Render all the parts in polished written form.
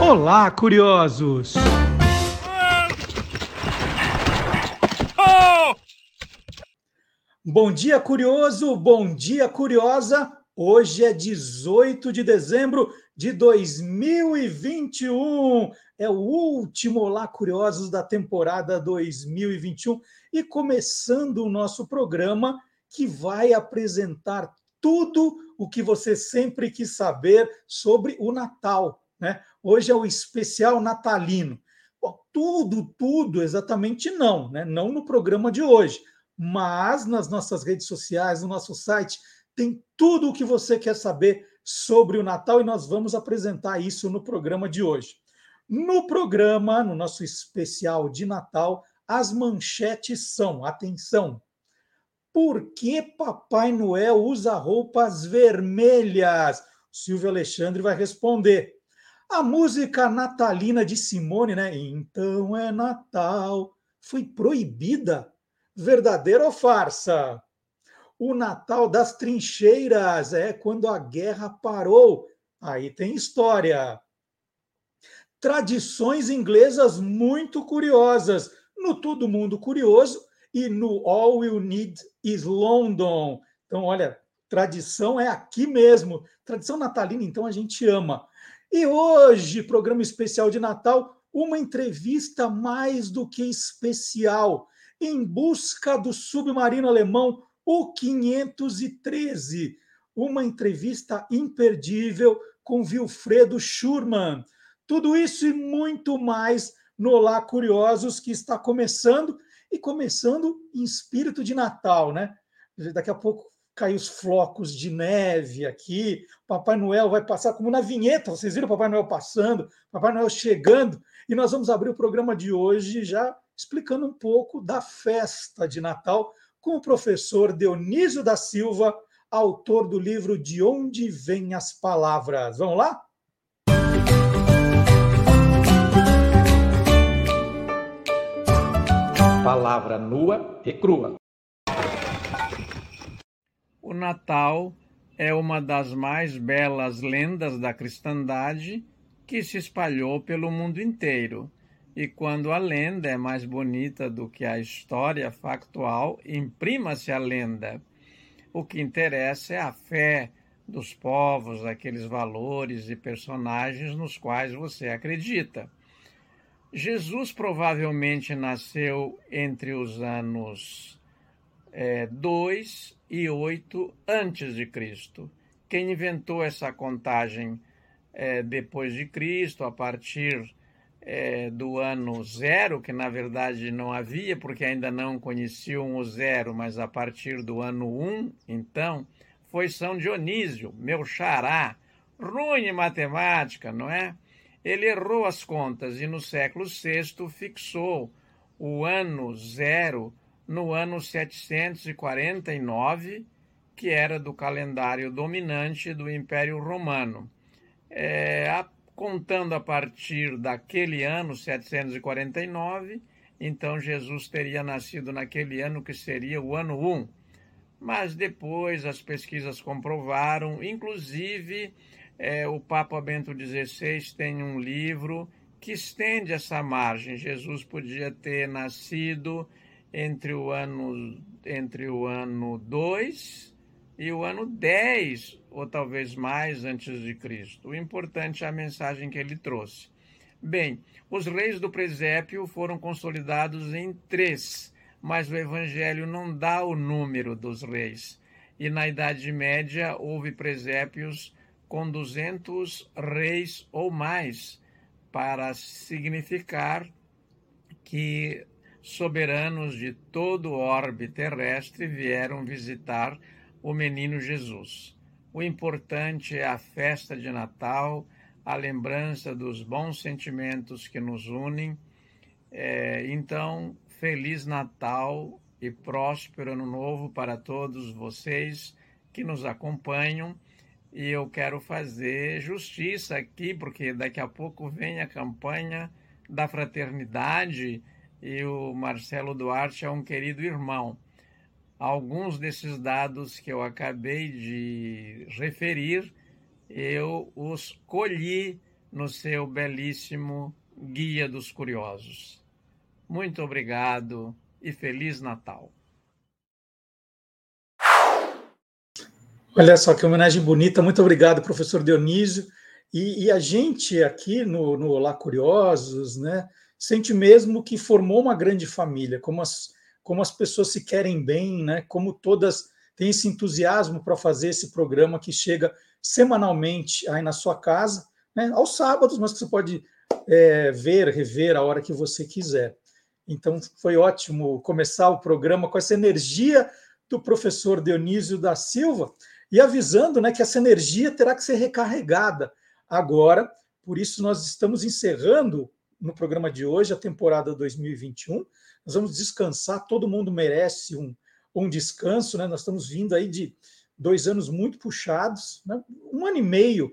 Olá, curiosos! Bom dia, curioso! Bom dia, curiosa! Hoje é 18 de dezembro de 2021. É o último Olá, curiosos da temporada 2021 e começando o nosso programa que vai apresentar tudo o que você sempre quis saber sobre o Natal, né? Hoje é o especial natalino. Bom, tudo exatamente não, né? Não no programa de hoje, mas nas nossas redes sociais, no nosso site, tem tudo o que você quer saber sobre o Natal e nós vamos apresentar isso no programa de hoje. No programa, no nosso especial de Natal, as manchetes são, atenção, por que Papai Noel usa roupas vermelhas? Silvio Alexandre vai responder. A música natalina de Simone, né? Então é Natal, foi proibida? Verdadeira ou farsa? O Natal das trincheiras é quando a guerra parou. Aí tem história. Tradições inglesas muito curiosas no Todo Mundo Curioso e no All You Need Is London. Então, olha, tradição é aqui mesmo. Tradição natalina, então, a gente ama. E hoje, programa especial de Natal, uma entrevista mais do que especial, em busca do submarino alemão, o 513. Uma entrevista imperdível com Wilfredo Schurmann. Tudo isso e muito mais no Olá Curiosos, que está começando, e começando em espírito de Natal, né? Daqui a pouco caem os flocos de neve aqui, Papai Noel vai passar como na vinheta, vocês viram o Papai Noel passando, Papai Noel chegando, e nós vamos abrir o programa de hoje já explicando um pouco da festa de Natal com o professor Dionísio da Silva, autor do livro De Onde Vêm as Palavras. Vamos lá? Palavra nua e crua. O Natal é uma das mais belas lendas da cristandade que se espalhou pelo mundo inteiro. E quando a lenda é mais bonita do que a história factual, imprima-se a lenda. O que interessa é a fé dos povos, aqueles valores e personagens nos quais você acredita. Jesus provavelmente nasceu entre os anos 2 e 8 antes de Cristo. Quem inventou essa contagem depois de Cristo, a partir do ano 0, que na verdade não havia, porque ainda não conheciam o 0, mas a partir do ano 1, então, foi São Dionísio, meu xará, ruim em matemática, não é? Ele errou as contas e no século VI fixou o ano 0 no ano 749, que era do calendário dominante do Império Romano. Contando a partir daquele ano, 749, então Jesus teria nascido naquele ano que seria o ano 1. Mas depois as pesquisas comprovaram, inclusive o Papa Bento XVI tem um livro que estende essa margem. Jesus podia ter nascido entre o ano 2 e o ano 10, ou talvez mais, antes de Cristo. O importante é a mensagem que ele trouxe. Bem, os reis do presépio foram consolidados em 3, mas o Evangelho não dá o número dos reis. E na Idade Média houve presépios com 200 reis ou mais, para significar que soberanos de todo o orbe terrestre vieram visitar o menino Jesus. O importante é a festa de Natal, a lembrança dos bons sentimentos que nos unem. Então, Feliz Natal e próspero Ano Novo para todos vocês que nos acompanham. E eu quero fazer justiça aqui, porque daqui a pouco vem a campanha da fraternidade e o Marcelo Duarte é um querido irmão. Alguns desses dados que eu acabei de referir, eu os colhi no seu belíssimo Guia dos Curiosos. Muito obrigado e Feliz Natal! Olha só que homenagem bonita. Muito obrigado, professor Dionísio. E a gente aqui no Olá Curiosos, né, sente mesmo que formou uma grande família, como as pessoas se querem bem, né, como todas têm esse entusiasmo para fazer esse programa que chega semanalmente aí na sua casa, né, aos sábados, mas que você pode ver, rever a hora que você quiser. Então, foi ótimo começar o programa com essa energia do professor Dionísio da Silva e avisando, né, que essa energia terá que ser recarregada agora. Por isso, nós estamos encerrando no programa de hoje a temporada 2021. Nós vamos descansar, todo mundo merece um descanso, né? Nós estamos vindo aí de 2 anos muito puxados, né? 1 ano e meio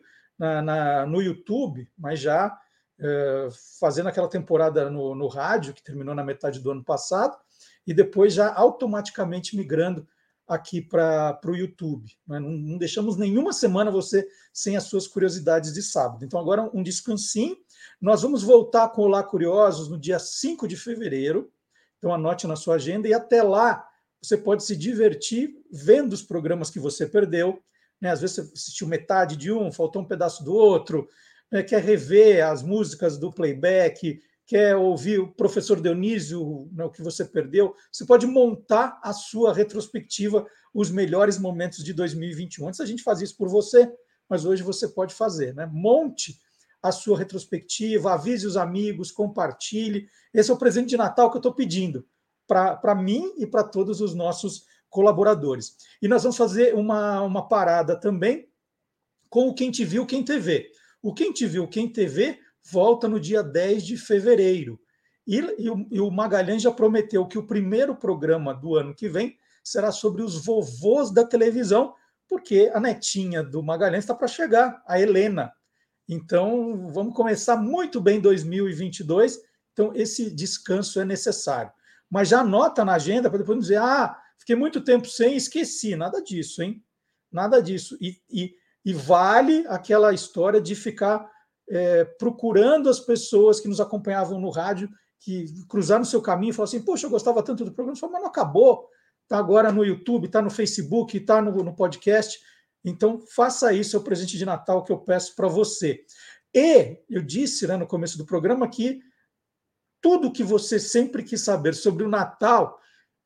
no YouTube, mas já fazendo aquela temporada no rádio, que terminou na metade do ano passado, e depois já automaticamente migrando aqui para o YouTube. Né? Não deixamos nenhuma semana você sem as suas curiosidades de sábado. Então, agora um descansinho. Nós vamos voltar com o Olá Curiosos no dia 5 de fevereiro. Então, anote na sua agenda. E até lá, você pode se divertir vendo os programas que você perdeu. Né? Às vezes você assistiu metade de um, faltou um pedaço do outro, né? Quer rever as músicas do playback, quer ouvir o professor Dionísio, né, o que você perdeu, você pode montar a sua retrospectiva, os melhores momentos de 2021. Antes a gente fazia isso por você, mas hoje você pode fazer. Né? Monte a sua retrospectiva, avise os amigos, compartilhe. Esse é o presente de Natal que eu estou pedindo para mim e para todos os nossos colaboradores. E nós vamos fazer uma parada também com o Quem Te Viu, Quem TV. O Quem Te Viu, Quem TV volta no dia 10 de fevereiro. E o Magalhães já prometeu que o primeiro programa do ano que vem será sobre os vovôs da televisão, porque a netinha do Magalhães está para chegar, a Helena. Então, vamos começar muito bem 2022. Então, esse descanso é necessário. Mas já anota na agenda para depois não dizer, fiquei muito tempo sem, esqueci. Nada disso, hein? Nada disso. E vale aquela história de ficar procurando as pessoas que nos acompanhavam no rádio, que cruzaram o seu caminho e falaram assim, poxa, eu gostava tanto do programa, mas não acabou, está agora no YouTube, está no Facebook, está no podcast. Então, faça isso, é o presente de Natal que eu peço para você. E eu disse, né, no começo do programa que tudo que você sempre quis saber sobre o Natal,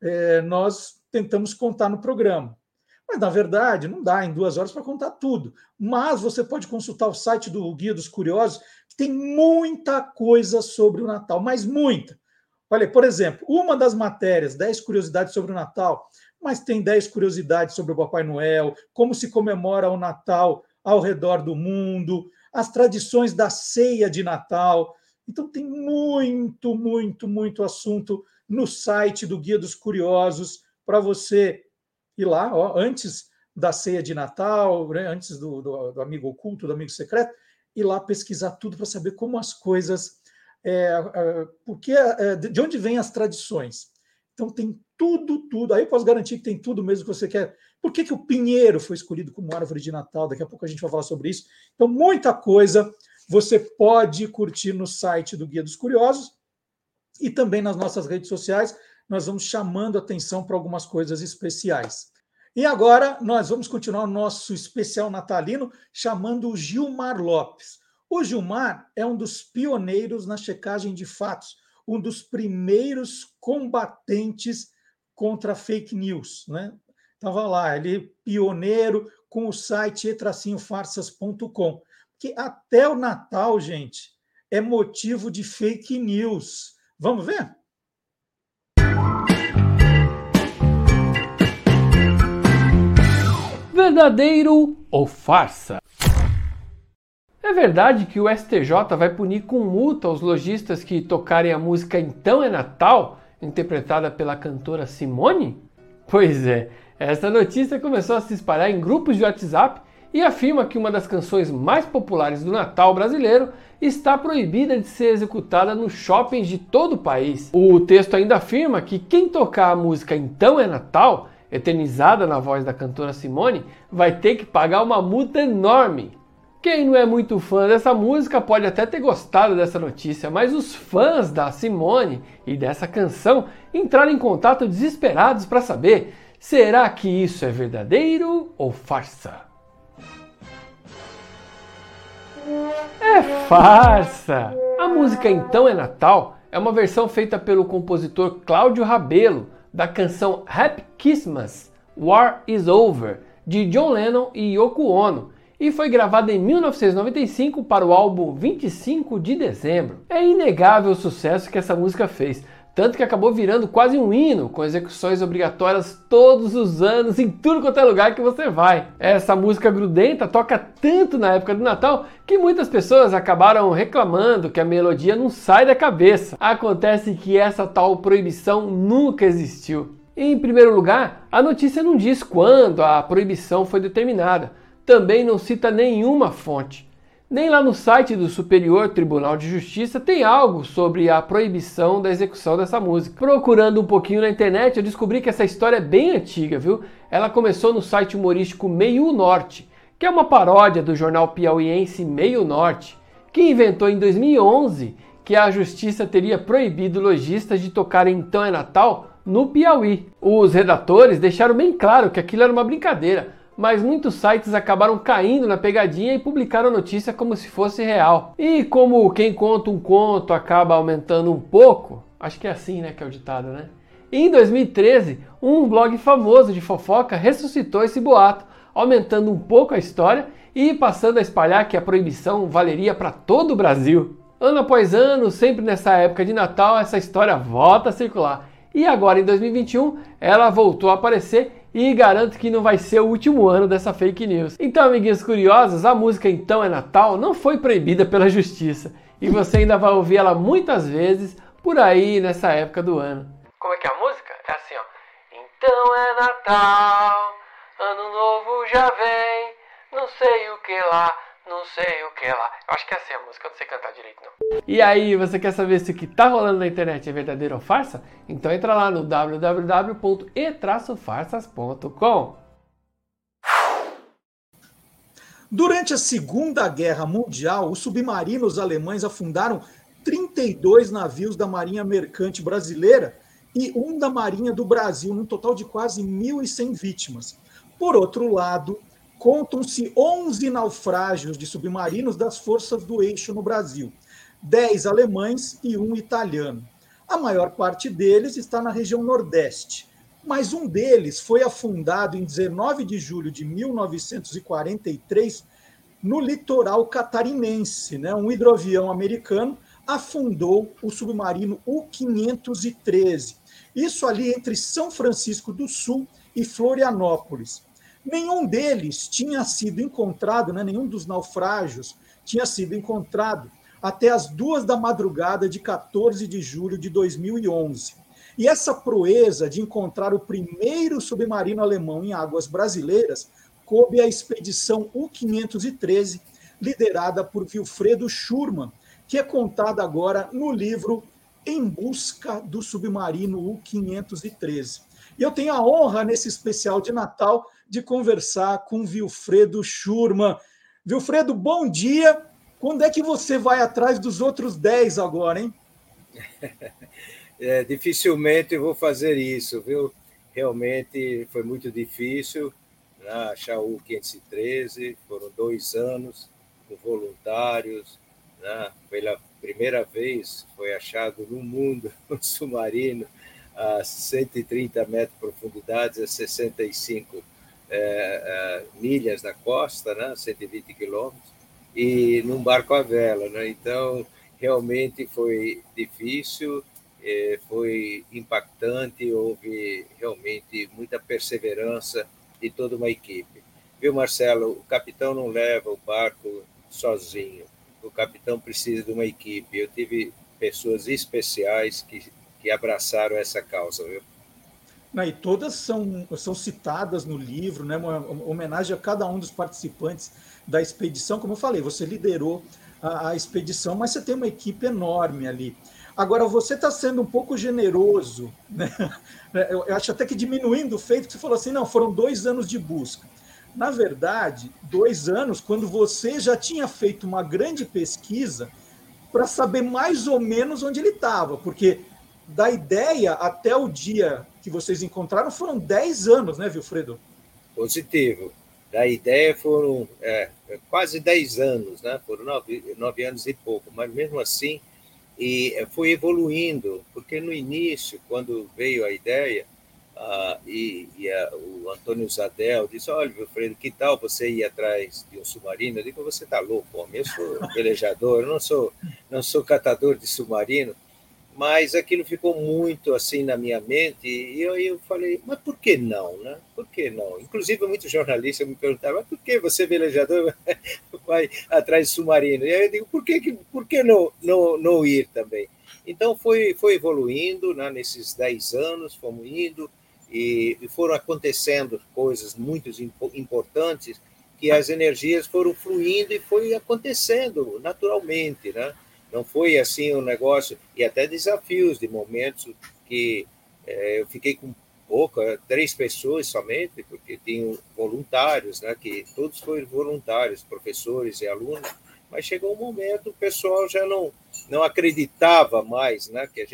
nós tentamos contar no programa. Mas, na verdade, não dá em 2 horas para contar tudo. Mas você pode consultar o site do Guia dos Curiosos, que tem muita coisa sobre o Natal, mas muita. Olha, por exemplo, uma das matérias, 10 curiosidades sobre o Natal, mas tem 10 curiosidades sobre o Papai Noel, como se comemora o Natal ao redor do mundo, as tradições da ceia de Natal. Então, tem muito, muito, muito assunto no site do Guia dos Curiosos para você ir lá, antes da ceia de Natal, né, antes do amigo oculto, do amigo secreto, ir lá pesquisar tudo para saber como as coisas, de onde vêm as tradições. Então tem tudo. Aí eu posso garantir que tem tudo mesmo que você quer. Por que o pinheiro foi escolhido como árvore de Natal? Daqui a pouco a gente vai falar sobre isso. Então, muita coisa você pode curtir no site do Guia dos Curiosos e também nas nossas redes sociais. Nós vamos chamando atenção para algumas coisas especiais. E agora nós vamos continuar o nosso especial natalino chamando o Gilmar Lopes. O Gilmar é um dos pioneiros na checagem de fatos, um dos primeiros combatentes contra fake news. Né? Estava lá, ele é pioneiro com o site e-farsas.com, que até o Natal, gente, é motivo de fake news. Vamos ver? Verdadeiro ou farsa? É verdade que o STJ vai punir com multa os lojistas que tocarem a música Então é Natal, interpretada pela cantora Simone? Pois é, essa notícia começou a se espalhar em grupos de WhatsApp e afirma que uma das canções mais populares do Natal brasileiro está proibida de ser executada nos shoppings de todo o país. O texto ainda afirma que quem tocar a música Então é Natal, eternizada na voz da cantora Simone, vai ter que pagar uma multa enorme. Quem não é muito fã dessa música pode até ter gostado dessa notícia, mas os fãs da Simone e dessa canção entraram em contato desesperados para saber: será que isso é verdadeiro ou farsa? É farsa! A música Então é Natal é uma versão feita pelo compositor Cláudio Rabelo da canção Happy Christmas, War is Over, de John Lennon e Yoko Ono, e foi gravada em 1995 para o álbum 25 de Dezembro. É inegável o sucesso que essa música fez, tanto que acabou virando quase um hino, com execuções obrigatórias todos os anos, em tudo quanto é lugar que você vai. Essa música grudenta toca tanto na época do Natal que muitas pessoas acabaram reclamando que a melodia não sai da cabeça. Acontece que essa tal proibição nunca existiu. Em primeiro lugar, a notícia não diz quando a proibição foi determinada. Também não cita nenhuma fonte. Nem lá no site do Superior Tribunal de Justiça tem algo sobre a proibição da execução dessa música. Procurando um pouquinho na internet, eu descobri que essa história é bem antiga, viu? Ela começou no site humorístico Meio Norte, que é uma paródia do jornal piauiense Meio Norte, que inventou em 2011 que a justiça teria proibido lojistas de tocarem Então é Natal no Piauí. Os redatores deixaram bem claro que aquilo era uma brincadeira, mas muitos sites acabaram caindo na pegadinha e publicaram a notícia como se fosse real. E como quem conta um conto acaba aumentando um pouco, acho que é assim, né, que é o ditado, né? Em 2013, um blog famoso de fofoca ressuscitou esse boato, aumentando um pouco a história e passando a espalhar que a proibição valeria para todo o Brasil. Ano após ano, sempre nessa época de Natal, essa história volta a circular. E agora, em 2021, ela voltou a aparecer e garanto que não vai ser o último ano dessa fake news. Então, amiguinhos curiosos, a música Então é Natal não foi proibida pela justiça. E você ainda vai ouvir ela muitas vezes por aí nessa época do ano. Como é que é a música? É assim, ó. Então é Natal, ano novo já vem, não sei o que lá, não sei o que lá. Eu acho que é assim a música, eu não sei cantar direito não. E aí, você quer saber se o que tá rolando na internet é verdadeiro ou farsa? Então entra lá no www.e-farsas.com. Durante a Segunda Guerra Mundial, os submarinos alemães afundaram 32 navios da Marinha Mercante Brasileira e um da Marinha do Brasil, num total de quase 1.100 vítimas. Por outro lado, contam-se 11 naufrágios de submarinos das forças do eixo no Brasil, 10 alemães e um italiano. A maior parte deles está na região Nordeste, mas um deles foi afundado em 19 de julho de 1943 no litoral catarinense. Um hidroavião americano afundou o submarino U-513. Isso ali entre São Francisco do Sul e Florianópolis. Nenhum deles tinha sido encontrado, nenhum dos naufrágios tinha sido encontrado até as 2 da madrugada de 14 de julho de 2011. E essa proeza de encontrar o primeiro submarino alemão em águas brasileiras coube à expedição U-513, liderada por Wilfredo Schurmann, que é contada agora no livro Em Busca do Submarino U-513. E eu tenho a honra, nesse especial de Natal, de conversar com Wilfredo Schurmann. Wilfredo, bom dia. Quando é que você vai atrás dos outros 10 agora, hein? Dificilmente eu vou fazer isso, viu? Realmente foi muito difícil, né, achar o 513, foram 2 anos com voluntários, né? Pela primeira vez foi achado no mundo um submarino a 130 metros de profundidade, a 65 milhas da costa, né? 120 quilômetros, e num barco à vela, né? Então, realmente foi difícil, foi impactante, houve realmente muita perseverança de toda uma equipe. Viu, Marcelo? O capitão não leva o barco sozinho, o capitão precisa de uma equipe. Eu tive pessoas especiais que abraçaram essa causa, viu? E todas são citadas no livro, né? Uma homenagem a cada um dos participantes da expedição. Como eu falei, você liderou a expedição, mas você tem uma equipe enorme ali. Agora, você está sendo um pouco generoso, né? Eu acho até que diminuindo o feito que você falou assim, não, foram 2 anos de busca. na verdade, 2 anos, quando você já tinha feito uma grande pesquisa para saber mais ou menos onde ele estava, porque da ideia até o dia que vocês encontraram foram 10 anos, né, Vilfredo? Positivo. Da ideia foram quase 10 anos, né? Foram 9 anos e pouco, mas mesmo assim foi evoluindo, porque no início, quando veio a ideia, o Antônio Zadel disse: olha, Wilfredo, que tal você ir atrás de um submarino? Eu digo: você está louco, homem, eu sou velejador, eu não sou catador de submarino. Mas aquilo ficou muito assim na minha mente, e eu falei: mas por que não, né? Por que não? Inclusive, muitos jornalistas me perguntavam: mas por que você, velejador, vai atrás de submarino? E aí eu digo: por que não ir também? Então, foi evoluindo, né? Nesses 10 anos, fomos indo, e foram acontecendo coisas muito importantes, que as energias foram fluindo e foi acontecendo naturalmente, né? Não foi assim um negócio, e até desafios de momentos que eu fiquei com 3 pessoas somente, porque tinham voluntários, né, que todos foram voluntários, professores e alunos, mas chegou um momento, o pessoal já não acreditava mais, né, que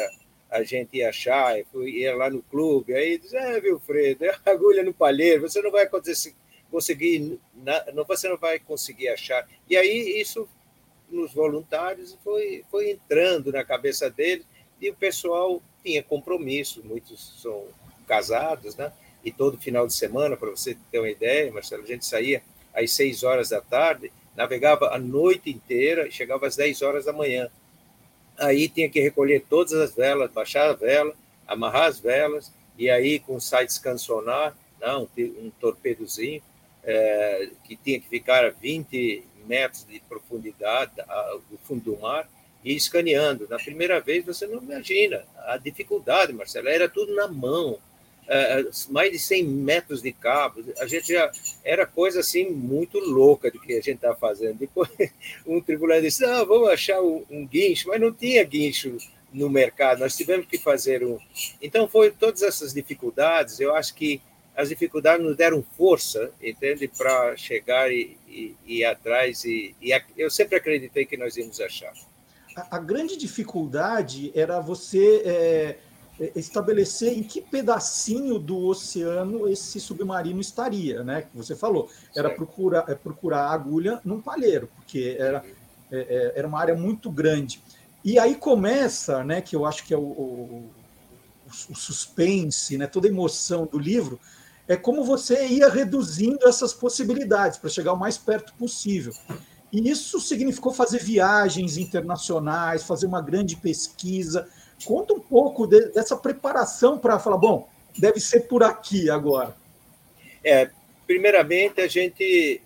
a gente ia achar, ia lá no clube, aí diz: Wilfredo, é agulha no palheiro, você não vai conseguir, você não vai conseguir achar. E aí isso nos voluntários foi entrando na cabeça deles, e o pessoal tinha compromisso, muitos são casados, né? E todo final de semana, para você ter uma ideia, Marcelo, a gente saía às 6 horas da tarde, navegava a noite inteira e chegava às 10 horas da manhã. Aí tinha que recolher todas as velas, baixar a vela, amarrar as velas, e aí com side-scan sonar, não, um torpedozinho, que tinha que ficar a 20 metros de profundidade do fundo do mar, e escaneando. Na primeira vez, você não imagina a dificuldade, Marcelo, era tudo na mão, mais de 100 metros de cabo, a gente já era coisa assim muito louca do que a gente estava fazendo. Depois, um tripulante disse: não, vamos achar um guincho, mas não tinha guincho no mercado, nós tivemos que fazer um. Então, foi todas essas dificuldades, eu acho que as dificuldades nos deram força, entende, para chegar e ir atrás, e eu sempre acreditei que nós íamos achar. A grande dificuldade era você estabelecer em que pedacinho do oceano esse submarino estaria, né? Que você falou, era procurar agulha num palheiro, porque era uma área muito grande. E aí começa, né, que eu acho que é o suspense, né, toda a emoção do livro, é como você ia reduzindo essas possibilidades para chegar o mais perto possível. E isso significou fazer viagens internacionais, fazer uma grande pesquisa. Conta um pouco dessa preparação para falar: bom, deve ser por aqui agora. Primeiramente, a gente,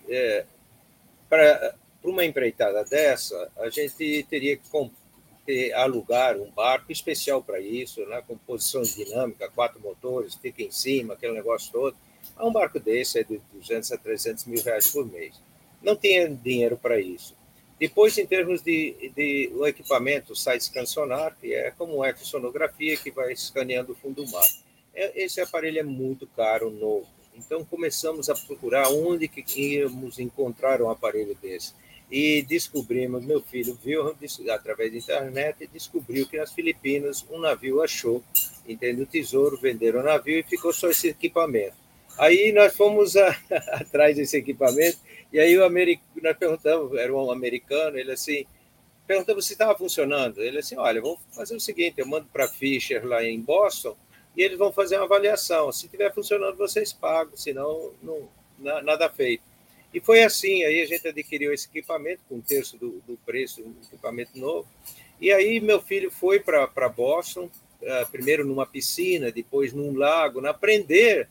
para uma empreitada dessa, a gente teria que alugar um barco especial para isso, né, com posição dinâmica, 4 motores, fica em cima, aquele negócio todo. Um barco desse é de 200 a 300 mil reais por mês. Não tinha dinheiro para isso. Depois, em termos de o equipamento, o side-scan sonar, que é como uma ecosonografia que vai escaneando o fundo do mar. Esse aparelho é muito caro, novo. Então, começamos a procurar onde que íamos encontrar um aparelho desse. E descobrimos, meu filho viu através da internet, e descobriu que nas Filipinas um navio achou, entende, o tesouro, venderam o navio e ficou só esse equipamento. Aí nós fomos atrás desse equipamento, e aí nós perguntamos, era um americano, ele assim, perguntamos se estava funcionando. Ele assim: olha, vamos fazer o seguinte, eu mando para a Fisher lá em Boston, e eles vão fazer uma avaliação. Se estiver funcionando, vocês pagam, senão não, nada feito. E foi assim, aí a gente adquiriu esse equipamento com 1/3 do preço, um equipamento novo. E aí meu filho foi para Boston, primeiro numa piscina, depois num lago, aprender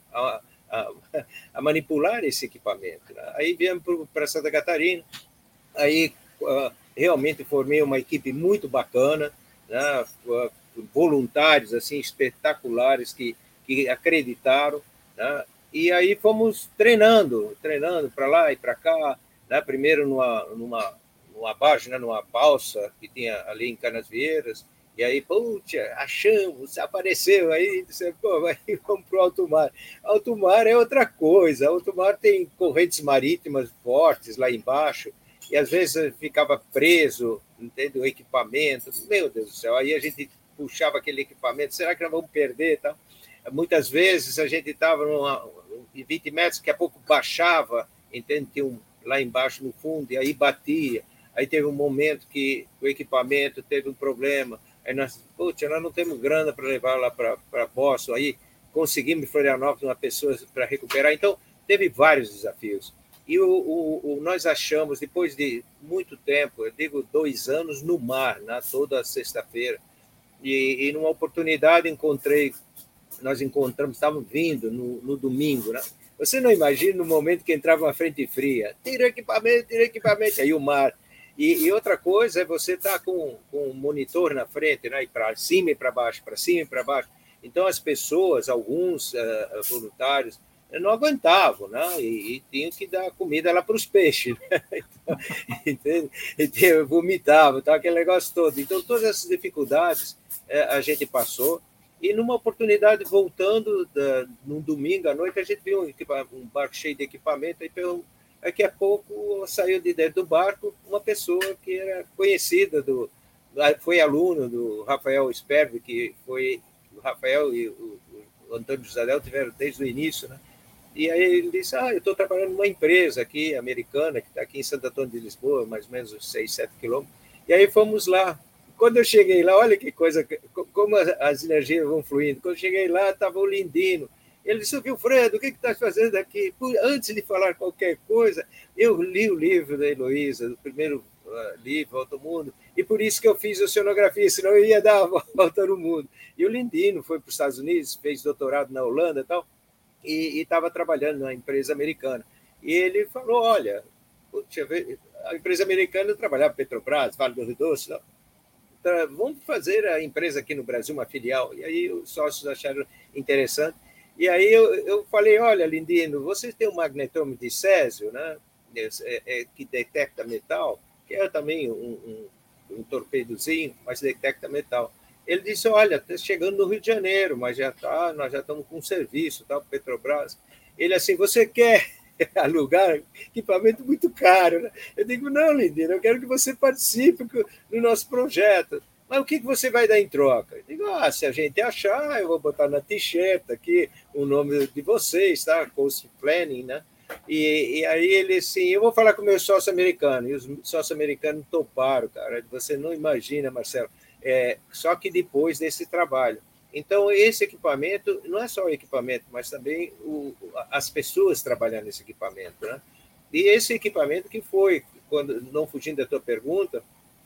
a manipular esse equipamento. Aí viemos para Santa Catarina, aí realmente formei uma equipe muito bacana, né, voluntários assim espetaculares que acreditaram, né, e aí fomos treinando para lá e para cá, né, primeiro numa barge, né, numa balsa que tinha ali em Canasvieiras, E aí, putz, achamos, apareceu. Aí, pô, aí vamos para o alto mar. Alto mar é outra coisa. Alto mar tem correntes marítimas fortes lá embaixo, e às vezes ficava preso, entende, o equipamento. Meu Deus do céu, aí a gente puxava aquele equipamento, será que nós vamos perder? Tá? Muitas vezes a gente estava em 20 metros, daqui a pouco baixava, entende? Tinha lá embaixo no fundo, e aí batia. Aí teve um momento que o equipamento teve um problema. Aí nós não temos grana para levar lá para Boston. Aí conseguimos em Florianópolis uma pessoa para recuperar. Então, teve vários desafios. E nós achamos, depois de muito tempo, eu digo 2 anos no mar, né, toda sexta-feira, e numa oportunidade nós encontramos, estávamos vindo no domingo, né? Você não imagina no momento que entrava uma frente fria, tira equipamento, aí o mar. E outra coisa é você estar com um monitor na frente, né? Para cima e para baixo, para cima e para baixo. Então, as pessoas, alguns voluntários, não aguentavam, né? E tinham que dar comida lá para os peixes, né? Então, entende? Então, vomitavam, tá? Aquele negócio todo. Então, todas essas dificuldades a gente passou. E numa oportunidade, voltando num domingo à noite, a gente viu um barco cheio de equipamento, e daqui a pouco saiu de dentro do barco uma pessoa que era conhecida, foi aluno do Rafael Sperber, que foi o Rafael e o Antônio José tiveram desde o início, né? E aí ele disse, eu estou trabalhando numa empresa aqui, americana, que está aqui em Santo Antônio de Lisboa, mais ou menos uns 6, 7 quilômetros. E aí fomos lá. Quando eu cheguei lá, olha que coisa, como as energias vão fluindo. Quando eu cheguei lá, estava o Lindino. Ele disse, Wilfredo, o que estás fazendo aqui? Antes de falar qualquer coisa, eu li o livro da Heloísa, o primeiro livro, Volta ao Mundo, e por isso que eu fiz oceanografia, senão eu ia dar a volta no mundo. E o Lindino foi para os Estados Unidos, fez doutorado na Holanda e tal, e estava trabalhando numa empresa americana. E ele falou, olha, a empresa americana trabalhava Petrobras, Vale do Rio Doce, não. Vamos fazer a empresa aqui no Brasil, uma filial. E aí os sócios acharam interessante. E aí eu falei, olha, Lindino, você tem um magnetômetro de césio, né, que detecta metal, que é também um torpedozinho, mas detecta metal. Ele disse, olha, está chegando no Rio de Janeiro, mas nós já estamos com um serviço, tá, Petrobras. Ele assim, você quer alugar equipamento muito caro, né? Eu digo, não, Lindino, eu quero que você participe do nosso projeto. Mas o que você vai dar em troca? Eu digo, se a gente achar, eu vou botar na t-shirt aqui o nome de vocês, tá? Coast Planning, né? E aí ele assim, eu vou falar com o meu sócio americano, e os sócios americanos toparam, cara. Você não imagina, Marcelo. Só que depois desse trabalho. Então, esse equipamento, não é só o equipamento, mas também as pessoas trabalhando nesse equipamento, né? E esse equipamento que foi, não fugindo da tua pergunta,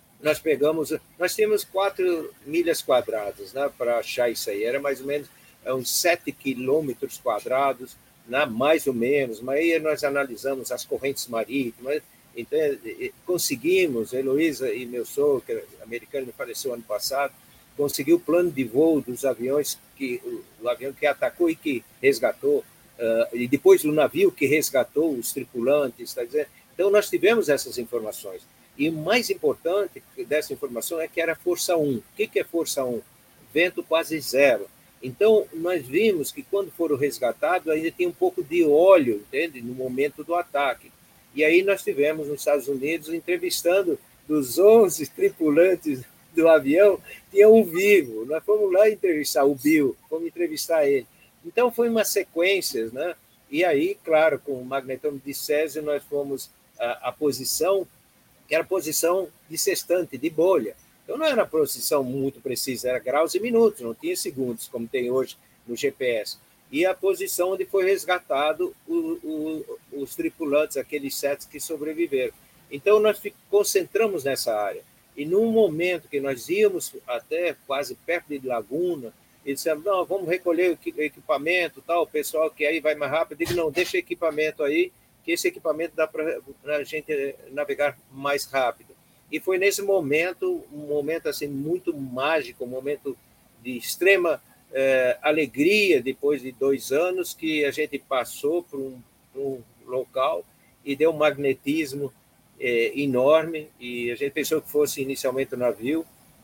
nós temos 4 milhas quadradas, né, para achar isso aí, era mais ou menos uns 7 quilômetros quadrados, né, mais ou menos, mas aí nós analisamos as correntes marítimas, então conseguimos, Heloísa e meu sogro, que é americano, faleceu ano passado, conseguiu o plano de voo dos aviões, o avião que atacou e que resgatou, e depois o navio que resgatou os tripulantes, tá dizendo? Então nós tivemos essas informações. E o mais importante dessa informação é que era força 1. O que é força 1? Vento quase zero. Então, nós vimos que quando foram resgatados, ainda tem um pouco de óleo, entende? No momento do ataque. E aí nós tivemos nos Estados Unidos entrevistando dos 11 tripulantes do avião, tinha um vivo. Nós fomos lá entrevistar o Bill, fomos entrevistar ele. Então, foi uma sequência, né? E aí, claro, com o magnetômetro de césio, nós fomos a posição, que era a posição de sextante, de bolha. Então, não era uma posição muito precisa, era graus e minutos, não tinha segundos, como tem hoje no GPS. E a posição onde foi resgatado os tripulantes, aqueles 7 que sobreviveram. Então, nós concentramos nessa área. E num momento que nós íamos até quase perto de Laguna, eles disseram, não, vamos recolher o equipamento, tal, o pessoal que aí vai mais rápido. Eu digo, não, deixa o equipamento aí, que esse equipamento dá para a gente navegar mais rápido. E foi nesse momento, um momento assim, muito mágico, um momento de extrema alegria, depois de 2 anos, que a gente passou por um local e deu um magnetismo enorme, e a gente pensou que fosse inicialmente um navio.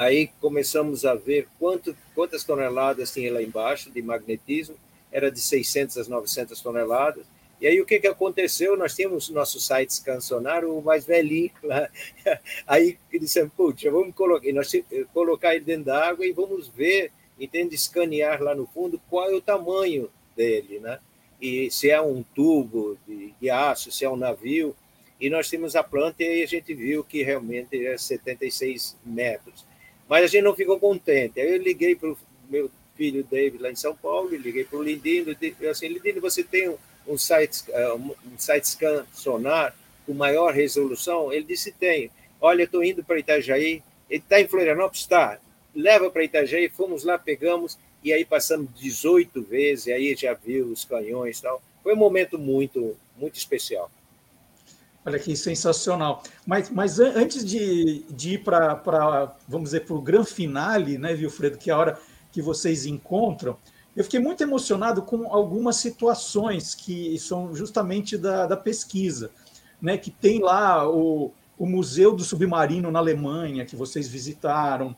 Aí começamos a ver quantas toneladas tinha lá embaixo de magnetismo, era de 600 a 900 toneladas. E aí o que aconteceu? Nós tínhamos nosso site Scansonar, o mais velhinho lá. Aí dissemos, putz, vamos colocar ele dentro da água e vamos ver, entende, escanear lá no fundo qual é o tamanho dele, né? E se é um tubo de aço, se é um navio. E nós tínhamos a planta e aí a gente viu que realmente é 76 metros. Mas a gente não ficou contente. Aí eu liguei para o meu filho David lá em São Paulo, liguei para o Lindino, e assim, Lindino, você tem um site scan sonar com maior resolução? Ele disse, tem. Olha, estou indo para Itajaí. Ele está em Florianópolis? Está. Leva para Itajaí, fomos lá, pegamos, e aí passamos 18 vezes, e aí já viu os canhões e tal. Foi um momento muito, muito especial. Olha que sensacional. Mas antes de ir para, vamos dizer, para o grande finale, né, Vilfredo, que é a hora que vocês encontram, eu fiquei muito emocionado com algumas situações que são justamente da pesquisa, né, que tem lá o Museu do Submarino na Alemanha, que vocês visitaram.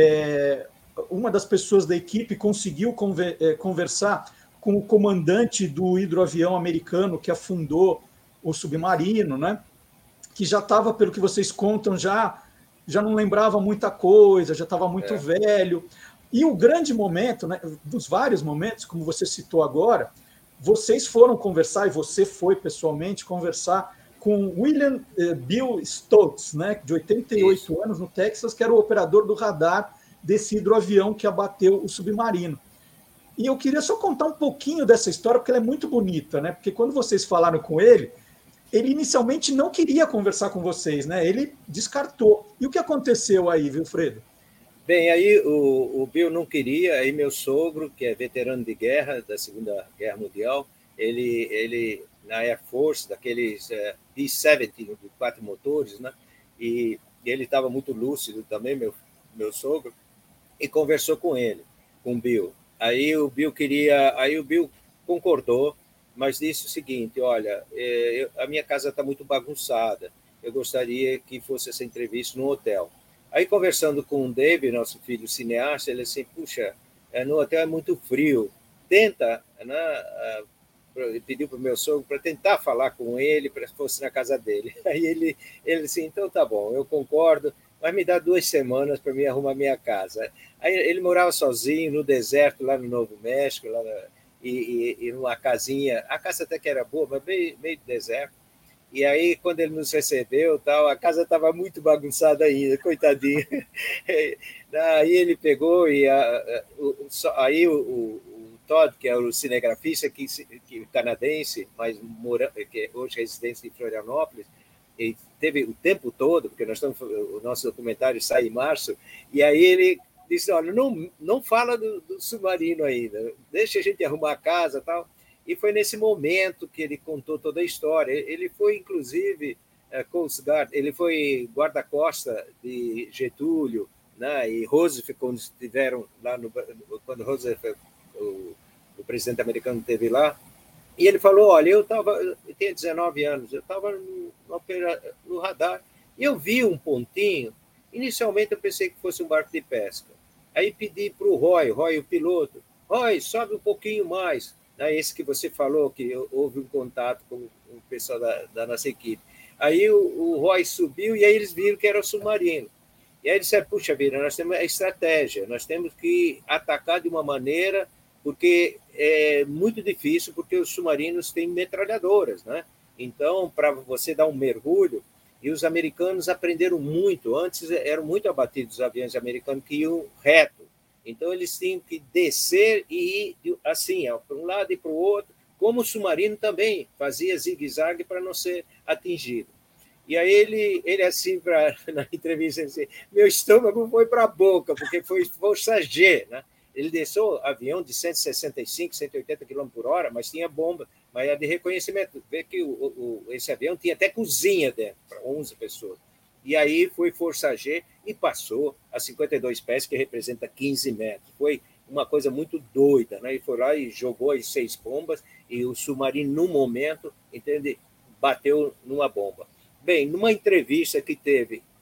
Uma das pessoas da equipe conseguiu conversar com o comandante do hidroavião americano que afundou o submarino, né? Que já estava, pelo que vocês contam, já não lembrava muita coisa, já estava muito velho. E o grande momento, né, dos vários momentos, como você citou agora, vocês foram conversar, e você foi pessoalmente conversar com William Bill Stoltz, né, de 88 anos, no Texas, que era o operador do radar desse hidroavião que abateu o submarino. E eu queria só contar um pouquinho dessa história, porque ela é muito bonita, né? Porque quando vocês falaram com ele inicialmente não queria conversar com vocês, né? Ele descartou. E o que aconteceu aí, Vilfredo? Bem, aí o Bill não queria, aí meu sogro, que é veterano de guerra, da Segunda Guerra Mundial, ele na Air Force, daqueles P-70, de 4 motores, né? E ele estava muito lúcido também, meu sogro, e conversou com ele, com o Bill. Aí o Bill concordou, mas disse o seguinte, olha, a minha casa está muito bagunçada, eu gostaria que fosse essa entrevista no hotel. Aí, conversando com o David, nosso filho cineasta, ele assim, puxa, no hotel é muito frio, tenta, né, pediu para o meu sogro para tentar falar com ele, para que fosse na casa dele. Aí ele assim, então tá bom, eu concordo, mas me dá 2 semanas para me arrumar minha casa. Aí ele morava sozinho no deserto, lá no Novo México, e numa casinha, a casa até que era boa, mas meio deserto. E aí, quando ele nos recebeu, tal, a casa estava muito bagunçada ainda, coitadinho. Aí ele pegou e aí o Todd, que é o cinegrafista que canadense, mas que hoje é residente em Florianópolis, ele teve o tempo todo, porque o nosso documentário sai em março, e aí ele disse, olha, não fala do submarino ainda, deixa a gente arrumar a casa e tal. E foi nesse momento que ele contou toda a história. Ele foi, inclusive, Coast Guard, ele foi guarda-costa de Getúlio, né? E Roosevelt, quando estiveram lá, quando Roosevelt, o presidente americano, esteve lá, e ele falou, olha, eu tinha 19 anos, eu estava no radar, e eu vi um pontinho, inicialmente eu pensei que fosse um barco de pesca. Aí pedi para o Roy, o piloto, Roy, sobe um pouquinho mais. Esse que você falou, que houve um contato com o pessoal da nossa equipe. Aí o Roy subiu e aí eles viram que era o submarino. E aí eles disseram, puxa vida, nós temos a estratégia, nós temos que atacar de uma maneira, porque é muito difícil, porque os submarinos têm metralhadoras, né? Então, para você dar um mergulho, e os americanos aprenderam muito, antes eram muito abatidos os aviões americanos que iam reto. Então, eles tinham que descer e ir assim, para um lado e para o outro, como o submarino também fazia zigue-zague para não ser atingido. E aí ele assim, na entrevista, assim, meu estômago foi para a boca, porque foi força G, né? Ele desceu avião de 165, 180 km por hora, mas tinha bomba, mas é de reconhecimento. Vê que esse avião tinha até cozinha dentro, para 11 pessoas. E aí foi força G e passou a 52 pés, que representa 15 metros. Foi uma coisa muito doida, né? E foi lá e jogou as 6 bombas, e o submarino, no momento, entende, bateu numa bomba. Bem, numa entrevista que teve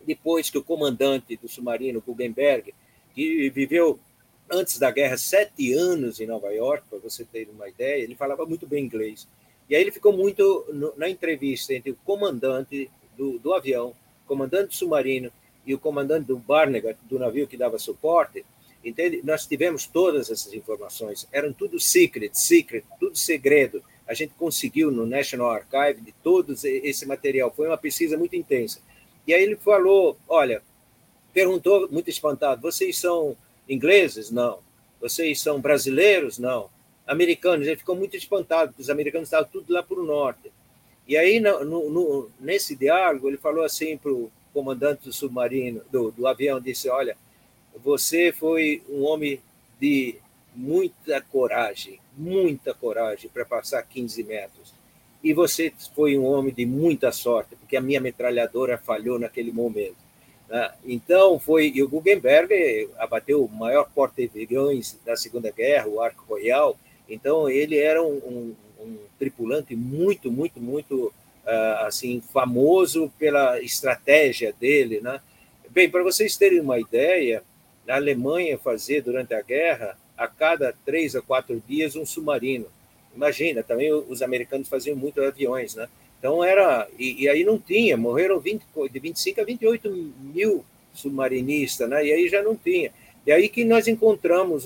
depois que o comandante do submarino, Guggenberg, que viveu antes da guerra 7 anos em Nova York, para você ter uma ideia, ele falava muito bem inglês. E aí ele ficou muito na entrevista entre o comandante do avião, o comandante do submarino e o comandante do Barnegat, do navio que dava suporte. Entende? Nós tivemos todas essas informações, eram tudo secret, tudo segredo. A gente conseguiu no National Archive de todo esse material, foi uma pesquisa muito intensa. E aí ele falou, olha, perguntou muito espantado, vocês são ingleses? Não. Vocês são brasileiros? Não. Americanos? Ele ficou muito espantado, porque os americanos estavam tudo lá para o norte. E aí, nesse diálogo, ele falou assim para o comandante do submarino, do avião, disse, olha, você foi um homem de muita coragem para passar 15 metros. E você foi um homem de muita sorte, porque a minha metralhadora falhou naquele momento. Então, e o Guggenberg abateu o maior porta-aviões da Segunda Guerra, o Arco Royal. Então, ele era um tripulante muito assim, famoso pela estratégia dele. Né? Bem, para vocês terem uma ideia, a Alemanha fazia, durante a guerra, a cada 3 a 4 dias, um submarino. Imagina, também os americanos faziam muito aviões, né? Então, e aí não tinha, morreram de 25 a 28 mil submarinistas, né? E aí já não tinha. E aí que nós encontramos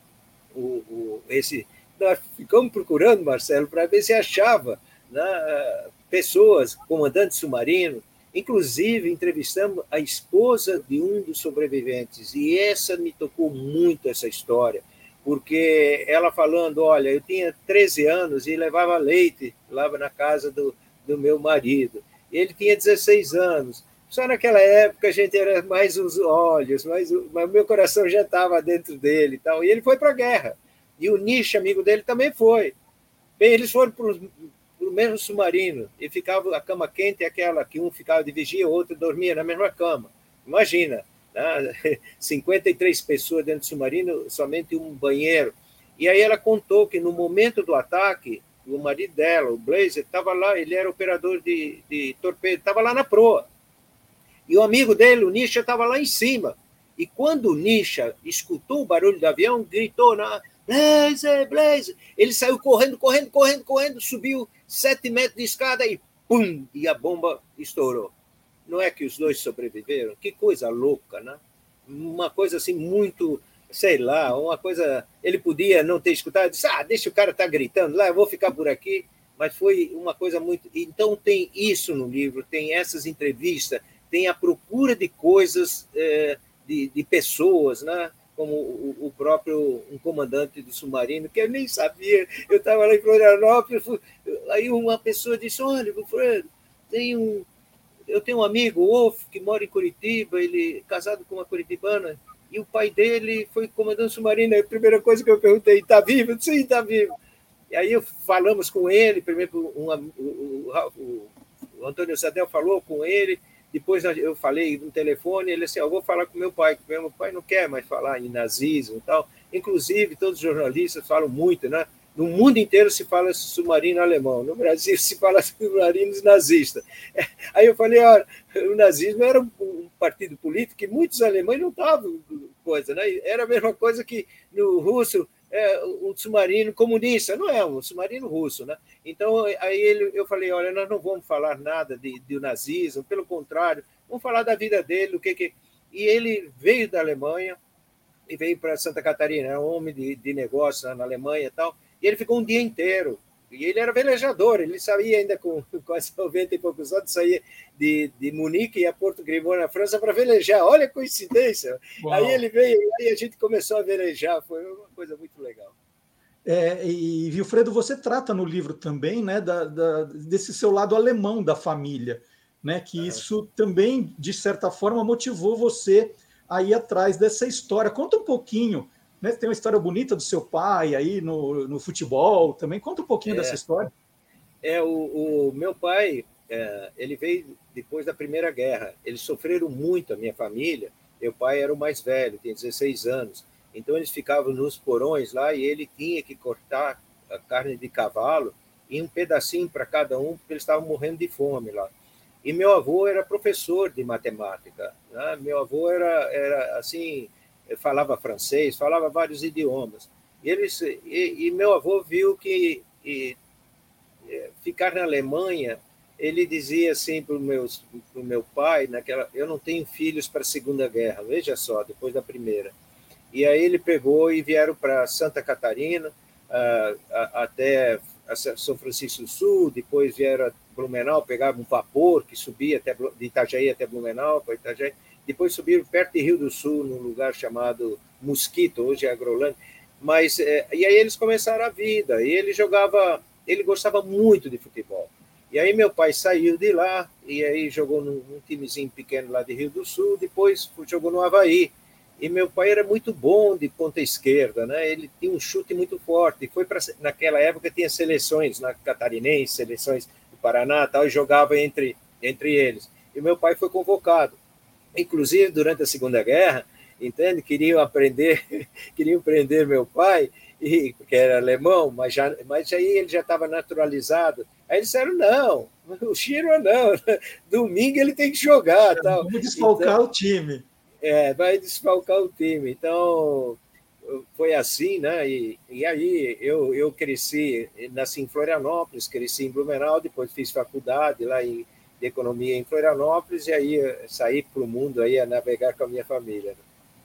nós ficamos procurando, Marcelo, para ver se achava, né, pessoas, comandantes submarinos. Inclusive, entrevistamos a esposa de um dos sobreviventes, e essa me tocou muito, essa história, porque ela falando, olha, eu tinha 13 anos e levava leite lá na casa do meu marido. Ele tinha 16 anos. Só naquela época a gente era mais os olhos, mas o meu coração já estava dentro dele. E ele foi para a guerra. E o Nish, amigo dele, também foi. Bem, eles foram para o mesmo submarino e ficava a cama quente, aquela que um ficava de vigia, o outro dormia na mesma cama. Imagina, né? 53 pessoas dentro do submarino, somente um banheiro. E aí ela contou que no momento do ataque, o marido dela, o Blazer, estava lá, ele era operador de torpedo, estava lá na proa. E o amigo dele, o Nisha, estava lá em cima. E quando o Nisha escutou o barulho do avião, gritou, Blazer, Blazer. Ele saiu correndo, subiu 7 metros de escada e pum! E a bomba estourou. Não é que os dois sobreviveram? Que coisa louca, né? Uma coisa assim muito, sei lá, uma coisa... Ele podia não ter escutado, disse, deixa o cara estar gritando lá, eu vou ficar por aqui. Mas foi uma coisa muito... Então tem isso no livro, tem essas entrevistas, tem a procura de coisas, de pessoas, né? Como o próprio um comandante do submarino, que eu nem sabia. Eu estava lá em Florianópolis, aí uma pessoa disse, olha, Wilfredo, eu tenho um amigo, o Wolf, que mora em Curitiba, ele é casado com uma curitibana, e o pai dele foi comandante submarino. A primeira coisa que eu perguntei, está vivo? Sim, está vivo. E aí falamos com ele, primeiro o Antônio Sadel falou com ele, depois eu falei no telefone, ele disse, eu vou falar com meu pai, porque meu pai não quer mais falar em nazismo e tal. Inclusive, todos os jornalistas falam muito, né? No mundo inteiro se fala submarino alemão, no Brasil se fala submarinos nazistas. Aí eu falei, olha, o nazismo era um partido político que muitos alemães não estavam coisa, né? Era a mesma coisa que no russo, um submarino comunista, não é um submarino russo, né? Então, aí eu falei, olha, nós não vamos falar nada do nazismo, pelo contrário, vamos falar da vida dele, E ele veio da Alemanha e veio para Santa Catarina, era um homem de negócio na Alemanha e tal, e ele ficou um dia inteiro. E ele era velejador, ele saía ainda com quase 90 e poucos anos, saía de Munique e a Porto Grimont, na França, para velejar. Olha a coincidência. Uau. Aí ele veio e a gente começou a velejar, foi uma coisa muito legal. E, Wilfredo, você trata no livro também, né, desse seu lado alemão da família, né, que isso também, de certa forma, motivou você a ir atrás dessa história. Conta um pouquinho, né, tem uma história bonita do seu pai aí no futebol também. Conta um pouquinho dessa história. O meu pai, ele veio depois da Primeira Guerra. Eles sofreram muito, a minha família. Meu pai era o mais velho, tinha 16 anos. Então, eles ficavam nos porões lá e ele tinha que cortar a carne de cavalo e um pedacinho para cada um, porque eles estavam morrendo de fome lá. E meu avô era professor de matemática, né? Meu avô era assim, falava francês, falava vários idiomas. E meu avô viu que ficar na Alemanha, ele dizia assim para o meu pai, eu não tenho filhos para a Segunda Guerra, veja só, depois da Primeira. E aí ele pegou e vieram para Santa Catarina, até São Francisco do Sul, depois vieram a Blumenau, pegavam um vapor que subia de Itajaí até Blumenau, para Itajaí, depois subiram perto de Rio do Sul, num lugar chamado Mosquito, hoje é Agrolândia, e aí eles começaram a vida, e ele gostava muito de futebol. E aí meu pai saiu de lá, e aí jogou num timezinho pequeno lá de Rio do Sul, depois jogou no Avaí. E meu pai era muito bom de ponta esquerda, né? Ele tinha um chute muito forte. Naquela época tinha seleções na catarinense, seleções do Paraná, tal, e jogava entre eles. E meu pai foi convocado. Inclusive durante a Segunda Guerra, entende? Queriam prender meu pai, porque era alemão, mas aí ele já estava naturalizado. Aí eles disseram, não, o Chiro não, domingo ele tem que jogar. Tal. Vamos desfalcar o time. Vai desfalcar o time. Então, foi assim, né? E aí eu cresci, nasci em Florianópolis, cresci em Blumenau, depois fiz faculdade lá de economia em Florianópolis, e aí saí para o mundo aí a navegar com a minha família.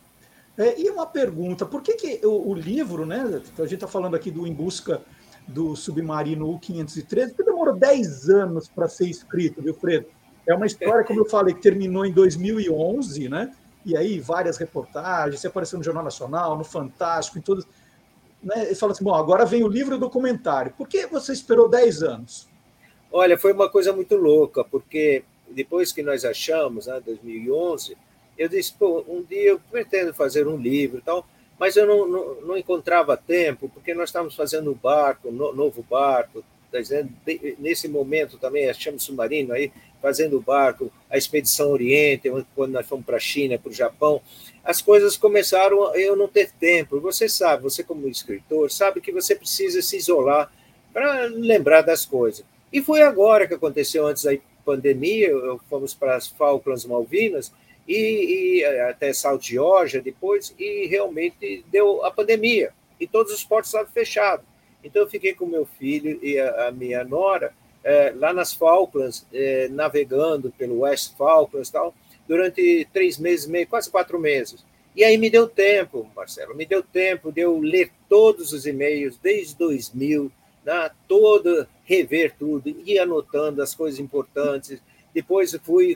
E uma pergunta, por que o livro, né? A gente está falando aqui do Em Busca do Submarino U-513, que demorou 10 anos para ser escrito, viu, Fredo? É uma história, como eu falei, que terminou em 2011, né? E aí várias reportagens, você apareceu no Jornal Nacional, no Fantástico, em todas. Né? Ele fala assim, bom, agora vem o livro e o documentário. Por que você esperou 10 anos? Olha, foi uma coisa muito louca, porque depois que nós achamos, né, 2011, eu disse, pô, um dia eu pretendo fazer um livro e tal, mas eu não encontrava tempo, porque nós estávamos fazendo o barco, novo barco, tá dizendo? Nesse momento também achamos submarino aí, fazendo o barco, a Expedição Oriente, quando nós fomos para a China, para o Japão, as coisas começaram a eu não ter tempo. Você sabe, você como escritor, sabe que você precisa se isolar para lembrar das coisas. E foi agora que aconteceu, antes da pandemia, fomos para as Falklands Malvinas, e até South Georgia depois, e realmente deu a pandemia, e todos os portos estavam fechados. Então eu fiquei com meu filho e a minha nora lá nas Falklands, navegando pelo West Falklands, tal, durante 3 meses e meio, quase 4 meses. E aí me deu tempo, Marcelo, me deu tempo de eu ler todos os e-mails desde 2000, né, rever tudo, ir anotando as coisas importantes. Depois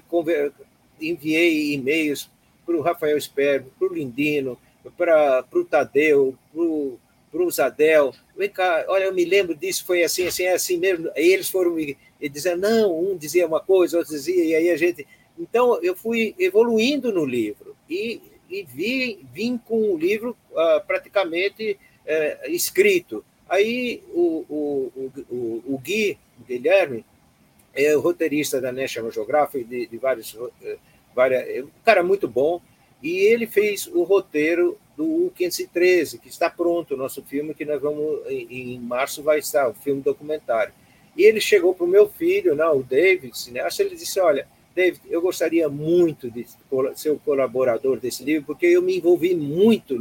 enviei e-mails para o Rafael Sperber, para o Lindino, para o Tadeu, para o Zadel. Vem cá, olha, eu me lembro disso, foi assim, assim, é assim mesmo. Aí eles foram me dizendo, não, um dizia uma coisa, outro dizia, e aí a gente... Então, eu fui evoluindo no livro e vim com o livro praticamente escrito. Aí o Guilherme, é o roteirista da National Geographic, de vários... um cara muito bom, e ele fez o roteiro do U-513, que está pronto, o nosso filme, que nós vamos, em março, vai estar, o filme documentário. E ele chegou para o meu filho, né, o David, cineasta, ele disse, olha, David, eu gostaria muito de ser o colaborador desse livro, porque eu me envolvi muito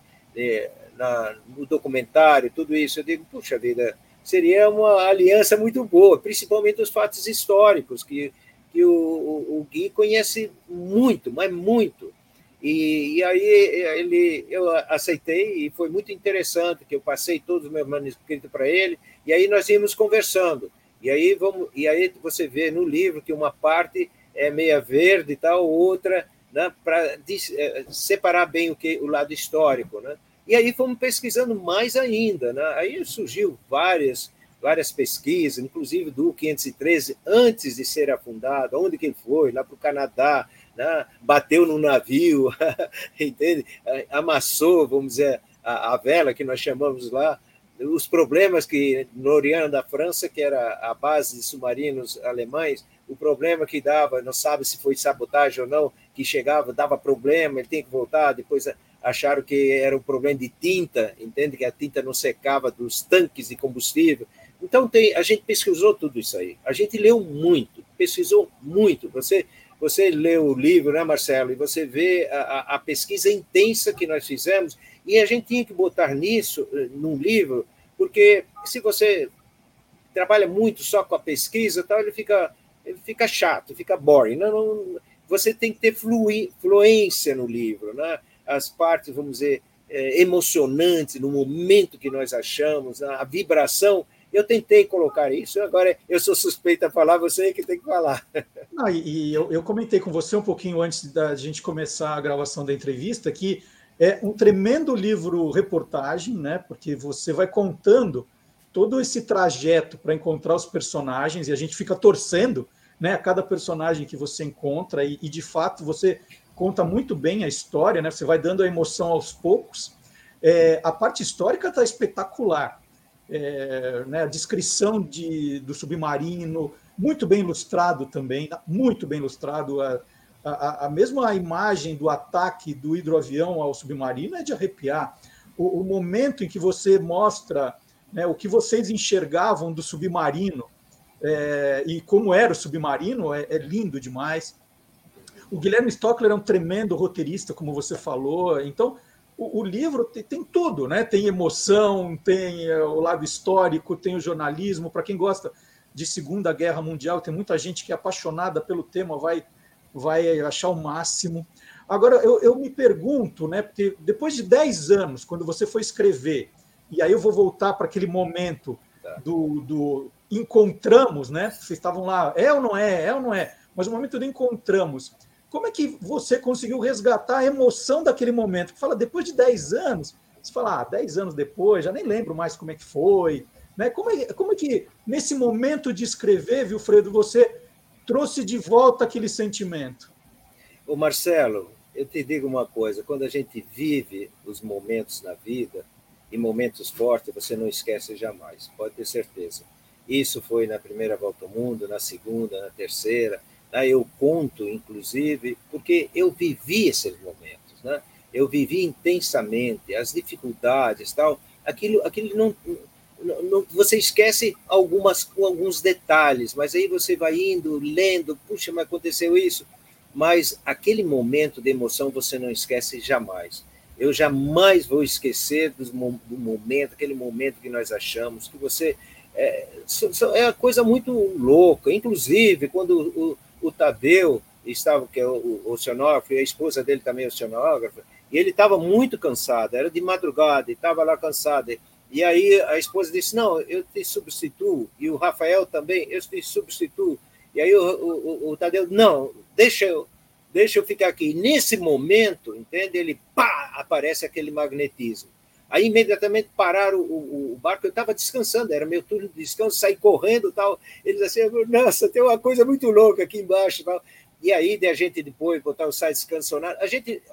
no documentário, tudo isso. Eu digo, puxa vida, seria uma aliança muito boa, principalmente os fatos históricos, que o Gui conhece muito, mas muito. E aí eu aceitei, e foi muito interessante, que eu passei todos os meus manuscritos para ele, e aí nós íamos conversando. E aí você vê no livro que uma parte é meia verde e tal, outra, né, para separar bem o lado histórico. Né? E aí fomos pesquisando mais ainda. Né? Aí surgiu várias pesquisas, inclusive do U-513, antes de ser afundado, onde que ele foi, lá para o Canadá, né? Bateu no navio, entende? Amassou, vamos dizer, a vela que nós chamamos lá, os problemas que Lorient da França, que era a base de submarinos alemães, o problema que dava, não sabe se foi sabotagem ou não, que chegava, dava problema, ele tem que voltar, depois acharam que era um problema de tinta, entende? Que a tinta não secava dos tanques de combustível. Então, a gente pesquisou tudo isso aí. A gente leu muito, pesquisou muito. Você lê o livro, né, Marcelo, e você vê a pesquisa intensa que nós fizemos, e a gente tinha que botar nisso, num livro, porque se você trabalha muito só com a pesquisa, tal, ele fica chato, fica boring. Você tem que ter fluência no livro, né? As partes, vamos dizer, emocionantes, no momento que nós achamos, a vibração. Eu tentei colocar isso, agora eu sou suspeita a falar, você que tem que falar. Eu comentei com você um pouquinho antes da gente começar a gravação da entrevista que é um tremendo livro-reportagem, né? Porque você vai contando todo esse trajeto para encontrar os personagens e a gente fica torcendo, né, a cada personagem que você encontra e de fato você conta muito bem a história, né? Você vai dando a emoção aos poucos. A parte histórica está espetacular. Né, a descrição do submarino, muito bem ilustrado também, muito bem ilustrado. A mesma imagem do ataque do hidroavião ao submarino é de arrepiar. O momento em que você mostra, né, o que vocês enxergavam do submarino e como era o submarino é lindo demais. O Guilherme Stockler é um tremendo roteirista, como você falou. Então, o livro tem tudo, né? Tem emoção, tem o lado histórico, tem o jornalismo. Para quem gosta de Segunda Guerra Mundial, tem muita gente que é apaixonada pelo tema, vai achar o máximo. Agora, eu me pergunto, né? Porque depois de 10 anos, quando você foi escrever, e aí eu vou voltar para aquele momento do encontramos, né? Vocês estavam lá, é ou não é? É ou não é? Mas o momento do encontramos. Como é que você conseguiu resgatar a emoção daquele momento? Porque fala, depois de 10 anos, você fala, 10 anos depois, já nem lembro mais como é que foi. Né? Como é que, nesse momento de escrever, Vilfredo, você trouxe de volta aquele sentimento? Ô Marcelo, eu te digo uma coisa, quando a gente vive os momentos na vida, e momentos fortes, você não esquece jamais, pode ter certeza. Isso foi na primeira volta ao mundo, na segunda, na terceira. Eu conto, inclusive, porque eu vivi esses momentos, né? Eu vivi intensamente as dificuldades, tal. Aquilo não, você esquece alguns detalhes, mas aí você vai indo, lendo, puxa, mas aconteceu isso. Mas aquele momento de emoção você não esquece jamais. Eu jamais vou esquecer do momento, aquele momento que nós achamos, que você... É uma coisa muito louca. Inclusive, quando o Tadeu estava, que é o oceanógrafo, e a esposa dele também é oceanógrafa, e ele estava muito cansado, era de madrugada, e estava lá cansado. E aí a esposa disse, não, eu te substituo, e o Rafael também, eu te substituo. E aí o Tadeu, não, deixa eu ficar aqui. Nesse momento, entende? Ele, pá, aparece aquele magnetismo. Aí, imediatamente, pararam o barco, eu estava descansando, era meu turno de descanso, saí correndo e tal. Eles assim, nossa, tem uma coisa muito louca aqui embaixo e tal. E aí, a gente depois botar o site descansonar, a gente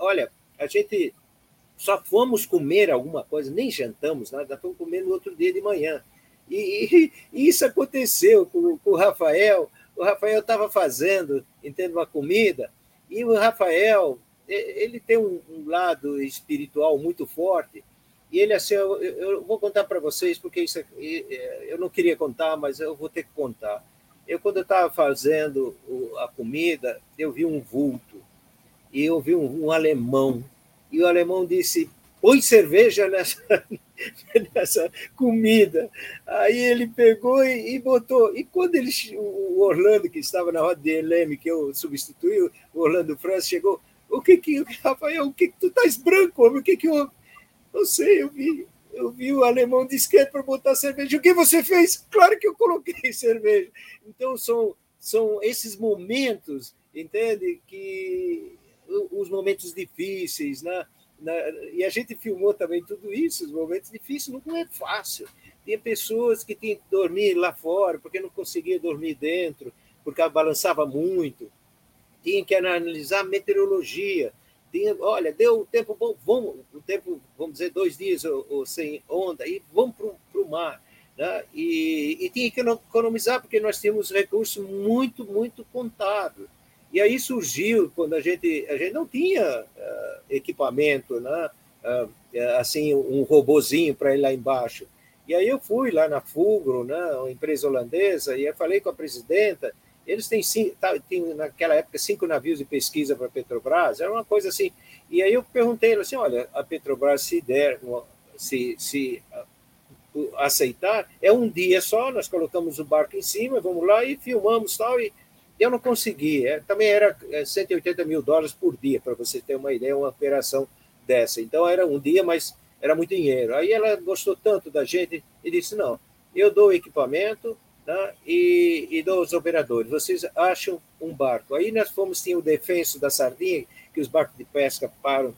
só fomos comer alguma coisa, nem jantamos nada, fomos comer no outro dia de manhã. E isso aconteceu com o Rafael. O Rafael estava fazendo, entende, uma comida, e o Rafael, ele tem um lado espiritual muito forte. E ele, assim, eu vou contar para vocês, porque isso eu não queria contar, mas eu vou ter que contar. Quando eu estava fazendo a comida, eu vi um vulto, e eu vi um alemão, e o alemão disse, põe cerveja nessa comida. Aí ele pegou e botou. E quando o Orlando, que estava na roda de Eleme, que eu substituí, o Orlando França, chegou, Rafael, o que tu estás branco, homem? O que houve? Não sei, eu vi o alemão disse que é para botar cerveja. O que você fez? Claro que eu coloquei cerveja. Então, são esses momentos, entende? Que os momentos difíceis, né? E a gente filmou também tudo isso, os momentos difíceis não é fácil. Tinha pessoas que tinham que dormir lá fora, porque não conseguia dormir dentro, porque balançava muito. Tinha que analisar a meteorologia. Olha, deu um tempo bom, vamos dizer, 2 dias ou sem onda, e vamos para o mar. Né? E tinha que economizar, porque nós tínhamos recursos muito, muito contados. E aí surgiu, quando a gente não tinha equipamento, né? Assim, um robozinho para ir lá embaixo. E aí eu fui lá na Fugro, né? Uma empresa holandesa, e eu falei com a presidenta, Eles têm naquela época 5 navios de pesquisa para a Petrobras, era uma coisa assim. E aí eu perguntei assim, olha, a Petrobras se aceitar, é um dia só, nós colocamos o barco em cima, vamos lá e filmamos tal, e eu não consegui. Também era $180 mil por dia, para você ter uma ideia, uma operação dessa. Então era um dia, mas era muito dinheiro. Aí ela gostou tanto da gente e disse, não, eu dou o equipamento, né, e dou os operadores, vocês acham um barco. Aí nós tinha o Defenso da Sardinha, que os barcos de pesca param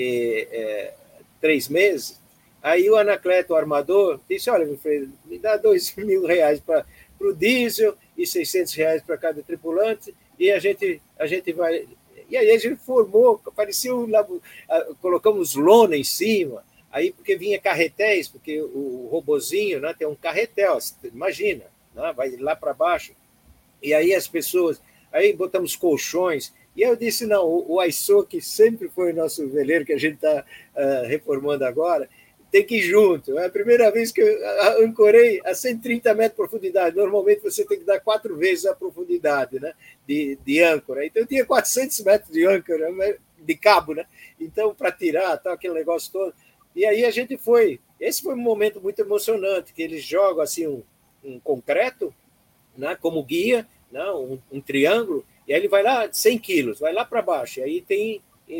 3 meses. Aí o Anacleto, o armador, disse, olha, Wilfredo, me dá R$2.000 para o diesel e R$600 para cada tripulante, e a gente vai... E aí a gente formou, parecia colocamos lona em cima, aí porque vinha carretéis, porque o robozinho, né, tem um carretel, imagina, né, vai lá para baixo, e aí as pessoas... Aí botamos colchões, e eu disse, não, o Aisô, que sempre foi o nosso veleiro, que a gente está reformando agora, tem que ir junto. É a primeira vez que eu ancorei a 130 metros de profundidade. Normalmente você tem que dar 4 vezes a profundidade, né, de âncora. Então eu tinha 400 metros de âncora, de cabo, né? Então, para tirar, tal, aquele negócio todo. E aí a gente foi. Esse foi um momento muito emocionante, que eles jogam assim um concreto, né, como guia, né, um triângulo, e aí ele vai lá 100 quilos, vai lá para baixo. E aí tem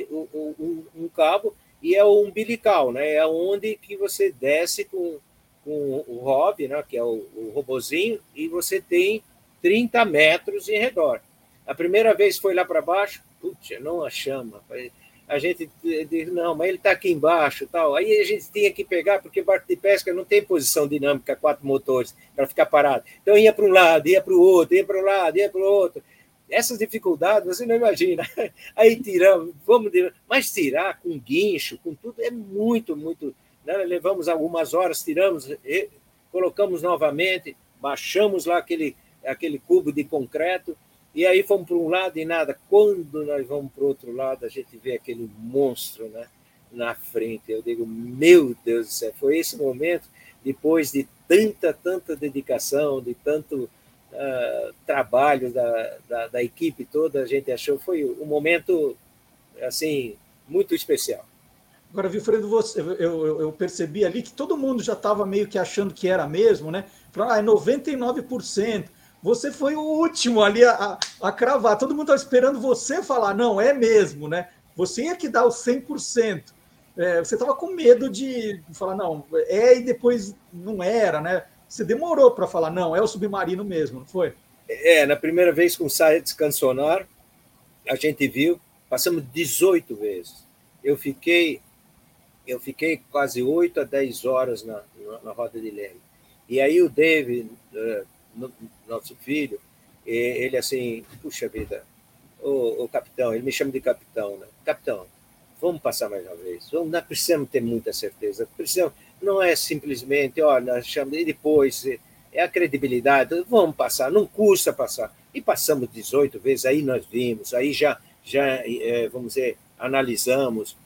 um cabo, e é o umbilical, né? É onde que você desce com o Rob, né? Que é o robozinho, e você tem 30 metros em redor. A primeira vez foi lá para baixo, putz, não achamos. A gente diz, não, mas ele está aqui embaixo. Tal. Aí a gente tinha que pegar, porque barco de pesca não tem posição dinâmica, 4 motores, para ficar parado. Então ia para um lado, ia para o outro, ia para o lado, ia para o outro. Essas dificuldades, você não imagina. Aí tiramos, mas tirar com guincho, com tudo, é muito, muito. Né? Levamos algumas horas, tiramos, colocamos novamente, baixamos lá aquele cubo de concreto, e aí fomos para um lado e nada. Quando nós vamos para o outro lado, a gente vê aquele monstro, né, na frente. Eu digo, meu Deus do céu, foi esse momento, depois de tanta dedicação, de tanto... trabalho da equipe toda, a gente achou, foi um momento assim, muito especial. Agora, Wilfredo, eu percebi ali que todo mundo já estava meio que achando que era mesmo, né? É 99%. Você foi o último ali a cravar. Todo mundo estava esperando você falar, não, é mesmo, né? Você ia que dar os 100%. Você estava com medo de falar, não, e depois não era, né? Você demorou para falar, não, é o submarino mesmo, não foi? Na primeira vez com saia de cansonar, a gente viu, passamos 18 vezes. Eu fiquei quase 8 a 10 horas na roda de leme. E aí o David, nosso filho, ele assim, puxa vida, o capitão, ele me chama de capitão, né? Capitão, vamos passar mais uma vez. Nós precisamos ter muita certeza. Não é simplesmente, olha, nós chamamos, e depois é a credibilidade. Vamos passar, não custa passar. E passamos 18 vezes, aí nós vimos, aí já vamos dizer, analisamos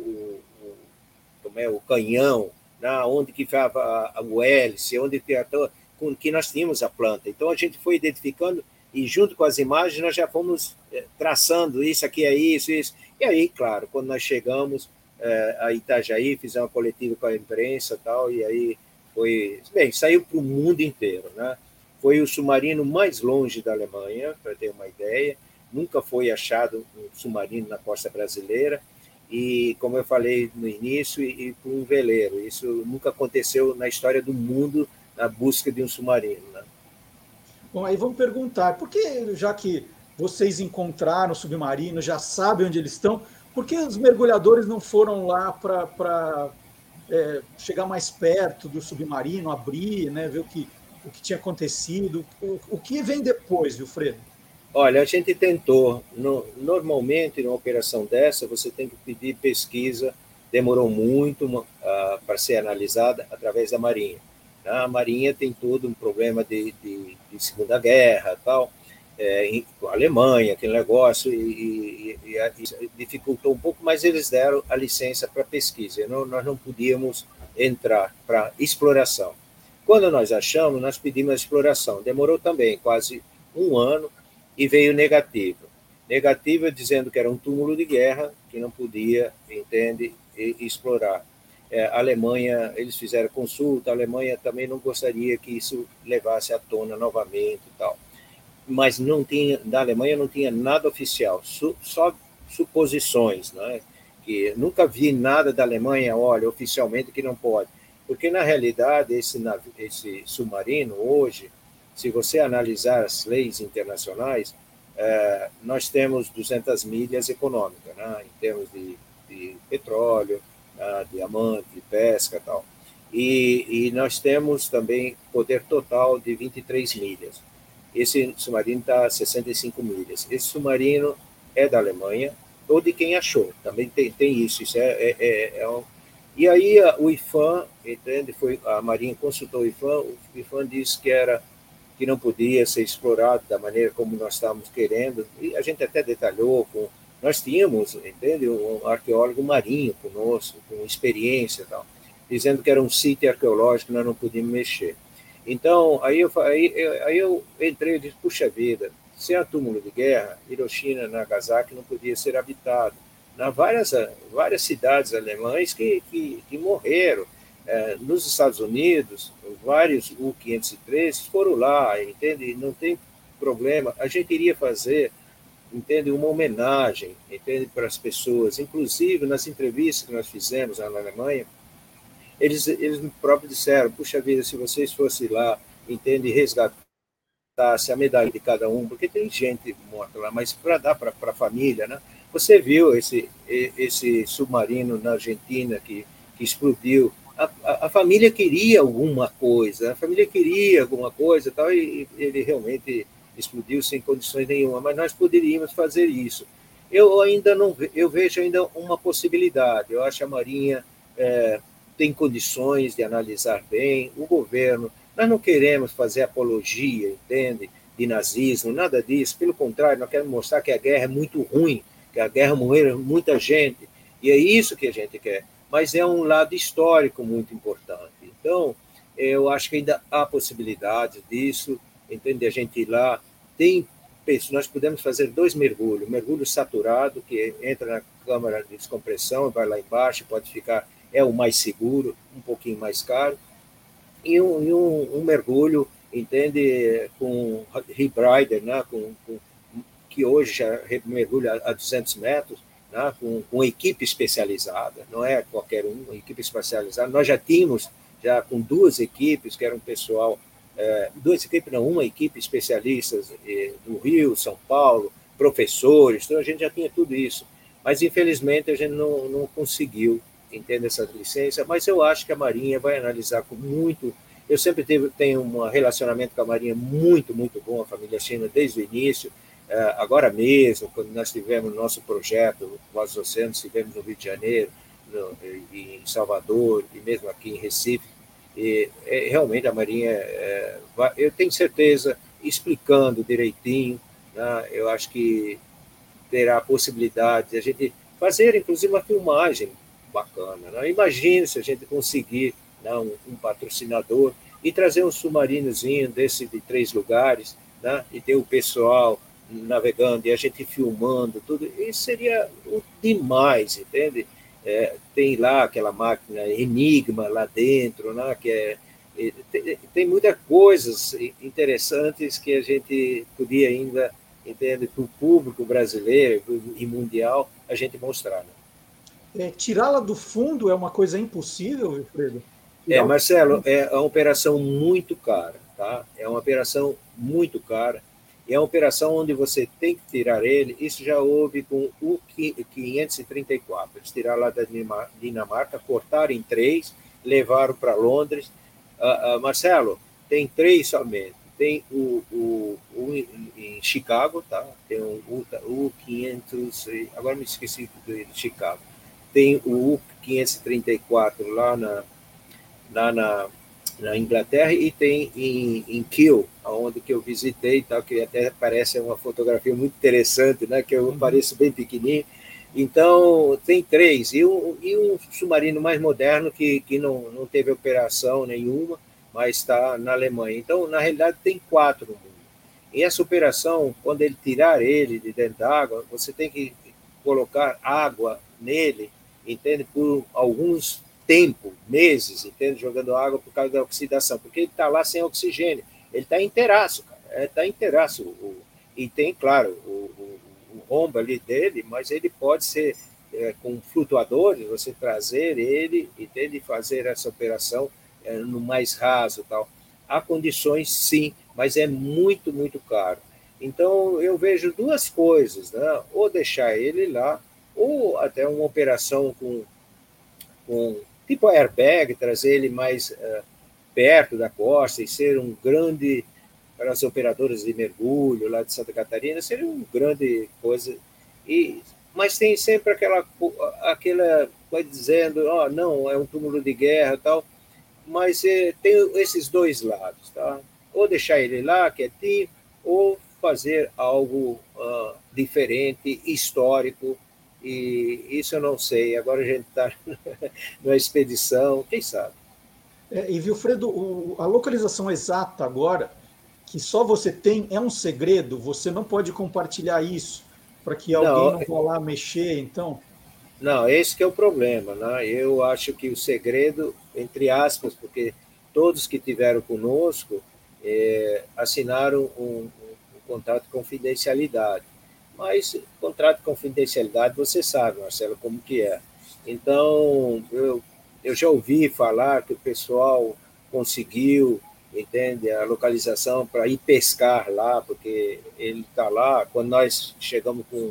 o canhão, né, onde que ficava o hélice, onde que nós tínhamos a planta. Então a gente foi identificando e junto com as imagens nós já fomos traçando, isso aqui é isso. E aí, claro, quando nós chegamos a Itajaí, fizemos uma coletiva com a imprensa e tal, e aí saiu para o mundo inteiro, né? Foi o submarino mais longe da Alemanha, para ter uma ideia, nunca foi achado um submarino na costa brasileira, e como eu falei no início, e para um veleiro, isso nunca aconteceu na história do mundo, na busca de um submarino, né? Bom, aí vamos perguntar, por que, já que vocês encontraram o submarino, já sabem onde eles estão, por que os mergulhadores não foram lá para chegar mais perto do submarino, abrir, né, ver o que tinha acontecido? O que vem depois, Wilfredo? Olha, a gente tentou. Normalmente, numa operação dessa, você tem que pedir pesquisa, demorou muito para ser analisada através da Marinha. A Marinha tem todo um problema de Segunda Guerra, tal, com a Alemanha, aquele negócio, e dificultou um pouco, mas eles deram a licença para pesquisa. Nós não podíamos entrar para exploração. Quando nós achamos, nós pedimos a exploração. Demorou também quase um ano, e veio negativa. Negativa dizendo que era um túmulo de guerra, que não podia, entende, explorar. A Alemanha, eles fizeram consulta, a Alemanha também não gostaria que isso levasse à tona novamente e tal. Mas não tinha, da Alemanha não tinha nada oficial, só suposições, né? Que nunca vi nada da Alemanha, olha, oficialmente que não pode. Porque, na realidade, esse submarino, hoje, se você analisar as leis internacionais, nós temos 200 milhas econômicas, né? Em termos de petróleo, diamante, pesca e tal. E nós temos também poder total de 23 milhas. Esse submarino está a 65 milhas. Esse submarino é da Alemanha, ou de quem achou. Também tem isso. E aí o IFAM, entende? A Marinha consultou o IFAM disse que não podia ser explorado da maneira como nós estávamos querendo, e a gente até detalhou, nós tínhamos, entende, um arqueólogo marinho conosco, com experiência e tal, dizendo que era um sítio arqueológico que nós não podíamos mexer. Então, aí eu entrei e disse, puxa vida, se é um túmulo de guerra, Hiroshima e Nagasaki não podia ser habitado. Há várias cidades alemãs que morreram. Nos Estados Unidos, vários U-503 foram lá, entende? Não tem problema. A gente iria fazer, entende, uma homenagem, entende, para as pessoas. Inclusive, nas entrevistas que nós fizemos lá na Alemanha, eles próprios disseram, puxa vida, se vocês fossem lá, entende, resgatasse a medalha de cada um, porque tem gente morta lá, mas para dar para a família, né? Você viu esse submarino na Argentina que explodiu. A família queria alguma coisa, tal, e ele realmente explodiu sem condições nenhuma, mas nós poderíamos fazer isso. Eu vejo ainda uma possibilidade. Eu acho que a Marinha tem condições de analisar bem, o governo. Nós não queremos fazer apologia, entende, de nazismo, nada disso. Pelo contrário, nós queremos mostrar que a guerra é muito ruim, que a guerra morreu muita gente, e é isso que a gente quer. Mas é um lado histórico muito importante. Então, eu acho que ainda há possibilidade disso, entende? A gente ir lá, nós podemos fazer 2 mergulhos, mergulho saturado, que entra na câmara de descompressão, vai lá embaixo, pode ficar, é o mais seguro, um pouquinho mais caro, e um mergulho, entende, com rebreather, né? Que hoje já mergulha a 200 metros, né, com equipe especializada, não é qualquer uma equipe especializada. Nós já tínhamos, com 2 equipes, que era um pessoal, 2 equipes, não, uma equipe especialistas do Rio, São Paulo, professores, então a gente já tinha tudo isso. Mas, infelizmente, a gente não conseguiu, entender essa licença, mas eu acho que a Marinha vai analisar com muito... Eu sempre tenho um relacionamento com a Marinha muito, muito bom, a família China, desde o início. Agora mesmo, quando nós tivemos nosso projeto, Voz dos Oceanos, estivemos no Rio de Janeiro, em Salvador, e mesmo aqui em Recife, e realmente a Marinha, eu tenho certeza, explicando direitinho, né, eu acho que terá a possibilidade de a gente fazer, inclusive, uma filmagem bacana. Né? Imagine se a gente conseguir, né, um patrocinador e trazer um submarinozinho desse de 3 lugares, né, e ter o pessoal navegando e a gente filmando tudo, isso seria demais, entende? Tem lá aquela máquina Enigma lá dentro, né, que tem muitas coisas interessantes que a gente podia ainda, entende, para o público brasileiro e mundial, a gente mostrar. Né? Tirá-la do fundo é uma coisa impossível, Wilfredo? Marcelo, é uma operação muito cara, tá? É uma operação muito cara. E é uma operação onde você tem que tirar ele. Isso já houve com o 534. Eles tiraram lá da Dinamarca, cortaram em 3, levaram para Londres. Marcelo, tem 3 somente. Tem o em Chicago, tá? Tem o 500, agora me esqueci de Chicago. Tem o 534 lá na Inglaterra, e tem em Kiel, onde que eu visitei, tal, que até parece uma fotografia muito interessante, né, que eu pareço bem pequenininho. Então, tem 3, e um submarino mais moderno que não teve operação nenhuma, mas está na Alemanha. Então, na realidade, tem 4 no mundo. E essa operação, quando ele tirar ele de dentro da água, você tem que colocar água nele, entende? Por alguns tempo, meses, entende? Jogando água por causa da oxidação, porque ele está lá sem oxigênio. Ele está inteiraço, cara. Está inteiraço. E tem, claro, o rombo ali dele, mas ele pode ser com flutuadores, você trazer ele, entende? Fazer essa operação no mais raso e tal. Há condições, sim, mas é muito, muito caro. Então, eu vejo duas coisas, né? Ou deixar ele lá, ou até uma operação com tipo airbag, trazer ele mais perto da costa e ser um grande, para os operadores de mergulho lá de Santa Catarina, seria uma grande coisa. Mas tem sempre aquela vai dizendo, não, é um túmulo de guerra e tal, mas tem esses dois lados, tá? Ou deixar ele lá, quietinho, ou fazer algo diferente, histórico, e isso eu não sei. Agora a gente está numa expedição, quem sabe? E, Vilfredo, a localização exata agora, que só você tem, é um segredo, você não pode compartilhar isso para que alguém não vá lá mexer, então... Não, esse que é o problema, né? Eu acho que o segredo, entre aspas, porque todos que tiveram conosco assinaram um contrato de confidencialidade. Mas contrato de confidencialidade, você sabe, Marcelo, como que é. Então, eu já ouvi falar que o pessoal conseguiu, entende, a localização para ir pescar lá, porque ele está lá. Quando nós chegamos com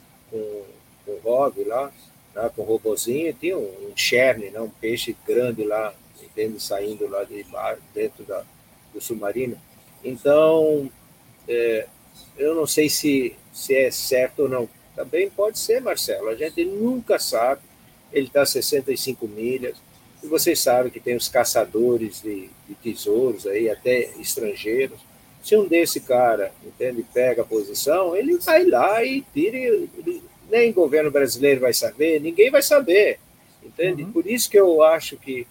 o Rob lá, com o robozinho, tinha um cherne, né, um peixe grande lá, entende, saindo lá de bar, dentro do submarino. Então, eu não sei se é certo ou não. Também pode ser, Marcelo, a gente nunca sabe. Ele está a 65 milhas, e vocês sabem que tem os caçadores de tesouros aí, até estrangeiros. Se um desse cara, entende, pega a posição, ele vai lá e tira. Nem o governo brasileiro vai saber, ninguém vai saber, entende? Por isso que eu acho que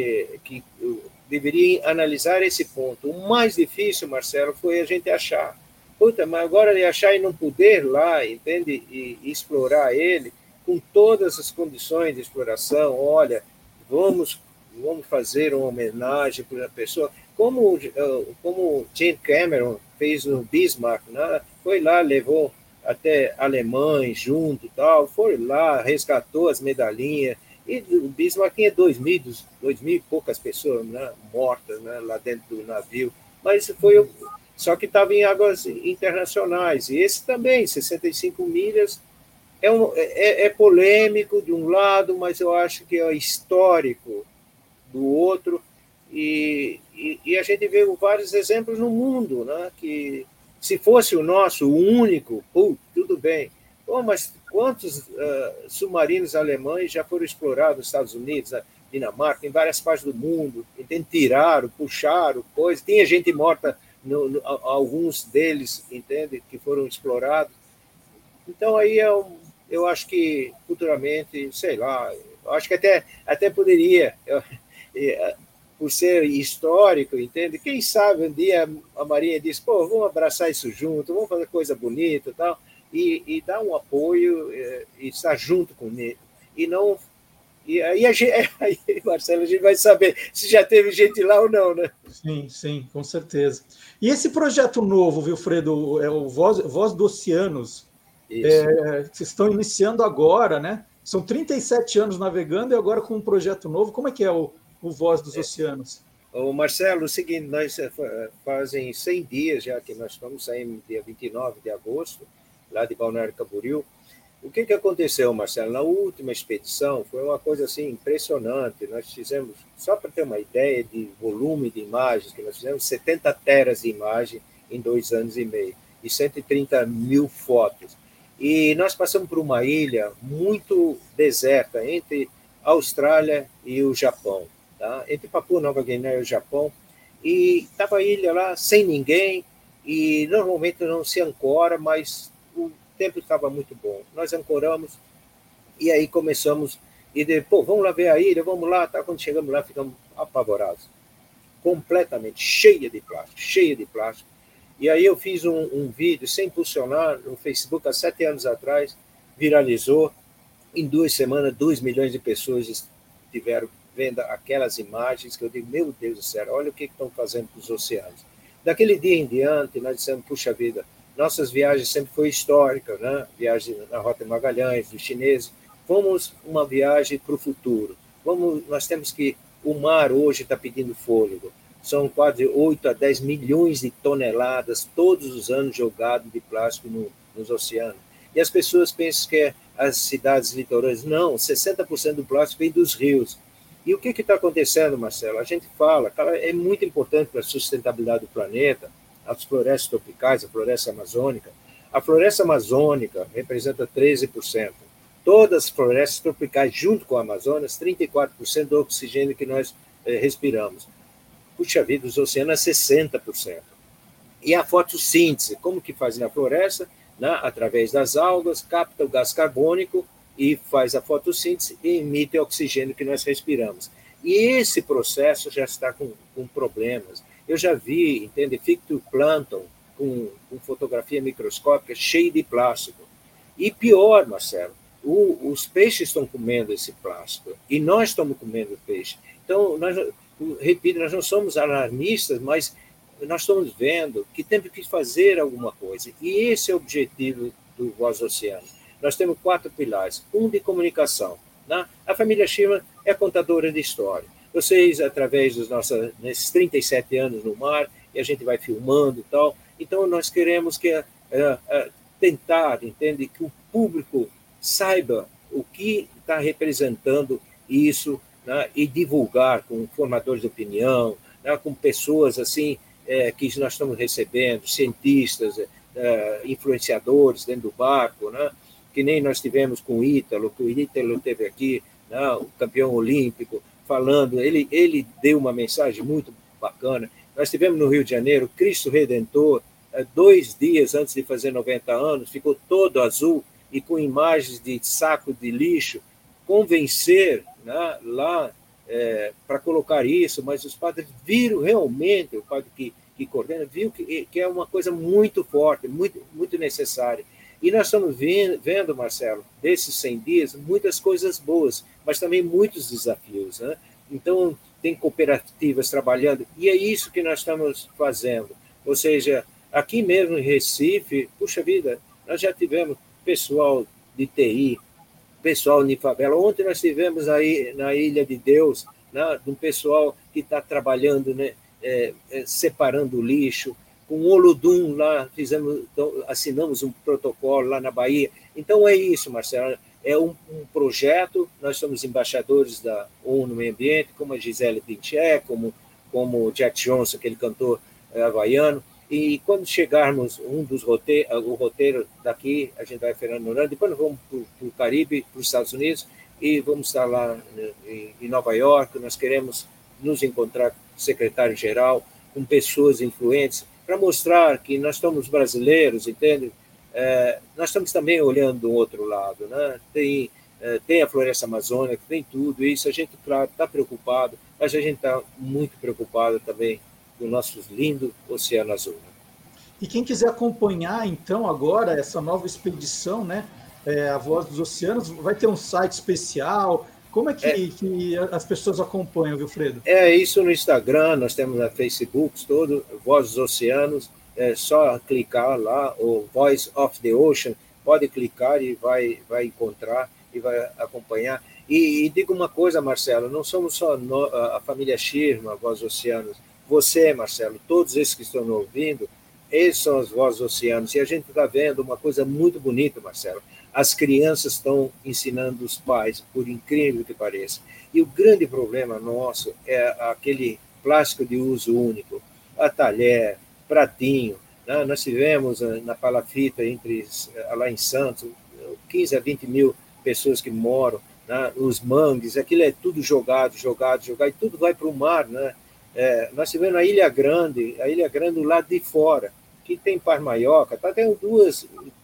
eu deveria analisar esse ponto. O mais difícil, Marcelo, foi a gente achar. Puta, mas agora de achar e não poder lá, entende? E explorar ele com todas as condições de exploração. Olha, vamos fazer uma homenagem para a pessoa, como James Cameron fez no Bismarck, né? Foi lá, levou até alemães junto e tal, foi lá, resgatou as medalhinhas, e o Bismarck tinha 2.000 e poucas pessoas, né, mortas, né, lá dentro do navio, mas só que estava em águas internacionais, e esse também, 65 milhas, é polêmico de um lado, mas eu acho que é histórico do outro, e a gente vê vários exemplos no mundo, né, que se fosse o nosso, o único, tudo bem. Mas quantos submarinos alemães já foram explorados nos Estados Unidos, na Dinamarca, em várias partes do mundo? Tiraram, puxaram, coisa. Tinha gente morta, alguns deles, entende, que foram explorados. Então, aí eu acho que futuramente, sei lá, eu acho que até poderia... por ser histórico, entende? Quem sabe um dia a Marinha diz, vamos abraçar isso junto, vamos fazer coisa bonita e tal, e dar um apoio e estar junto com ele. E não... E aí, Marcelo, a gente vai saber se já teve gente lá ou não, né? Sim, com certeza. E esse projeto novo, Vilfredo, é o Voz do Oceanos, vocês estão iniciando agora, né? São 37 anos navegando e agora com um projeto novo. Como é que é o Voz dos Oceanos? Marcelo, o seguinte, nós fazem 100 dias já que nós estamos saindo dia 29 de agosto, lá de Balneário Camboriú. O que aconteceu, Marcelo? Na última expedição foi uma coisa assim impressionante. Nós fizemos, só para ter uma ideia de volume de imagens, que nós fizemos 70 teras de imagem em 2 anos e meio e 130 mil fotos. E nós passamos por uma ilha muito deserta entre a Austrália e o Japão. Tá? Entre Papua Nova Guiné e o Japão, e estava a ilha lá sem ninguém, e normalmente não se ancora, mas o tempo estava muito bom. Nós ancoramos, e aí começamos, e depois, vamos lá ver a ilha, vamos lá, tá? Quando chegamos lá, ficamos apavorados, completamente cheia de plástico, E aí eu fiz um vídeo sem impulsionar no Facebook há 7 anos atrás, viralizou. Em 2 semanas, 2 milhões de pessoas estiveram vendo aquelas imagens que eu digo, meu Deus do céu, olha o que estão fazendo com os oceanos. Daquele dia em diante, nós dissemos, puxa vida, nossas viagens sempre foi histórica, né? Viagem na Rota de Magalhães, dos chineses. Vamos uma viagem para o futuro. Nós temos que... O mar hoje está pedindo fôlego. São quase 8 a 10 milhões de toneladas todos os anos jogados de plástico nos oceanos. E as pessoas pensam que as cidades litorâneas... Não, 60% do plástico vem dos rios. E o que está acontecendo, Marcelo? A gente fala, cara, é muito importante para a sustentabilidade do planeta, as florestas tropicais, a floresta amazônica. A floresta amazônica representa 13%. Todas as florestas tropicais, junto com a Amazonas, 34% do oxigênio que nós respiramos. Puxa vida, os oceanos é 60%. E a fotossíntese, como que faz na floresta? Através das algas, capta o gás carbônico e faz a fotossíntese e emite o oxigênio que nós respiramos. E esse processo já está com problemas. Eu já vi, entende, fitoplâncton com fotografia microscópica cheio de plástico. E pior, Marcelo, os peixes estão comendo esse plástico e nós estamos comendo peixe. Então, repito, nós não somos alarmistas, mas nós estamos vendo que temos que fazer alguma coisa. E esse é o objetivo do Voz Oceano. Nós temos 4 pilares. De comunicação. Né? A família Schirmer é contadora de história. Vocês, através nesses 37 anos no mar, e a gente vai filmando e tal, então nós queremos tentar, entende, que o público saiba o que está representando isso, né, e divulgar com formadores de opinião, né, com pessoas assim que nós estamos recebendo, cientistas, influenciadores dentro do barco, né, que nem nós tivemos com o Ítalo, que o Ítalo teve aqui, né, o campeão olímpico, falando, ele deu uma mensagem muito bacana. Nós tivemos no Rio de Janeiro, Cristo Redentor, 2 dias antes de fazer 90 anos, ficou todo azul e com imagens de saco de lixo, convencer, né, lá para colocar isso, mas os padres viram realmente, o padre que coordena, viu que é uma coisa muito forte, muito, muito necessária. E nós estamos vendo, Marcelo, desses 100 dias, muitas coisas boas, mas também muitos desafios, né? Então, tem cooperativas trabalhando, e é isso que nós estamos fazendo. Ou seja, aqui mesmo em Recife, puxa vida, nós já tivemos pessoal de TI, pessoal de favela. Ontem nós tivemos aí na Ilha de Deus, né, um pessoal que está trabalhando, né, separando o lixo. Com o Olodum lá, assinamos um protocolo lá na Bahia. Então é isso, Marcelo, é um projeto, nós somos embaixadores da ONU no Meio Ambiente, como a Gisele Bündchen, como o Jack Johnson, aquele cantor havaiano, e quando chegarmos o roteiro daqui, a gente vai a Fernando Noronha, depois nós vamos para o Caribe, para os Estados Unidos, e vamos estar lá em Nova York, nós queremos nos encontrar com o secretário-geral, com pessoas influentes, para mostrar que nós somos brasileiros, entende? Nós estamos também olhando do outro lado, né? Tem a floresta amazônica, tem tudo isso, a gente, claro, está preocupado, mas a gente está muito preocupado também com o nosso lindo Oceano Azul. E quem quiser acompanhar, então, agora, essa nova expedição, né, a Voz dos Oceanos, vai ter um site especial. Como é que as pessoas acompanham, Wilfredo? Isso no Instagram, nós temos na Facebook, todo, Voz dos Oceanos, é só clicar lá, o Voice of the Ocean, pode clicar e vai encontrar e vai acompanhar. E digo uma coisa, Marcelo, não somos só a família Schirmer, a Voz dos Oceanos. Você, Marcelo, todos esses que estão ouvindo, esses são as Vozes dos Oceanos. E a gente está vendo uma coisa muito bonita, Marcelo. As crianças estão ensinando os pais, por incrível que pareça. E o grande problema nosso é aquele plástico de uso único, a talher, pratinho. Né? Nós tivemos na Palafita, lá em Santos, 15 a 20 mil pessoas que moram, né? Os mangues, aquilo é tudo jogado, e tudo vai para o mar, né? Nós tivemos a Ilha Grande do lado de fora, que tem Parmaioca, tem dois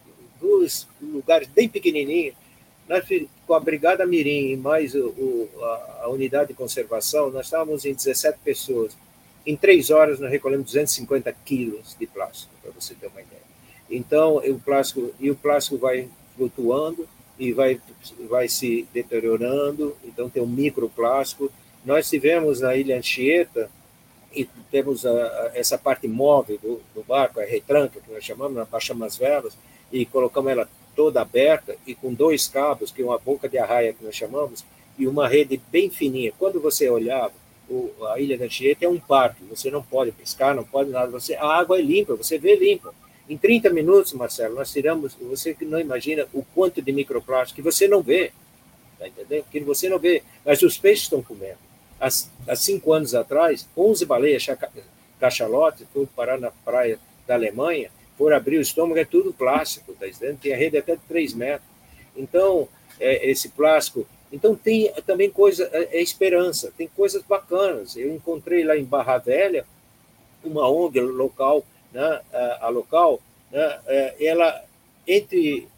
lugares bem pequenininhos. Nós, com a Brigada Mirim e mais a unidade de conservação, nós estávamos em 17 pessoas. Em 3 horas, nós recolhemos 250 quilos de plástico, para você ter uma ideia. Então, o plástico vai flutuando e vai se deteriorando, então tem um microplástico. Nós tivemos na Ilha Anchieta, e temos essa parte móvel do barco, a retranca, que nós chamamos, nós baixamos as velas e colocamos ela toda aberta e com 2 cabos, que é uma boca de arraia que nós chamamos, e uma rede bem fininha. Quando você olhava, a Ilha da Anchieta é um parque, você não pode pescar, não pode nada, a água é limpa, você vê limpa. Em 30 minutos, Marcelo, nós tiramos, você que não imagina o quanto de microplástico que você não vê, tá entendendo? Que você não vê, mas os peixes estão comendo. Há 5 anos atrás, 11 baleias cachalotes foram parar na praia da Alemanha, foram abrir o estômago, é tudo plástico, tá entendendo? Tem a rede até de 3 metros. Então, esse plástico... Então, tem também coisa, esperança, tem coisas bacanas. Eu encontrei lá em Barra Velha uma ONG local, né, a local, né, ela entre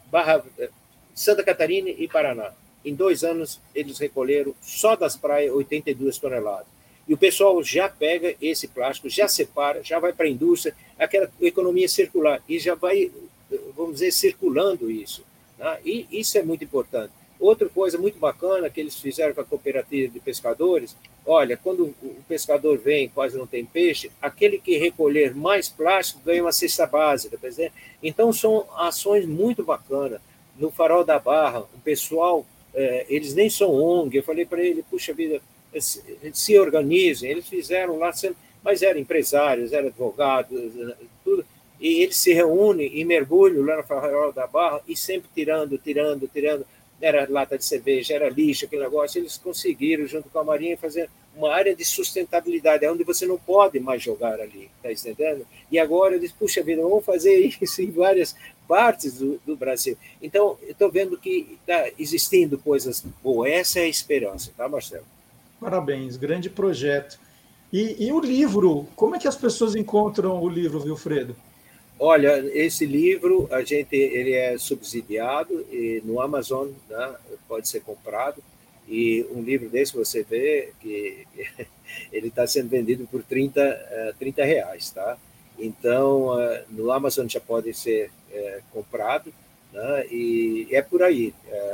Santa Catarina e Paraná. Em 2 anos, eles recolheram, só das praias, 82 toneladas. E o pessoal já pega esse plástico, já separa, já vai para a indústria, aquela economia circular, e já vai, vamos dizer, circulando isso. Né? E isso é muito importante. Outra coisa muito bacana que eles fizeram com a cooperativa de pescadores, olha, quando o pescador vem e quase não tem peixe, aquele que recolher mais plástico ganha uma cesta básica. Tá entendendo? Então, são ações muito bacanas. No Farol da Barra, o pessoal... eles nem são ONG, eu falei para ele, puxa vida, se organizem, eles fizeram lá, mas eram empresários, eram advogados, tudo, e eles se reúnem e mergulham lá no Farol da Barra e sempre tirando, era lata de cerveja, era lixo, aquele negócio, eles conseguiram, junto com a Marinha, fazer uma área de sustentabilidade, onde você não pode mais jogar ali, tá entendendo? E agora eu disse, puxa vida, vamos fazer isso em várias partes do Brasil. Então, eu estou vendo que está existindo coisas boas, essa é a esperança, tá, Marcelo? Parabéns, grande projeto. E o livro, como é que as pessoas encontram o livro, Vilfredo? Olha, esse livro, ele é subsidiado e no Amazon, né, pode ser comprado, e um livro desse você vê que ele está sendo vendido por 30 reais, tá? Então, no Amazon já pode ser comprado, né, e é por aí.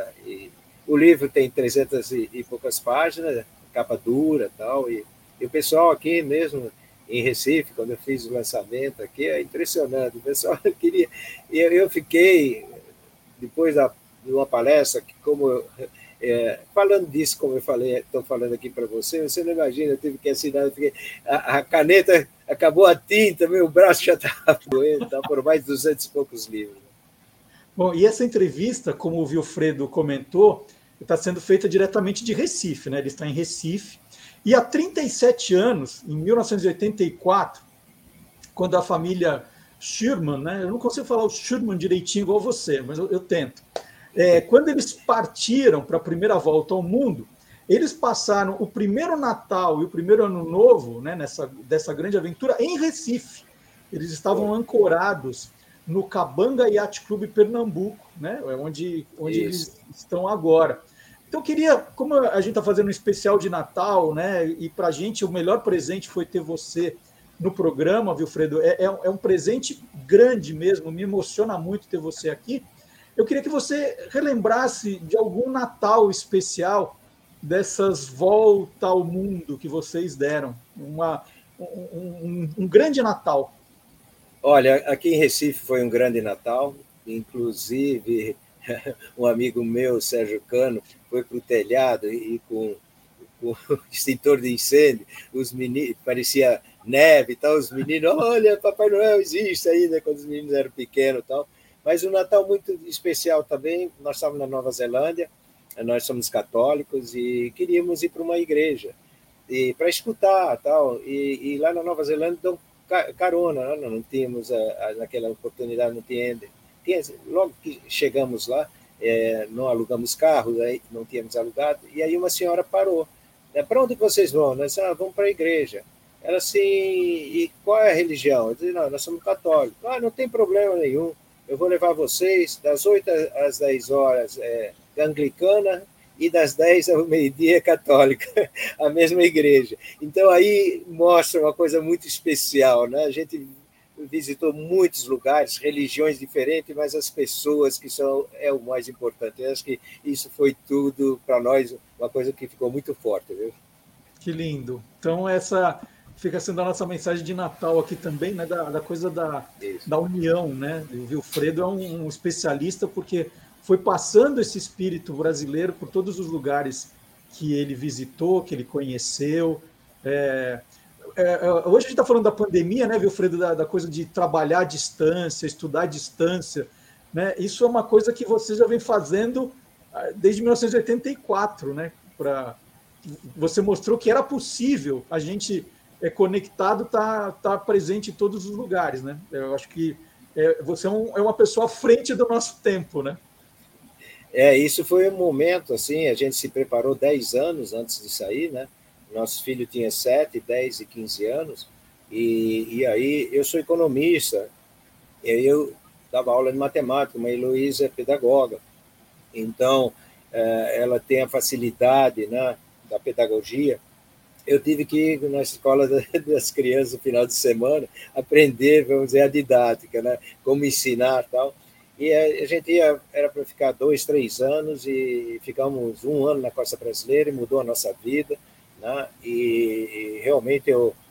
O livro tem 300 e poucas páginas, capa dura e tal, e o pessoal aqui mesmo... em Recife, quando eu fiz o lançamento aqui, é impressionante, o pessoal queria... Eu fiquei, depois de uma palestra, que como falando disso, como eu falei, estou falando aqui para você não imagina, eu tive que assinar, a caneta, acabou a tinta, meu braço já estava doendo, tá por mais de 200 e poucos livros. Bom, e essa entrevista, como o Vilfredo comentou, está sendo feita diretamente de Recife, né? Ele está em Recife. E há 37 anos, em 1984, quando a família Schurman, né, eu não consigo falar o Schurman direitinho igual você, mas eu tento. Quando eles partiram para a primeira volta ao mundo, eles passaram o primeiro Natal e o primeiro Ano Novo, né, dessa grande aventura em Recife. Eles estavam ancorados no Cabanga Yacht Club Pernambuco, né, onde eles estão agora. Então, eu queria, como a gente está fazendo um especial de Natal, né, e para a gente o melhor presente foi ter você no programa, Vilfredo, é um presente grande mesmo, me emociona muito ter você aqui. Eu queria que você relembrasse de algum Natal especial dessas voltas ao mundo que vocês deram, um grande Natal. Olha, aqui em Recife foi um grande Natal, inclusive um amigo meu, Sérgio Cano, foi para o telhado e com o extintor de incêndio, os meninos, parecia neve e tal, os meninos, olha, Papai Noel existe ainda, quando os meninos eram pequenos e tal. Mas um Natal muito especial também, nós estávamos na Nova Zelândia, nós somos católicos e queríamos ir para uma igreja para escutar tal, e lá na Nova Zelândia dão carona, não tínhamos, naquela oportunidade, não tinha, logo que chegamos lá, não alugamos carros, aí não tínhamos alugado, e aí uma senhora parou. Para onde vocês vão? Nós disse, vamos para a igreja. Ela assim, e qual é a religião? Eu disse, não, nós somos católicos. Não tem problema nenhum, eu vou levar vocês das 8 às 10 horas anglicana e das 10 ao meio-dia é católica, a mesma igreja. Então, aí mostra uma coisa muito especial, né? A gente visitou muitos lugares, religiões diferentes, mas as pessoas que é o mais importante. Eu acho que isso foi tudo, para nós, uma coisa que ficou muito forte. Viu? Que lindo. Então, essa fica sendo a nossa mensagem de Natal aqui também, né? Da coisa da união, né? O Vilfredo é um especialista porque foi passando esse espírito brasileiro por todos os lugares que ele visitou, que ele conheceu. Hoje a gente está falando da pandemia, né, Vilfredo, da coisa de trabalhar à distância, estudar à distância, né? Isso é uma coisa que você já vem fazendo desde 1984, né? Você mostrou que era possível a gente conectado tá presente em todos os lugares, né? Eu acho que você é uma pessoa à frente do nosso tempo, né? Isso foi um momento, assim, a gente se preparou 10 anos antes de sair, né? Nosso filho tinha 7, 10 e 15 anos, e aí eu sou economista, eu dava aula de matemática, mas a Heloísa é pedagoga, então ela tem a facilidade, né, da pedagogia. Eu tive que ir na escola das crianças no final de semana, aprender, vamos dizer, a didática, né, como ensinar e tal. E a gente era para ficar 2, 3 anos, e ficamos 1 ano na Costa Brasileira, e mudou a nossa vida, né? E realmente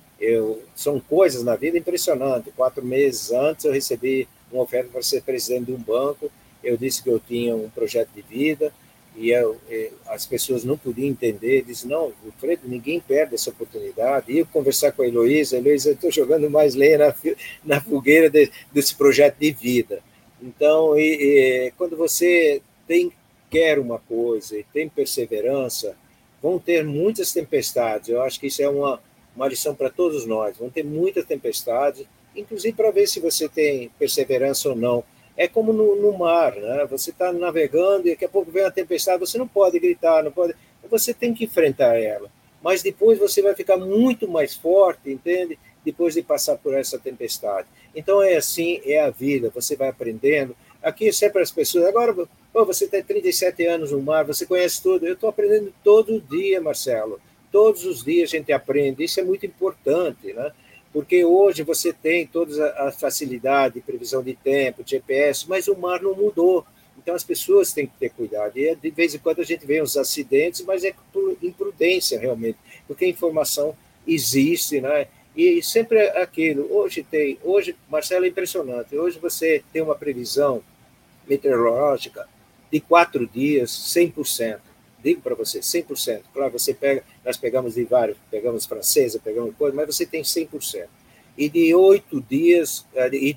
são coisas na vida impressionantes. 4 meses antes eu recebi uma oferta para ser presidente de um banco, eu disse que eu tinha um projeto de vida, e as pessoas não podiam entender, disse, não, Fredo, ninguém perde essa oportunidade. E eu conversar com a Heloísa, eu estou jogando mais lenha na fogueira desse projeto de vida. Então, quando você quer uma coisa e tem perseverança, vão ter muitas tempestades. Eu acho que isso é uma lição para todos nós. Vão ter muitas tempestades, inclusive para ver se você tem perseverança ou não. É como no mar, né? Você está navegando e daqui a pouco vem uma tempestade, você não pode gritar, não pode. Você tem que enfrentar ela. Mas depois você vai ficar muito mais forte, entende? Depois de passar por essa tempestade. Então é assim, é a vida, você vai aprendendo. Aqui sempre as pessoas, agora você tem 37 anos no mar, você conhece tudo. Eu estou aprendendo todo dia, Marcelo. Todos os dias a gente aprende, isso é muito importante, né? Porque hoje você tem toda a facilidade de previsão de tempo, de GPS, mas o mar não mudou. Então as pessoas têm que ter cuidado. E de vez em quando a gente vê uns acidentes, mas é por imprudência realmente, porque a informação existe, né? E sempre é aquilo. Hoje, Marcelo, é impressionante. Hoje você tem uma previsão meteorológica de 4 dias, 100%. Digo para você, 100%. Claro, nós pegamos de vários, pegamos francesa, pegamos coisa, mas você tem 100%. E de 8 dias,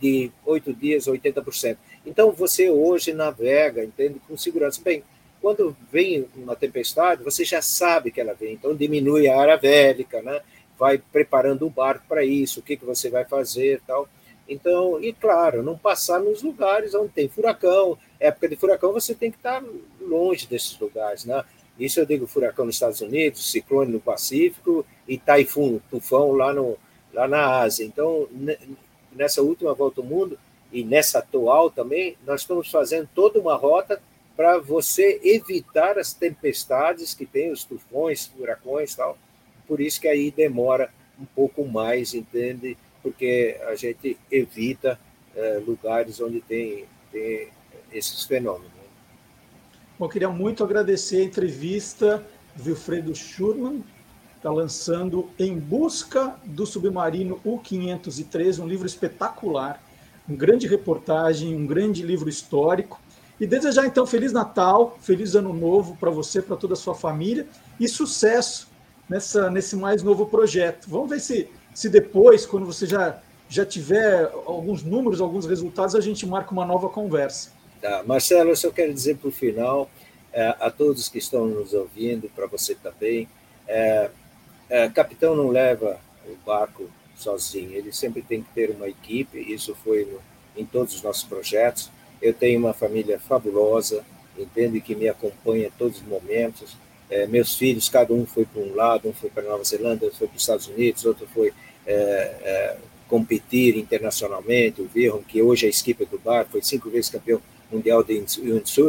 80%. Então, você hoje navega, entende, com segurança. Bem, quando vem uma tempestade, você já sabe que ela vem. Então, diminui a área vélica, né? Vai preparando o barco para isso, o que você vai fazer e tal. Então, e claro, não passar nos lugares onde tem furacão. Época de furacão, você tem que estar longe desses lugares, né? Isso eu digo furacão nos Estados Unidos, ciclone no Pacífico e tufão lá na Ásia. Então, nessa última volta ao mundo e nessa atual também, nós estamos fazendo toda uma rota para você evitar as tempestades que tem, os tufões, furacões e tal. Por isso que aí demora um pouco mais, entende? Porque a gente evita lugares onde tem esses fenômenos. Bom, eu queria muito agradecer a entrevista do Vilfredo Schurmann, está lançando Em Busca do Submarino U-513, um livro espetacular, uma grande reportagem, um grande livro histórico. E desejar, então, Feliz Natal, Feliz Ano Novo para você, para toda a sua família e sucesso nesse mais novo projeto. Vamos ver se depois, quando você já tiver alguns números, alguns resultados, a gente marca uma nova conversa. Tá. Marcelo, eu só quero dizer por final, a todos que estão nos ouvindo, para você também, capitão não leva o barco sozinho, ele sempre tem que ter uma equipe, isso foi em todos os nossos projetos. Eu tenho uma família fabulosa, entende, que me acompanha em todos os momentos. Meus filhos, cada um foi para um lado, um foi para a Nova Zelândia, outro foi para os Estados Unidos, outro foi competir internacionalmente. O Wilhelm, que hoje é skipper do barco, foi 5 vezes campeão mundial de windsurf.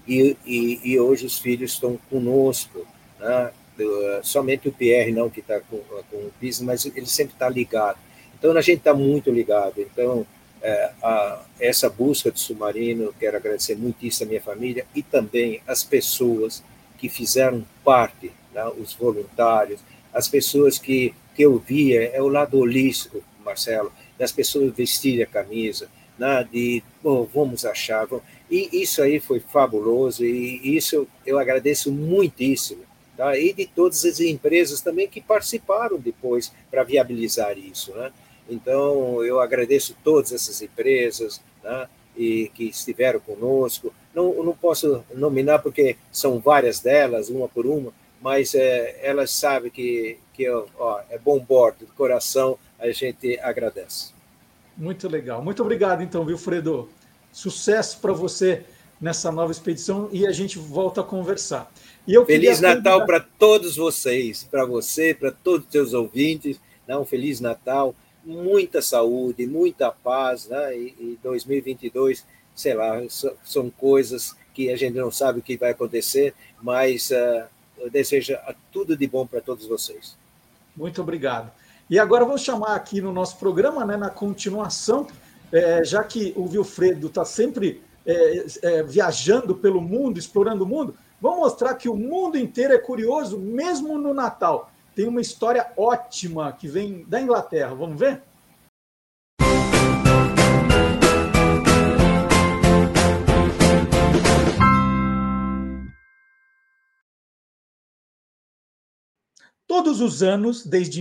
e hoje os filhos estão conosco, né? Somente o Pierre não, que está com o business, mas ele sempre está ligado. Então, a gente está muito ligado. Então, essa busca do submarino, quero agradecer muitíssimo a minha família e também as pessoas que fizeram parte, né? Os voluntários, as pessoas que eu via, é o lado holístico, Marcelo, das pessoas vestirem a camisa, né? De, bom, vamos achar, vamos... E isso aí foi fabuloso, e isso eu agradeço muitíssimo. Tá? E de todas as empresas também que participaram depois para viabilizar isso, né? Então, eu agradeço todas essas empresas, né? E que estiveram conosco. Não posso nominar porque são várias delas, uma por uma, mas elas sabem que é bom bordo, do coração, a gente agradece. Muito legal. Muito obrigado, então, Wilfredo. Sucesso para você nessa nova expedição e a gente volta a conversar. E eu Feliz Natal para todos vocês, para você, para todos os seus ouvintes, né? Um Feliz Natal, muita saúde, muita paz, né? E 2022, sei lá, são coisas que a gente não sabe o que vai acontecer, mas eu desejo tudo de bom para todos vocês. Muito obrigado. E agora vou chamar aqui no nosso programa, né, na continuação, já que o Wilfredo está sempre viajando pelo mundo, explorando o mundo, vamos mostrar que o mundo inteiro é curioso, mesmo no Natal. Tem uma história ótima que vem da Inglaterra. Vamos ver? Todos os anos, desde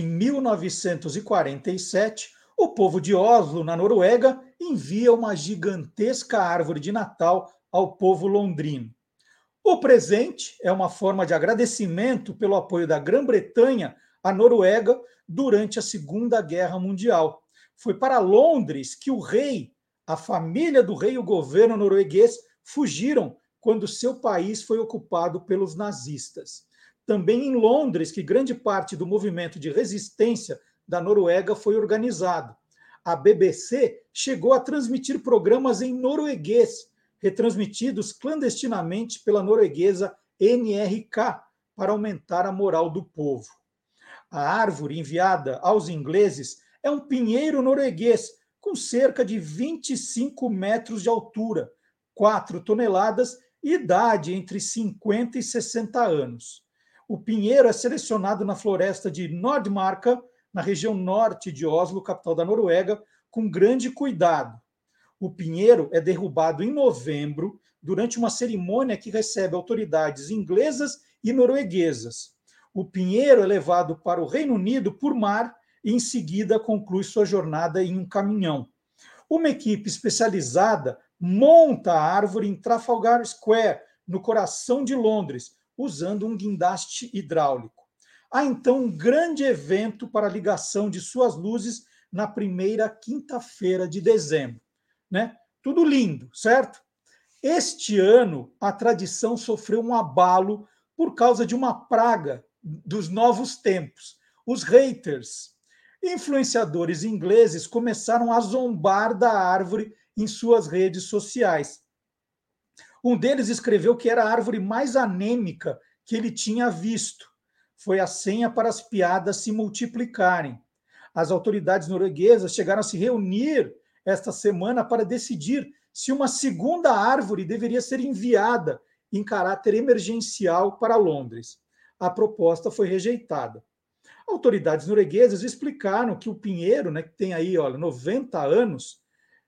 1947, o povo de Oslo, na Noruega, envia uma gigantesca árvore de Natal ao povo londrino. O presente é uma forma de agradecimento pelo apoio da Grã-Bretanha à Noruega durante a Segunda Guerra Mundial. Foi para Londres que o rei, a família do rei e o governo norueguês fugiram quando seu país foi ocupado pelos nazistas. Também em Londres que grande parte do movimento de resistência da Noruega foi organizado. A BBC chegou a transmitir programas em norueguês, retransmitidos clandestinamente pela norueguesa NRK, para aumentar a moral do povo. A árvore enviada aos ingleses é um pinheiro norueguês com cerca de 25 metros de altura, 4 toneladas e idade entre 50 e 60 anos. O pinheiro é selecionado na floresta de Nordmarka, na região norte de Oslo, capital da Noruega, com grande cuidado. O pinheiro é derrubado em novembro, durante uma cerimônia que recebe autoridades inglesas e norueguesas. O pinheiro é levado para o Reino Unido por mar e, em seguida, conclui sua jornada em um caminhão. Uma equipe especializada monta a árvore em Trafalgar Square, no coração de Londres, usando um guindaste hidráulico. Há então um grande evento para a ligação de suas luzes na primeira quinta-feira de dezembro. Né? Tudo lindo, certo? Este ano, a tradição sofreu um abalo por causa de uma praga dos novos tempos. Os haters, influenciadores ingleses, começaram a zombar da árvore em suas redes sociais. Um deles escreveu que era a árvore mais anêmica que ele tinha visto. Foi a senha para as piadas se multiplicarem. As autoridades norueguesas chegaram a se reunir esta semana para decidir se uma segunda árvore deveria ser enviada em caráter emergencial para Londres. A proposta foi rejeitada. Autoridades norueguesas explicaram que o pinheiro, né, que tem aí 90 anos,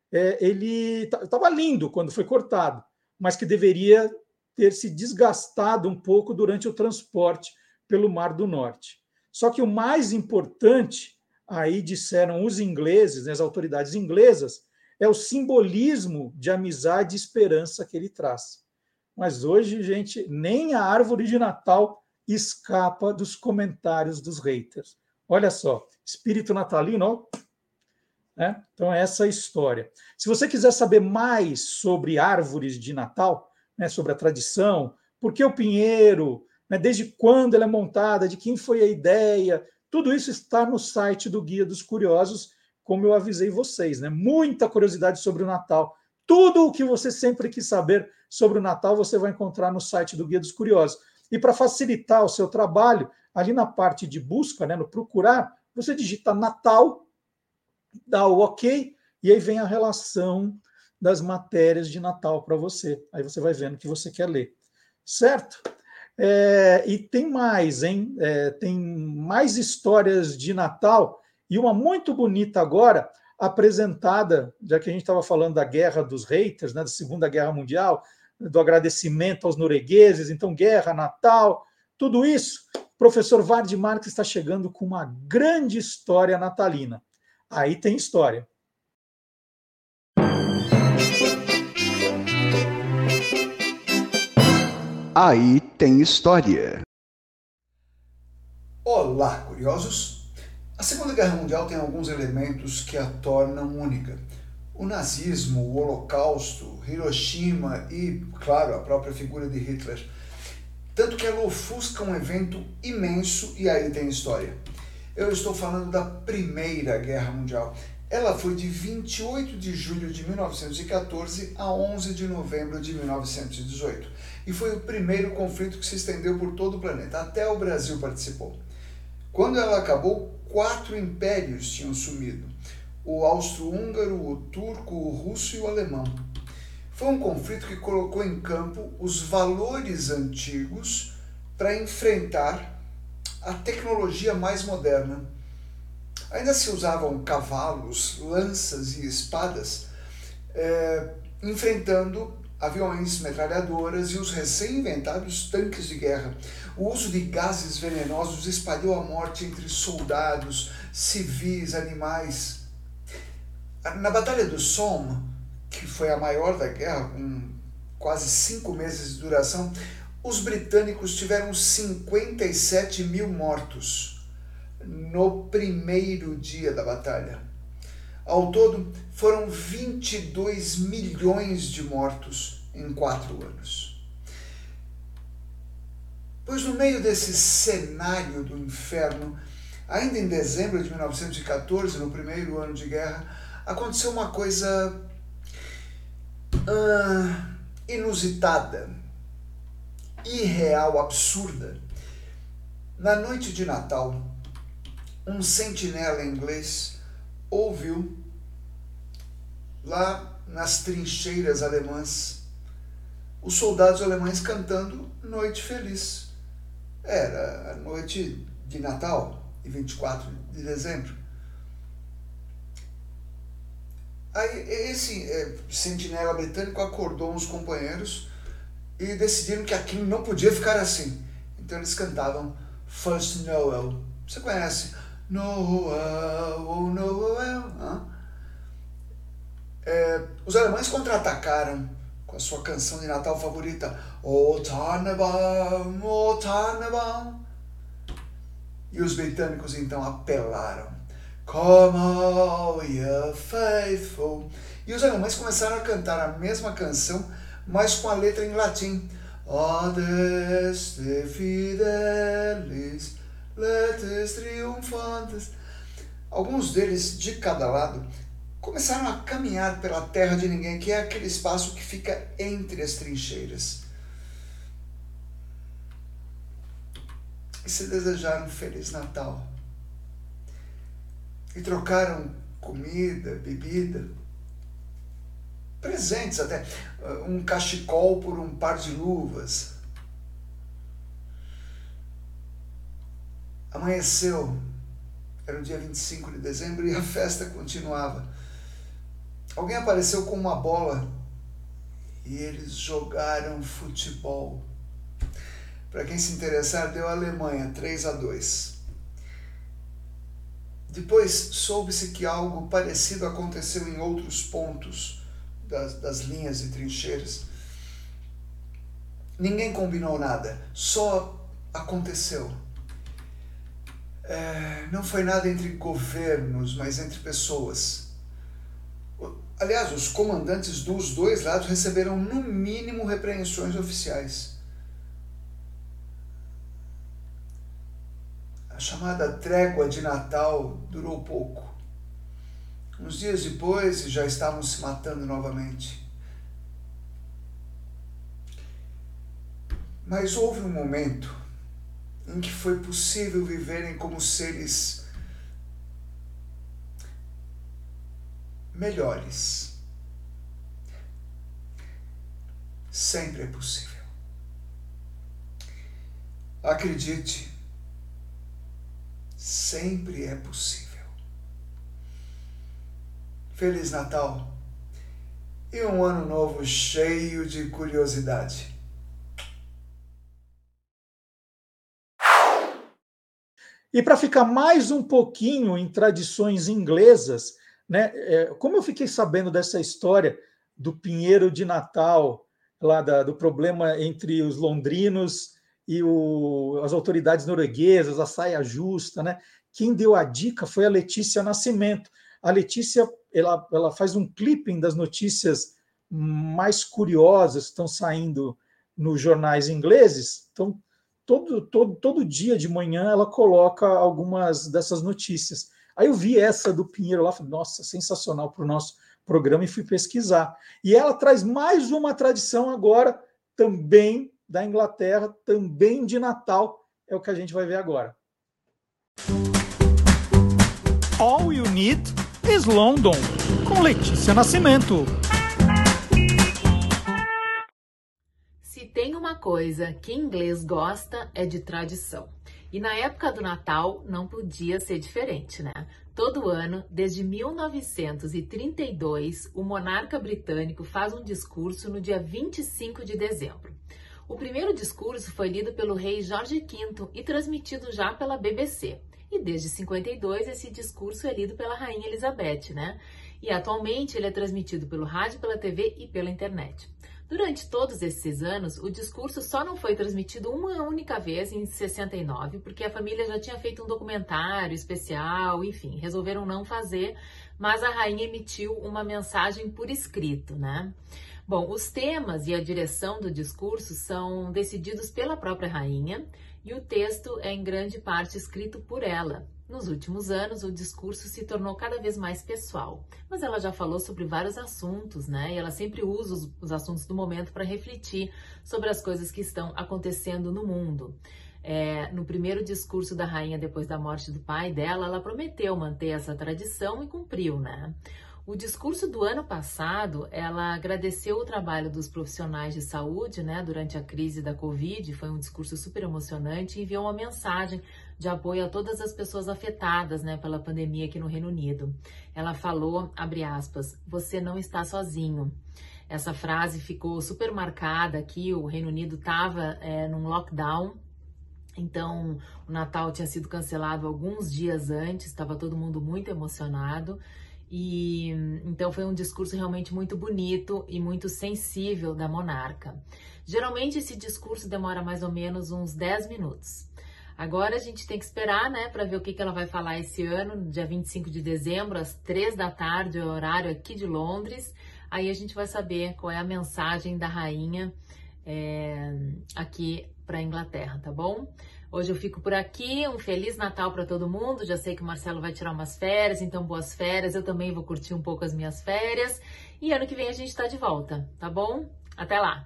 ele estava lindo quando foi cortado, mas que deveria ter se desgastado um pouco durante o transporte pelo Mar do Norte. Só que o mais importante, aí disseram os ingleses, né, as autoridades inglesas, é o simbolismo de amizade e esperança que ele traz. Mas hoje, gente, nem a árvore de Natal escapa dos comentários dos haters. Olha só, espírito natalino, ó. Né? Então, essa é a história. Se você quiser saber mais sobre árvores de Natal, né, sobre a tradição, por que o pinheiro, né, desde quando ela é montada, de quem foi a ideia, tudo isso está no site do Guia dos Curiosos, como eu avisei vocês. Né? Muita curiosidade sobre o Natal. Tudo o que você sempre quis saber sobre o Natal você vai encontrar no site do Guia dos Curiosos. E para facilitar o seu trabalho, ali na parte de busca, né, no procurar, você digita Natal, dá o OK, e aí vem a relação das matérias de Natal para você. Aí você vai vendo o que você quer ler. Certo? E tem mais, hein? Tem mais histórias de Natal, e uma muito bonita agora, apresentada, já que a gente estava falando da Guerra dos Haters, né, da Segunda Guerra Mundial, do agradecimento aos noruegueses, então guerra, Natal, tudo isso. O professor Vardy Marx está chegando com uma grande história natalina. Aí tem história. Aí tem história. Olá, curiosos! A Segunda Guerra Mundial tem alguns elementos que a tornam única. O nazismo, o Holocausto, Hiroshima e, claro, a própria figura de Hitler. Tanto que ela ofusca um evento imenso e aí tem história. Eu estou falando da Primeira Guerra Mundial. Ela foi de 28 de julho de 1914 a 11 de novembro de 1918. E foi o primeiro conflito que se estendeu por todo o planeta. Até o Brasil participou. Quando ela acabou, 4 impérios tinham sumido. O austro-húngaro, o turco, o russo e o alemão. Foi um conflito que colocou em campo os valores antigos para enfrentar a tecnologia mais moderna. Ainda se usavam cavalos, lanças e espadas, enfrentando aviões, metralhadoras e os recém-inventados tanques de guerra. O uso de gases venenosos espalhou a morte entre soldados, civis, animais. Na Batalha do Somme, que foi a maior da guerra, com quase 5 meses de duração, os britânicos tiveram 57 mil mortos no primeiro dia da batalha. Ao todo, foram 22 milhões de mortos em 4 anos. Pois no meio desse cenário do inferno, ainda em dezembro de 1914, no primeiro ano de guerra, aconteceu uma coisa inusitada, irreal, absurda. Na noite de Natal, um sentinela inglês ouviu lá nas trincheiras alemãs os soldados alemães cantando Noite Feliz. Era a noite de Natal, de 24 de dezembro. Aí esse sentinela britânico acordou uns companheiros e decidiram que aquilo não podia ficar assim. Então eles cantavam First Noel. Você conhece? Noel, oh Noel. Os alemães contra-atacaram com a sua canção de Natal favorita, O Tannenbaum, O Tannenbaum. E os britânicos então apelaram, Come all ye faithful. E os alemães começaram a cantar a mesma canção, mas com a letra em latim. Adeste fidelis, letes triunfantes. Alguns deles, de cada lado, começaram a caminhar pela terra de ninguém, que é aquele espaço que fica entre as trincheiras. E se desejaram um Feliz Natal. E trocaram comida, bebida, presentes até, um cachecol por um par de luvas. Amanheceu, era o dia 25 de dezembro e a festa continuava. Alguém apareceu com uma bola e eles jogaram futebol. Para quem se interessar, deu a Alemanha 3-2. Depois soube-se que algo parecido aconteceu em outros pontos das linhas de trincheiras. Ninguém combinou nada, só aconteceu. Não foi nada entre governos, mas entre pessoas. Aliás, os comandantes dos dois lados receberam no mínimo repreensões oficiais. A chamada trégua de Natal durou pouco. Uns dias depois já estavam se matando novamente. Mas houve um momento em que foi possível viverem como seres melhores. Sempre é possível. Acredite, sempre é possível. Feliz Natal e um ano novo cheio de curiosidade. E para ficar mais um pouquinho em tradições inglesas, né, como eu fiquei sabendo dessa história do pinheiro de Natal, lá do problema entre os londrinos e as autoridades norueguesas, a saia justa, né? Quem deu a dica foi a Letícia Nascimento. A Letícia, ela faz um clipping das notícias mais curiosas que estão saindo nos jornais ingleses. Então, todo dia de manhã ela coloca algumas dessas notícias. Aí eu vi essa do Pinheiro lá, falei, nossa, sensacional para o nosso programa, e fui pesquisar. E ela traz mais uma tradição agora, também da Inglaterra, também de Natal, é o que a gente vai ver agora. All You Need is London, com Letícia Nascimento. Se tem uma coisa que inglês gosta é de tradição. E na época do Natal não podia ser diferente, né? Todo ano, desde 1932, o monarca britânico faz um discurso no dia 25 de dezembro. O primeiro discurso foi lido pelo rei Jorge V e transmitido já pela BBC. E desde 52 esse discurso é lido pela rainha Elizabeth, né? E atualmente ele é transmitido pelo rádio, pela TV e pela internet. Durante todos esses anos, o discurso só não foi transmitido uma única vez, em 69, porque a família já tinha feito um documentário especial, enfim, resolveram não fazer, mas a rainha emitiu uma mensagem por escrito, né? Bom, os temas e a direção do discurso são decididos pela própria rainha e o texto é em grande parte escrito por ela. Nos últimos anos, o discurso se tornou cada vez mais pessoal, mas ela já falou sobre vários assuntos, né? E ela sempre usa os assuntos do momento para refletir sobre as coisas que estão acontecendo no mundo. No primeiro discurso da rainha depois da morte do pai dela, ela prometeu manter essa tradição e cumpriu, né? O discurso do ano passado, ela agradeceu o trabalho dos profissionais de saúde, né, durante a crise da Covid, foi um discurso super emocionante e enviou uma mensagem de apoio a todas as pessoas afetadas, né, pela pandemia aqui no Reino Unido. Ela falou, abre aspas, você não está sozinho. Essa frase ficou super marcada aqui, o Reino Unido estava num lockdown. Então, o Natal tinha sido cancelado alguns dias antes, estava todo mundo muito emocionado. E então foi um discurso realmente muito bonito e muito sensível da monarca. Geralmente esse discurso demora mais ou menos uns 10 minutos. Agora a gente tem que esperar, né, para ver o que ela vai falar esse ano, no dia 25 de dezembro, às 3 da tarde, horário aqui de Londres. Aí a gente vai saber qual é a mensagem da rainha aqui para a Inglaterra, tá bom? Hoje eu fico por aqui, um Feliz Natal para todo mundo, já sei que o Marcelo vai tirar umas férias, então boas férias, eu também vou curtir um pouco as minhas férias, e ano que vem a gente tá de volta, tá bom? Até lá!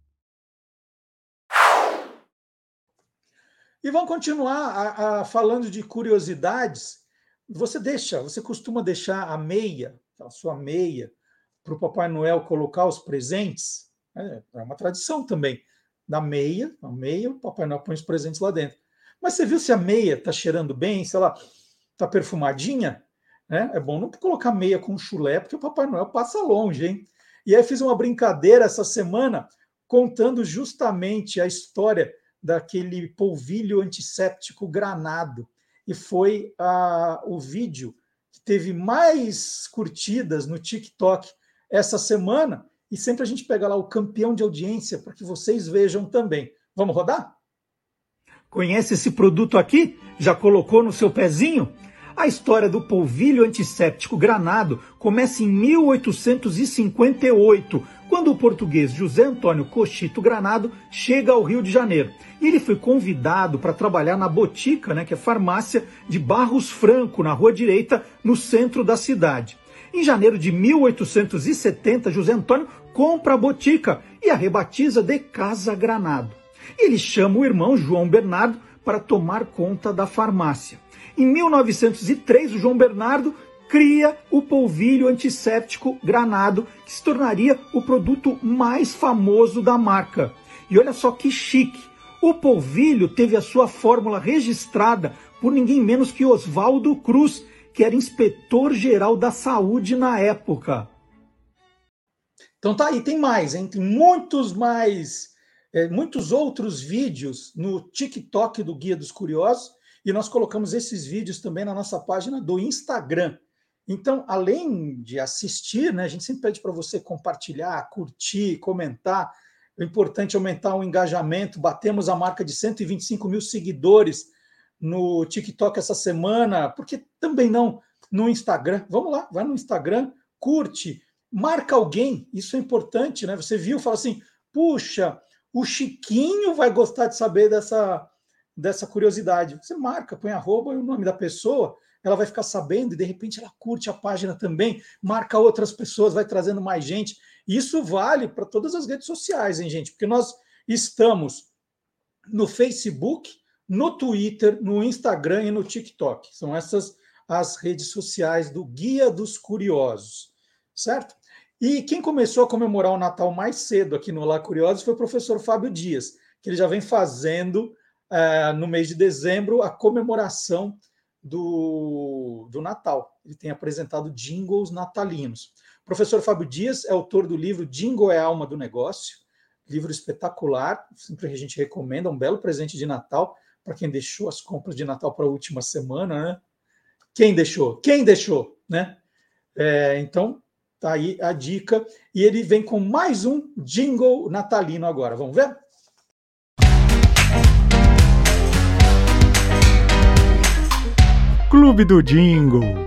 E vamos continuar falando de curiosidades. Você costuma deixar a sua meia, para o Papai Noel colocar os presentes? É uma tradição também. A meia, o Papai Noel põe os presentes lá dentro. Mas você viu se a meia está cheirando bem, se ela está perfumadinha? Né? É bom não colocar meia com chulé, porque o Papai Noel passa longe, hein? E aí fiz uma brincadeira essa semana, contando justamente a história daquele polvilho antisséptico Granado. E foi o vídeo que teve mais curtidas no TikTok essa semana. E sempre a gente pega lá o campeão de audiência para que vocês vejam também. Vamos rodar? Conhece esse produto aqui? Já colocou no seu pezinho? A história do polvilho antisséptico Granado começa em 1858, quando o português José Antônio Cochito Granado chega ao Rio de Janeiro. E ele foi convidado para trabalhar na Botica, né, que é farmácia de Barros Franco, na Rua Direita, no centro da cidade. Em janeiro de 1870, José Antônio compra a Botica e a rebatiza de Casa Granado. E ele chama o irmão João Bernardo para tomar conta da farmácia. Em 1903, o João Bernardo cria o polvilho antisséptico Granado, que se tornaria o produto mais famoso da marca. E olha só que chique, o polvilho teve a sua fórmula registrada por ninguém menos que Oswaldo Cruz, que era inspetor-geral da saúde na época. Então tá aí, tem mais, hein? Tem muitos outros vídeos no TikTok do Guia dos Curiosos, e nós colocamos esses vídeos também na nossa página do Instagram. Então, além de assistir, né, a gente sempre pede para você compartilhar, curtir, comentar. O importante é aumentar o engajamento. Batemos a marca de 125 mil seguidores no TikTok essa semana, porque também não no Instagram. Vamos lá, vai no Instagram, curte, marca alguém, isso é importante, né? Você viu, fala assim, puxa, o Chiquinho vai gostar de saber dessa curiosidade. Você marca, põe arroba e o nome da pessoa, ela vai ficar sabendo e de repente ela curte a página também, marca outras pessoas, vai trazendo mais gente. Isso vale para todas as redes sociais, hein, gente? Porque nós estamos no Facebook, no Twitter, no Instagram e no TikTok. São essas as redes sociais do Guia dos Curiosos, certo? E quem começou a comemorar o Natal mais cedo aqui no Olá Curiosos foi o professor Fábio Dias, que ele já vem fazendo no mês de dezembro a comemoração do Natal. Ele tem apresentado jingles natalinos. O professor Fábio Dias é autor do livro Jingle é a Alma do Negócio, livro espetacular, sempre a gente recomenda, um belo presente de Natal para quem deixou as compras de Natal para a última semana, né? Quem deixou? Quem deixou, né? Então, tá aí a dica. E ele vem com mais um jingle natalino agora. Vamos ver? Clube do Jingle.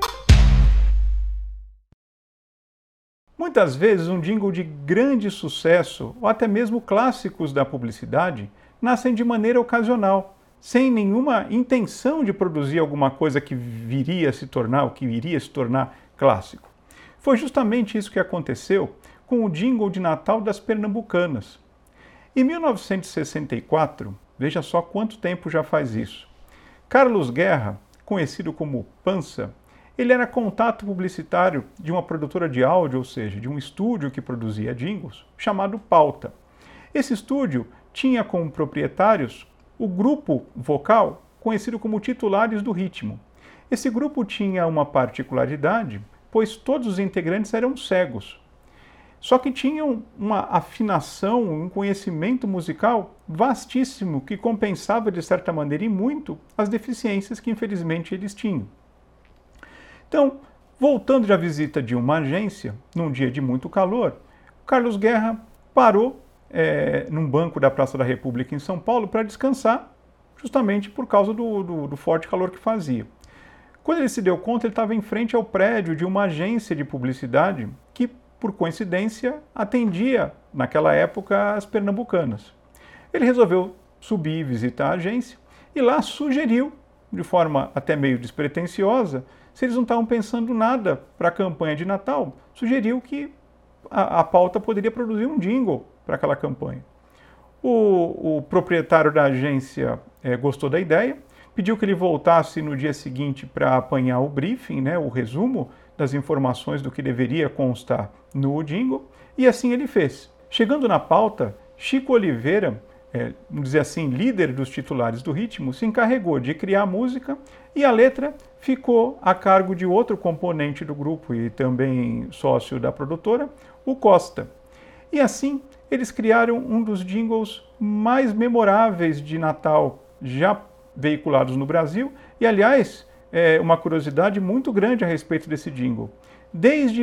Muitas vezes um jingle de grande sucesso, ou até mesmo clássicos da publicidade, nascem de maneira ocasional, sem nenhuma intenção de produzir alguma coisa que viria a se tornar, ou que iria se tornar clássico. Foi justamente isso que aconteceu com o jingle de Natal das Pernambucanas. Em 1964, veja só quanto tempo já faz isso, Carlos Guerra, conhecido como Pança, ele era contato publicitário de uma produtora de áudio, ou seja, de um estúdio que produzia jingles, chamado Pauta. Esse estúdio tinha como proprietários o grupo vocal conhecido como Titulares do Ritmo. Esse grupo tinha uma particularidade, pois todos os integrantes eram cegos. Só que tinham uma afinação, um conhecimento musical vastíssimo que compensava, de certa maneira, e muito, as deficiências que, infelizmente, eles tinham. Então, voltando da visita de uma agência, num dia de muito calor, Carlos Guerra parou num banco da Praça da República em São Paulo para descansar, justamente por causa do forte calor que fazia. Quando ele se deu conta, ele estava em frente ao prédio de uma agência de publicidade que, por coincidência, atendia, naquela época, as pernambucanas. Ele resolveu subir e visitar a agência e lá sugeriu, de forma até meio despretensiosa, se eles não estavam pensando nada para a campanha de Natal, sugeriu que a Pauta poderia produzir um jingle para aquela campanha. O proprietário da agência gostou da ideia, pediu que ele voltasse no dia seguinte para apanhar o briefing, né, o resumo das informações do que deveria constar no jingle, e assim ele fez. Chegando na Pauta, Chico Oliveira, vamos dizer assim, líder dos Titulares do Ritmo, se encarregou de criar a música e a letra ficou a cargo de outro componente do grupo e também sócio da produtora, o Costa. E assim, eles criaram um dos jingles mais memoráveis de Natal já veiculados no Brasil e, aliás, uma curiosidade muito grande a respeito desse jingle. Desde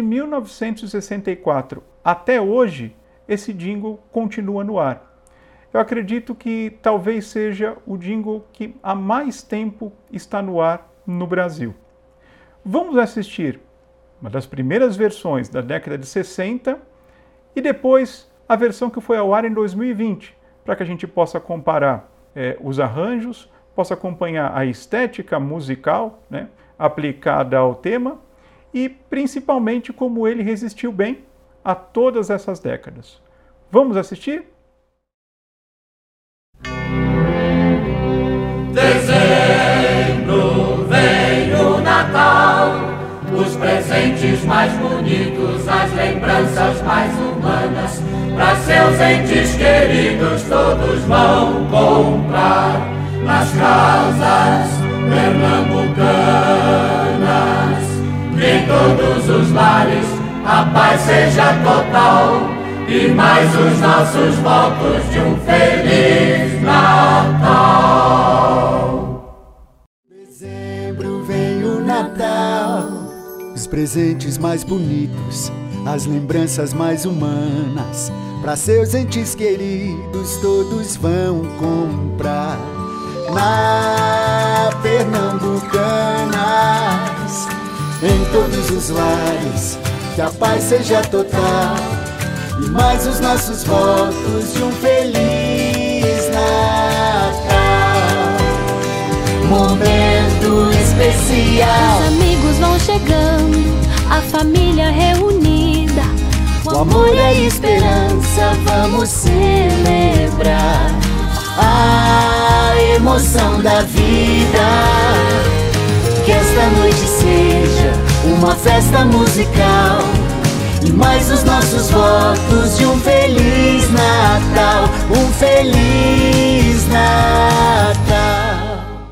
1964 até hoje, esse jingle continua no ar. Eu acredito que talvez seja o jingle que há mais tempo está no ar no Brasil. Vamos assistir uma das primeiras versões da década de 60 e depois a versão que foi ao ar em 2020, para que a gente possa comparar os arranjos, possa acompanhar a estética musical, né, aplicada ao tema e principalmente como ele resistiu bem a todas essas décadas. Vamos assistir? presentes mais bonitos, as lembranças mais humanas, para seus entes queridos todos vão comprar nas casas pernambucanas. Que em todos os lares a paz seja total e mais os nossos votos de um Feliz Natal. Dezembro vem o Natal, os presentes mais bonitos, as lembranças mais humanas, para seus entes queridos todos vão comprar na Pernambucanas. Em todos os lares que a paz seja total e mais os nossos votos de um Feliz Natal. Momento especial, os amigos vão chegando, a família reunida, o amor e a esperança vamos celebrar a emoção da vida. Que esta noite seja uma festa musical e mais os nossos votos de um Feliz Natal, um Feliz Natal.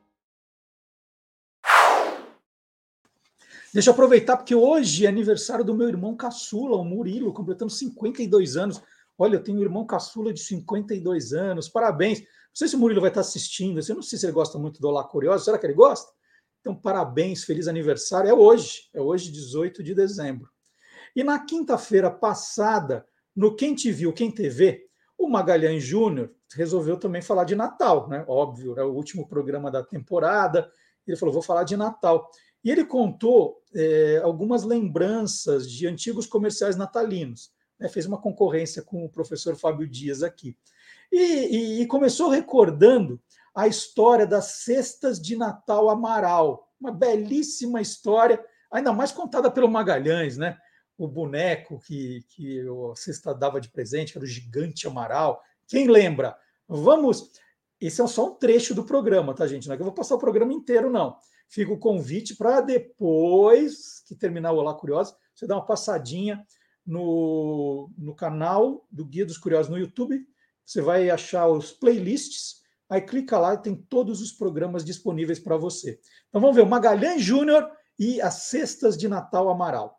Deixa eu aproveitar, porque hoje é aniversário do meu irmão caçula, o Murilo, completando 52 anos. Olha, eu tenho um irmão caçula de 52 anos, parabéns. Não sei se o Murilo vai estar assistindo, eu não sei se ele gosta muito do Olá Curioso, será que ele gosta? Então, parabéns, feliz aniversário. É hoje, 18 de dezembro. E na quinta-feira passada, no Quem Te Viu, Quem TV, o Magalhães Júnior resolveu também falar de Natal, né? Óbvio, é o último programa da temporada. Ele falou, vou falar de Natal. E ele contou algumas lembranças de antigos comerciais natalinos. Né? Fez uma concorrência com o professor Fábio Dias aqui. E começou recordando a história das cestas de Natal Amaral. Uma belíssima história, ainda mais contada pelo Magalhães, né? O boneco que a cesta dava de presente, que era o gigante Amaral. Quem lembra? Vamos... Esse é só um trecho do programa, tá, gente? Não é que eu vou passar o programa inteiro, não. Fica o convite para depois que terminar o Olá Curioso, você dá uma passadinha no canal do Guia dos Curiosos no YouTube. Você vai achar os playlists. Aí clica lá e tem todos os programas disponíveis para você. Então vamos ver o Magalhães Júnior e as cestas de Natal Amaral.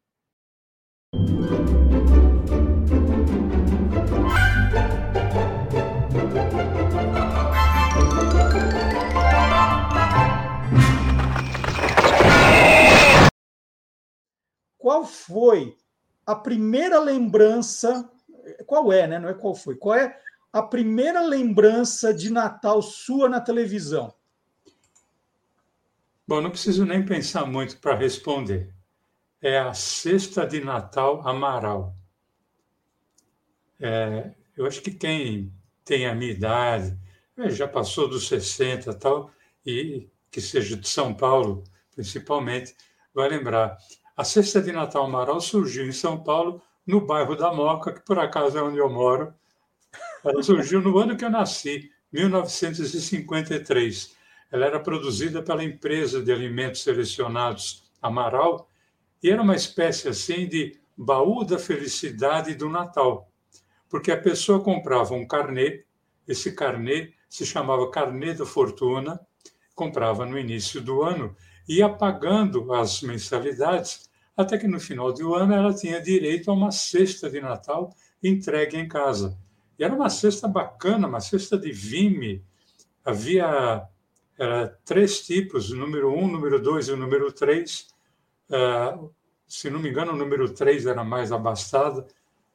Qual foi a primeira lembrança? Qual é, né? Não é qual foi. Qual é a primeira lembrança de Natal sua na televisão? Bom, não preciso nem pensar muito para responder. É a cesta de Natal Amaral. Eu acho que quem tem a minha idade, já passou dos 60 e tal, e que seja de São Paulo, principalmente, vai lembrar. A cesta de Natal Amaral surgiu em São Paulo, no bairro da Moca, que por acaso é onde eu moro. Ela surgiu no ano que eu nasci, 1953. Ela era produzida pela empresa de alimentos selecionados Amaral e era uma espécie assim de baú da felicidade do Natal, porque a pessoa comprava um carnê, esse carnê se chamava Carnê da Fortuna, comprava no início do ano e ia pagando as mensalidades, até que no final do ano ela tinha direito a uma cesta de Natal entregue em casa. E era uma cesta bacana, uma cesta de vime. Havia 3 tipos, o número 1, o número 2 e o número 3. Se não me engano, o número 3 era mais abastado.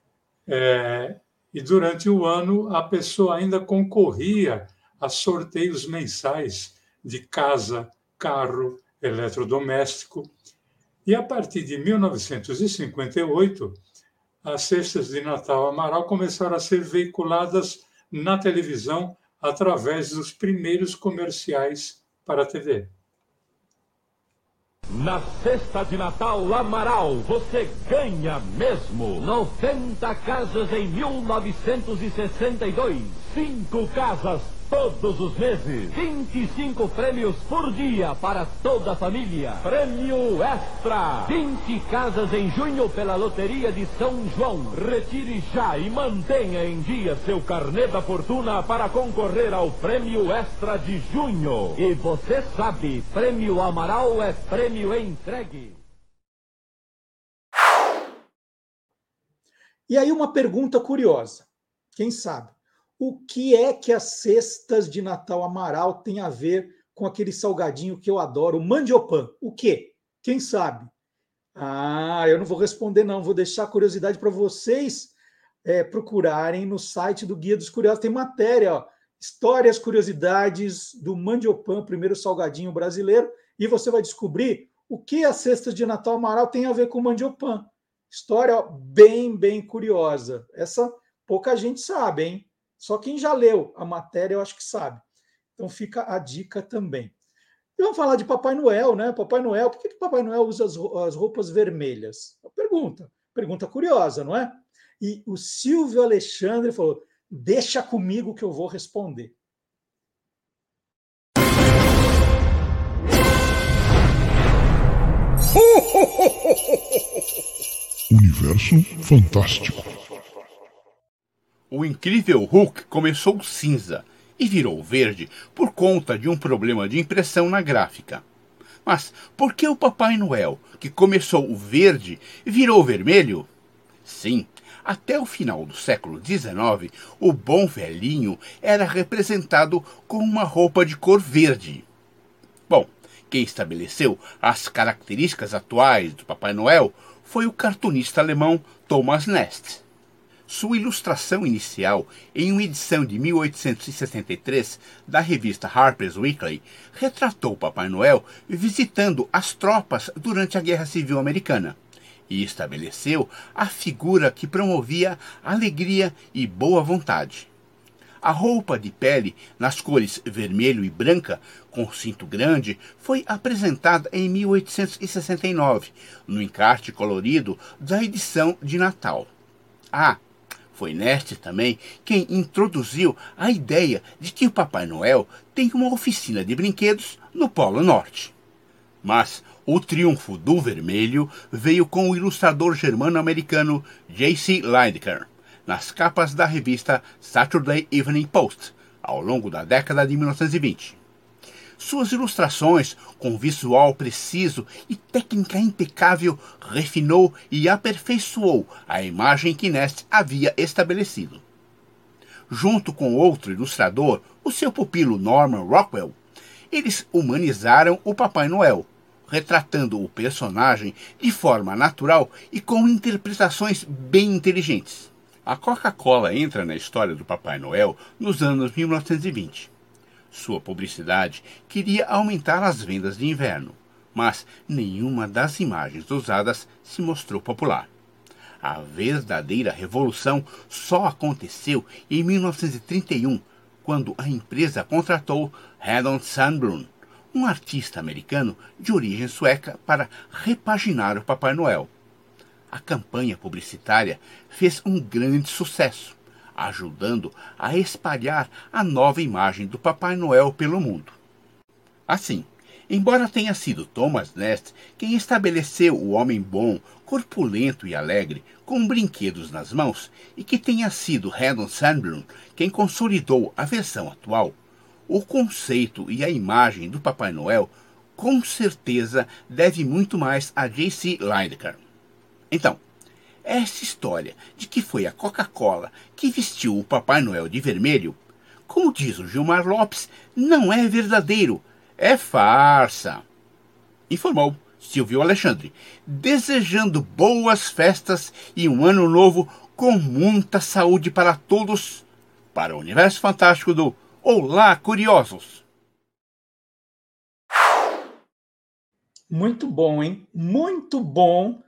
E durante o ano, a pessoa ainda concorria a sorteios mensais de casa, carro, eletrodoméstico. E a partir de 1958, as cestas de Natal Amaral começaram a ser veiculadas na televisão através dos primeiros comerciais para a TV. Na cesta de Natal Amaral, você ganha mesmo 90 casas em 1962. 5 casas todos os meses. 25 prêmios por dia para toda a família. Prêmio Extra. 20 casas em junho pela Loteria de São João. Retire já e mantenha em dia seu carnê da fortuna para concorrer ao Prêmio Extra de junho. E você sabe, Prêmio Amaral é prêmio entregue. E aí uma pergunta curiosa. Quem sabe? O que é que as cestas de Natal Amaral têm a ver com aquele salgadinho que eu adoro, o mandiopan? O quê? Quem sabe? Eu não vou responder não, vou deixar a curiosidade para vocês procurarem no site do Guia dos Curiosos. Tem matéria, ó, histórias, curiosidades do mandiopan, primeiro salgadinho brasileiro, e você vai descobrir o que as cestas de Natal Amaral têm a ver com o mandiopan. História, ó, bem curiosa. Essa pouca gente sabe, hein? Só quem já leu a matéria eu acho que sabe. Então fica a dica também. E vamos falar de Papai Noel, né? Papai Noel, por que Papai Noel usa as roupas vermelhas? Pergunta curiosa, não é? E o Silvio Alexandre falou, deixa comigo que eu vou responder. Universo fantástico. O incrível Hulk começou cinza e virou verde por conta de um problema de impressão na gráfica. Mas por que o Papai Noel, que começou verde, virou vermelho? Sim, até o final do século XIX, o bom velhinho era representado com uma roupa de cor verde. Bom, quem estabeleceu as características atuais do Papai Noel foi o cartunista alemão Thomas Nast. Sua ilustração inicial, em uma edição de 1873 da revista Harper's Weekly, retratou Papai Noel visitando as tropas durante a Guerra Civil Americana e estabeleceu a figura que promovia alegria e boa vontade. A roupa de pele, nas cores vermelho e branca, com cinto grande, foi apresentada em 1869, no encarte colorido da edição de Natal. Foi Nast também quem introduziu a ideia de que o Papai Noel tem uma oficina de brinquedos no Polo Norte. Mas o triunfo do vermelho veio com o ilustrador germano-americano J.C. Lydecker, nas capas da revista Saturday Evening Post, ao longo da década de 1920. Suas ilustrações, com visual preciso e técnica impecável, refinou e aperfeiçoou a imagem que Nast havia estabelecido. Junto com outro ilustrador, o seu pupilo Norman Rockwell, eles humanizaram o Papai Noel, retratando o personagem de forma natural e com interpretações bem inteligentes. A Coca-Cola entra na história do Papai Noel nos anos 1920. Sua publicidade queria aumentar as vendas de inverno, mas nenhuma das imagens usadas se mostrou popular. A verdadeira revolução só aconteceu em 1931, quando a empresa contratou Haddon Sandblom, um artista americano de origem sueca, para repaginar o Papai Noel. A campanha publicitária fez um grande sucesso, ajudando a espalhar a nova imagem do Papai Noel pelo mundo. Assim, embora tenha sido Thomas Nast quem estabeleceu o homem bom, corpulento e alegre, com brinquedos nas mãos, e que tenha sido Haddon Sandblom quem consolidou a versão atual, o conceito e a imagem do Papai Noel com certeza deve muito mais a J.C. Lydecker. Então, essa história de que foi a Coca-Cola que vestiu o Papai Noel de vermelho, como diz o Gilmar Lopes, não é verdadeiro, é farsa. Informou Silvio Alexandre, desejando boas festas e um ano novo com muita saúde para todos, para o Universo Fantástico do Olá, Curiosos! Muito bom, hein? Muito bom.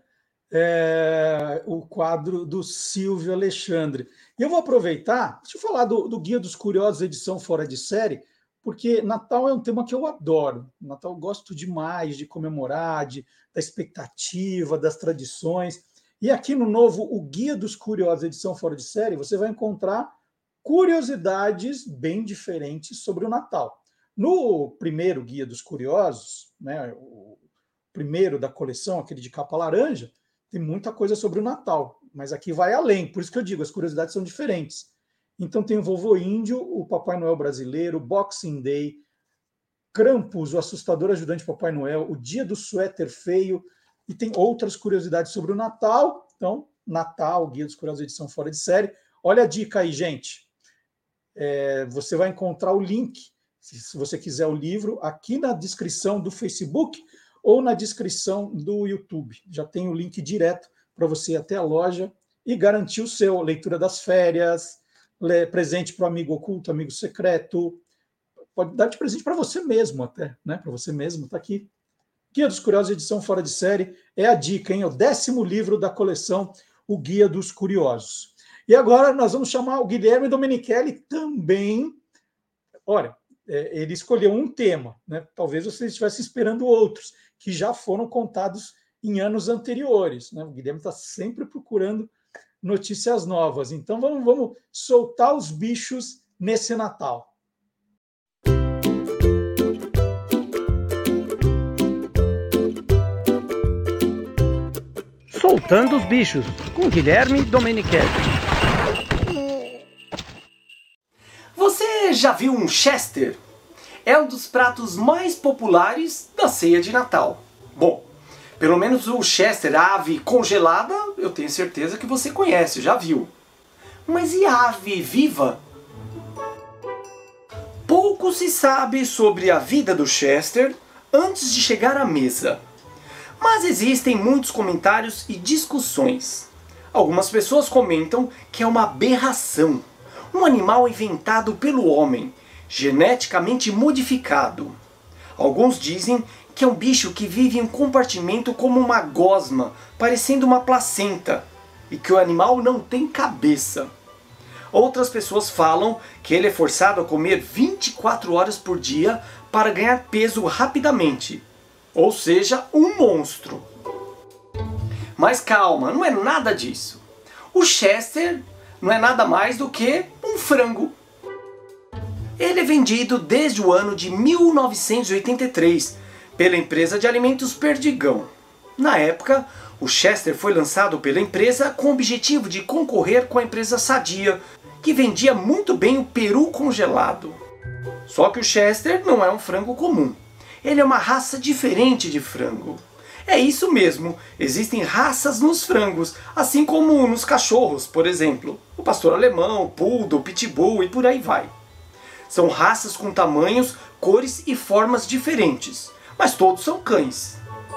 O quadro do Silvio Alexandre. E eu vou aproveitar, deixa eu falar do Guia dos Curiosos, edição fora de série, porque Natal é um tema que eu adoro. Natal eu gosto demais de comemorar, da expectativa, das tradições. E aqui no novo, o Guia dos Curiosos, edição fora de série, você vai encontrar curiosidades bem diferentes sobre o Natal. No primeiro Guia dos Curiosos, né, o primeiro da coleção, aquele de capa laranja, tem muita coisa sobre o Natal, mas aqui vai além, por isso que eu digo, as curiosidades são diferentes. Então tem o Vovô Índio, o Papai Noel brasileiro, Boxing Day, Krampus, o assustador ajudante Papai Noel, o Dia do Suéter Feio, e tem outras curiosidades sobre o Natal. Então, Natal, Guia dos Curiosos, edição fora de série. Olha a dica aí, gente. Você vai encontrar o link, se você quiser o livro, aqui na descrição do Facebook ou na descrição do YouTube. Já tem o link direto para você ir até a loja e garantir o seu. Leitura das férias, presente para o amigo oculto, amigo secreto. Pode dar de presente para você mesmo até, né? Para você mesmo, está aqui. Guia dos Curiosos, edição fora de série, é a dica, hein? O 10º livro da coleção, o Guia dos Curiosos. E agora nós vamos chamar o Guilherme Domenichelli também. Olha, ele escolheu um tema, né? Talvez você estivesse esperando outros, que já foram contados em anos anteriores, né? O Guilherme está sempre procurando notícias novas. Então vamos soltar os bichos nesse Natal. Soltando os bichos, com Guilherme Domenichelli. Você já viu um Chester? É um dos pratos mais populares da ceia de Natal. Bom, pelo menos o Chester, a ave congelada, eu tenho certeza que você conhece, já viu. Mas e a ave viva? Pouco se sabe sobre a vida do Chester antes de chegar à mesa. Mas existem muitos comentários e discussões. Algumas pessoas comentam que é uma aberração, um animal inventado pelo homem, geneticamente modificado. Alguns dizem que é um bicho que vive em um compartimento como uma gosma, parecendo uma placenta, e que o animal não tem cabeça. Outras pessoas falam que ele é forçado a comer 24 horas por dia para ganhar peso rapidamente. Ou seja, um monstro. Mas calma, não é nada disso. O Chester não é nada mais do que um frango. Ele é vendido desde o ano de 1983 pela empresa de alimentos Perdigão. Na época, o Chester foi lançado pela empresa com o objetivo de concorrer com a empresa Sadia, que vendia muito bem o peru congelado. Só que o Chester não é um frango comum. Ele é uma raça diferente de frango. É isso mesmo, existem raças nos frangos, assim como nos cachorros, por exemplo. O pastor alemão, poodle, pitbull e por aí vai. São raças com tamanhos, cores e formas diferentes, mas todos são cães.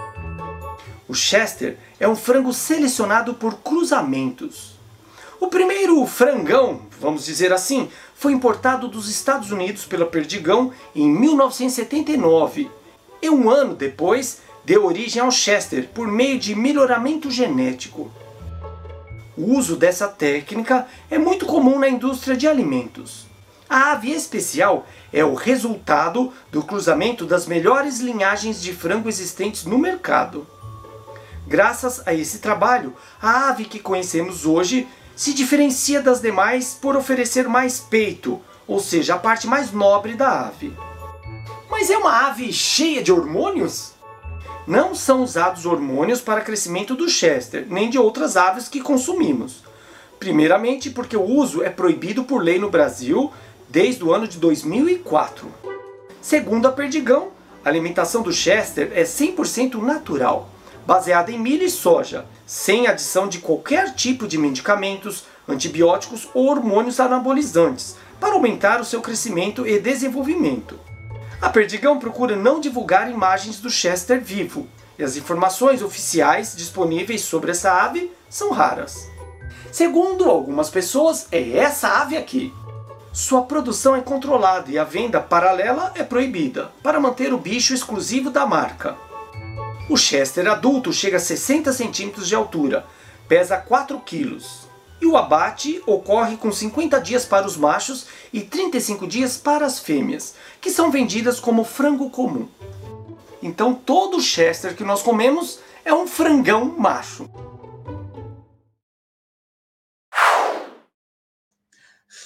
O Chester é um frango selecionado por cruzamentos. O primeiro frangão, vamos dizer assim, foi importado dos Estados Unidos pela Perdigão em 1979 e um ano depois deu origem ao Chester por meio de melhoramento genético. O uso dessa técnica é muito comum na indústria de alimentos. A ave especial é o resultado do cruzamento das melhores linhagens de frango existentes no mercado. Graças a esse trabalho, a ave que conhecemos hoje se diferencia das demais por oferecer mais peito, ou seja, a parte mais nobre da ave. Mas é uma ave cheia de hormônios? Não são usados hormônios para crescimento do Chester, nem de outras aves que consumimos. Primeiramente porque o uso é proibido por lei no Brasil desde o ano de 2004. Segundo a Perdigão, a alimentação do Chester é 100% natural, baseada em milho e soja, sem adição de qualquer tipo de medicamentos, antibióticos ou hormônios anabolizantes, para aumentar o seu crescimento e desenvolvimento. A Perdigão procura não divulgar imagens do Chester vivo, e as informações oficiais disponíveis sobre essa ave são raras. Segundo algumas pessoas, é essa ave aqui. Sua produção é controlada e a venda paralela é proibida, para manter o bicho exclusivo da marca. O Chester adulto chega a 60 centímetros de altura, pesa 4 quilos. E o abate ocorre com 50 dias para os machos e 35 dias para as fêmeas, que são vendidas como frango comum. Então todo Chester que nós comemos é um frangão macho.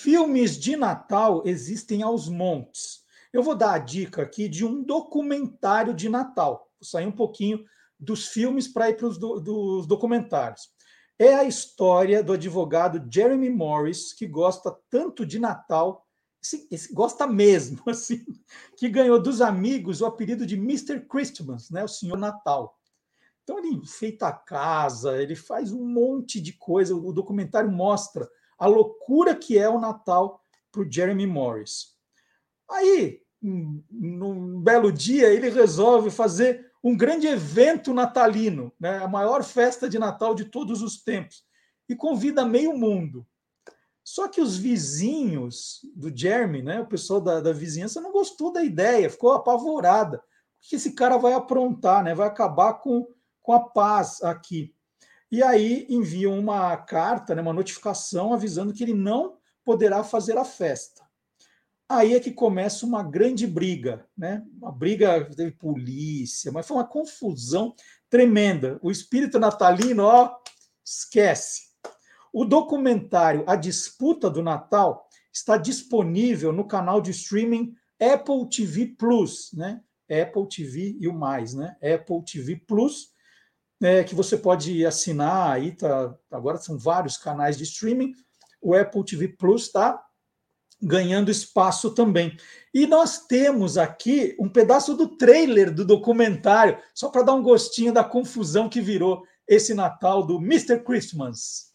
Filmes de Natal existem aos montes. Eu vou dar a dica aqui de um documentário de Natal. Vou sair um pouquinho dos filmes para ir para os dos documentários. É a história do advogado Jeremy Morris, que gosta tanto de Natal, gosta mesmo, assim, que ganhou dos amigos o apelido de Mr. Christmas, né, o Senhor Natal. Então ele enfeita a casa, ele faz um monte de coisa, o documentário mostra a loucura que é o Natal para o Jeremy Morris. Aí, num belo dia, ele resolve fazer um grande evento natalino, né? A maior festa de Natal de todos os tempos, e convida meio mundo. Só que os vizinhos do Jeremy, né, o pessoal da vizinhança, não gostou da ideia, ficou apavorada. O que esse cara vai aprontar, né? Vai acabar com a paz aqui. E aí enviam uma carta, né, uma notificação avisando que ele não poderá fazer a festa. Aí é que começa uma grande briga, né? Uma briga, teve polícia, mas foi uma confusão tremenda. O espírito natalino, ó, esquece. O documentário A Disputa do Natal está disponível no canal de streaming Apple TV Plus, né? Apple TV e o mais, né? Apple TV Plus, que você pode assinar aí, tá? Agora são vários canais de streaming. O Apple TV Plus está ganhando espaço também. E nós temos aqui um pedaço do trailer do documentário, só para dar um gostinho da confusão que virou esse Natal do Mr. Christmas.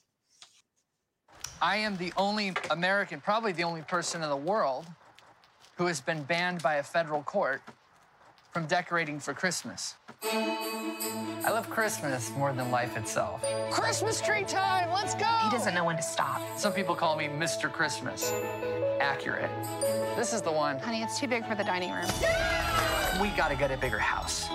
I am the only American, probably the only person in the world who has been banned by a federal court from decorating for Christmas. I love Christmas more than life itself. Christmas tree time, let's go! He doesn't know when to stop. Some people call me Mr. Christmas. Accurate. This is the one. Honey, it's too big for the dining room. We gotta get a bigger house.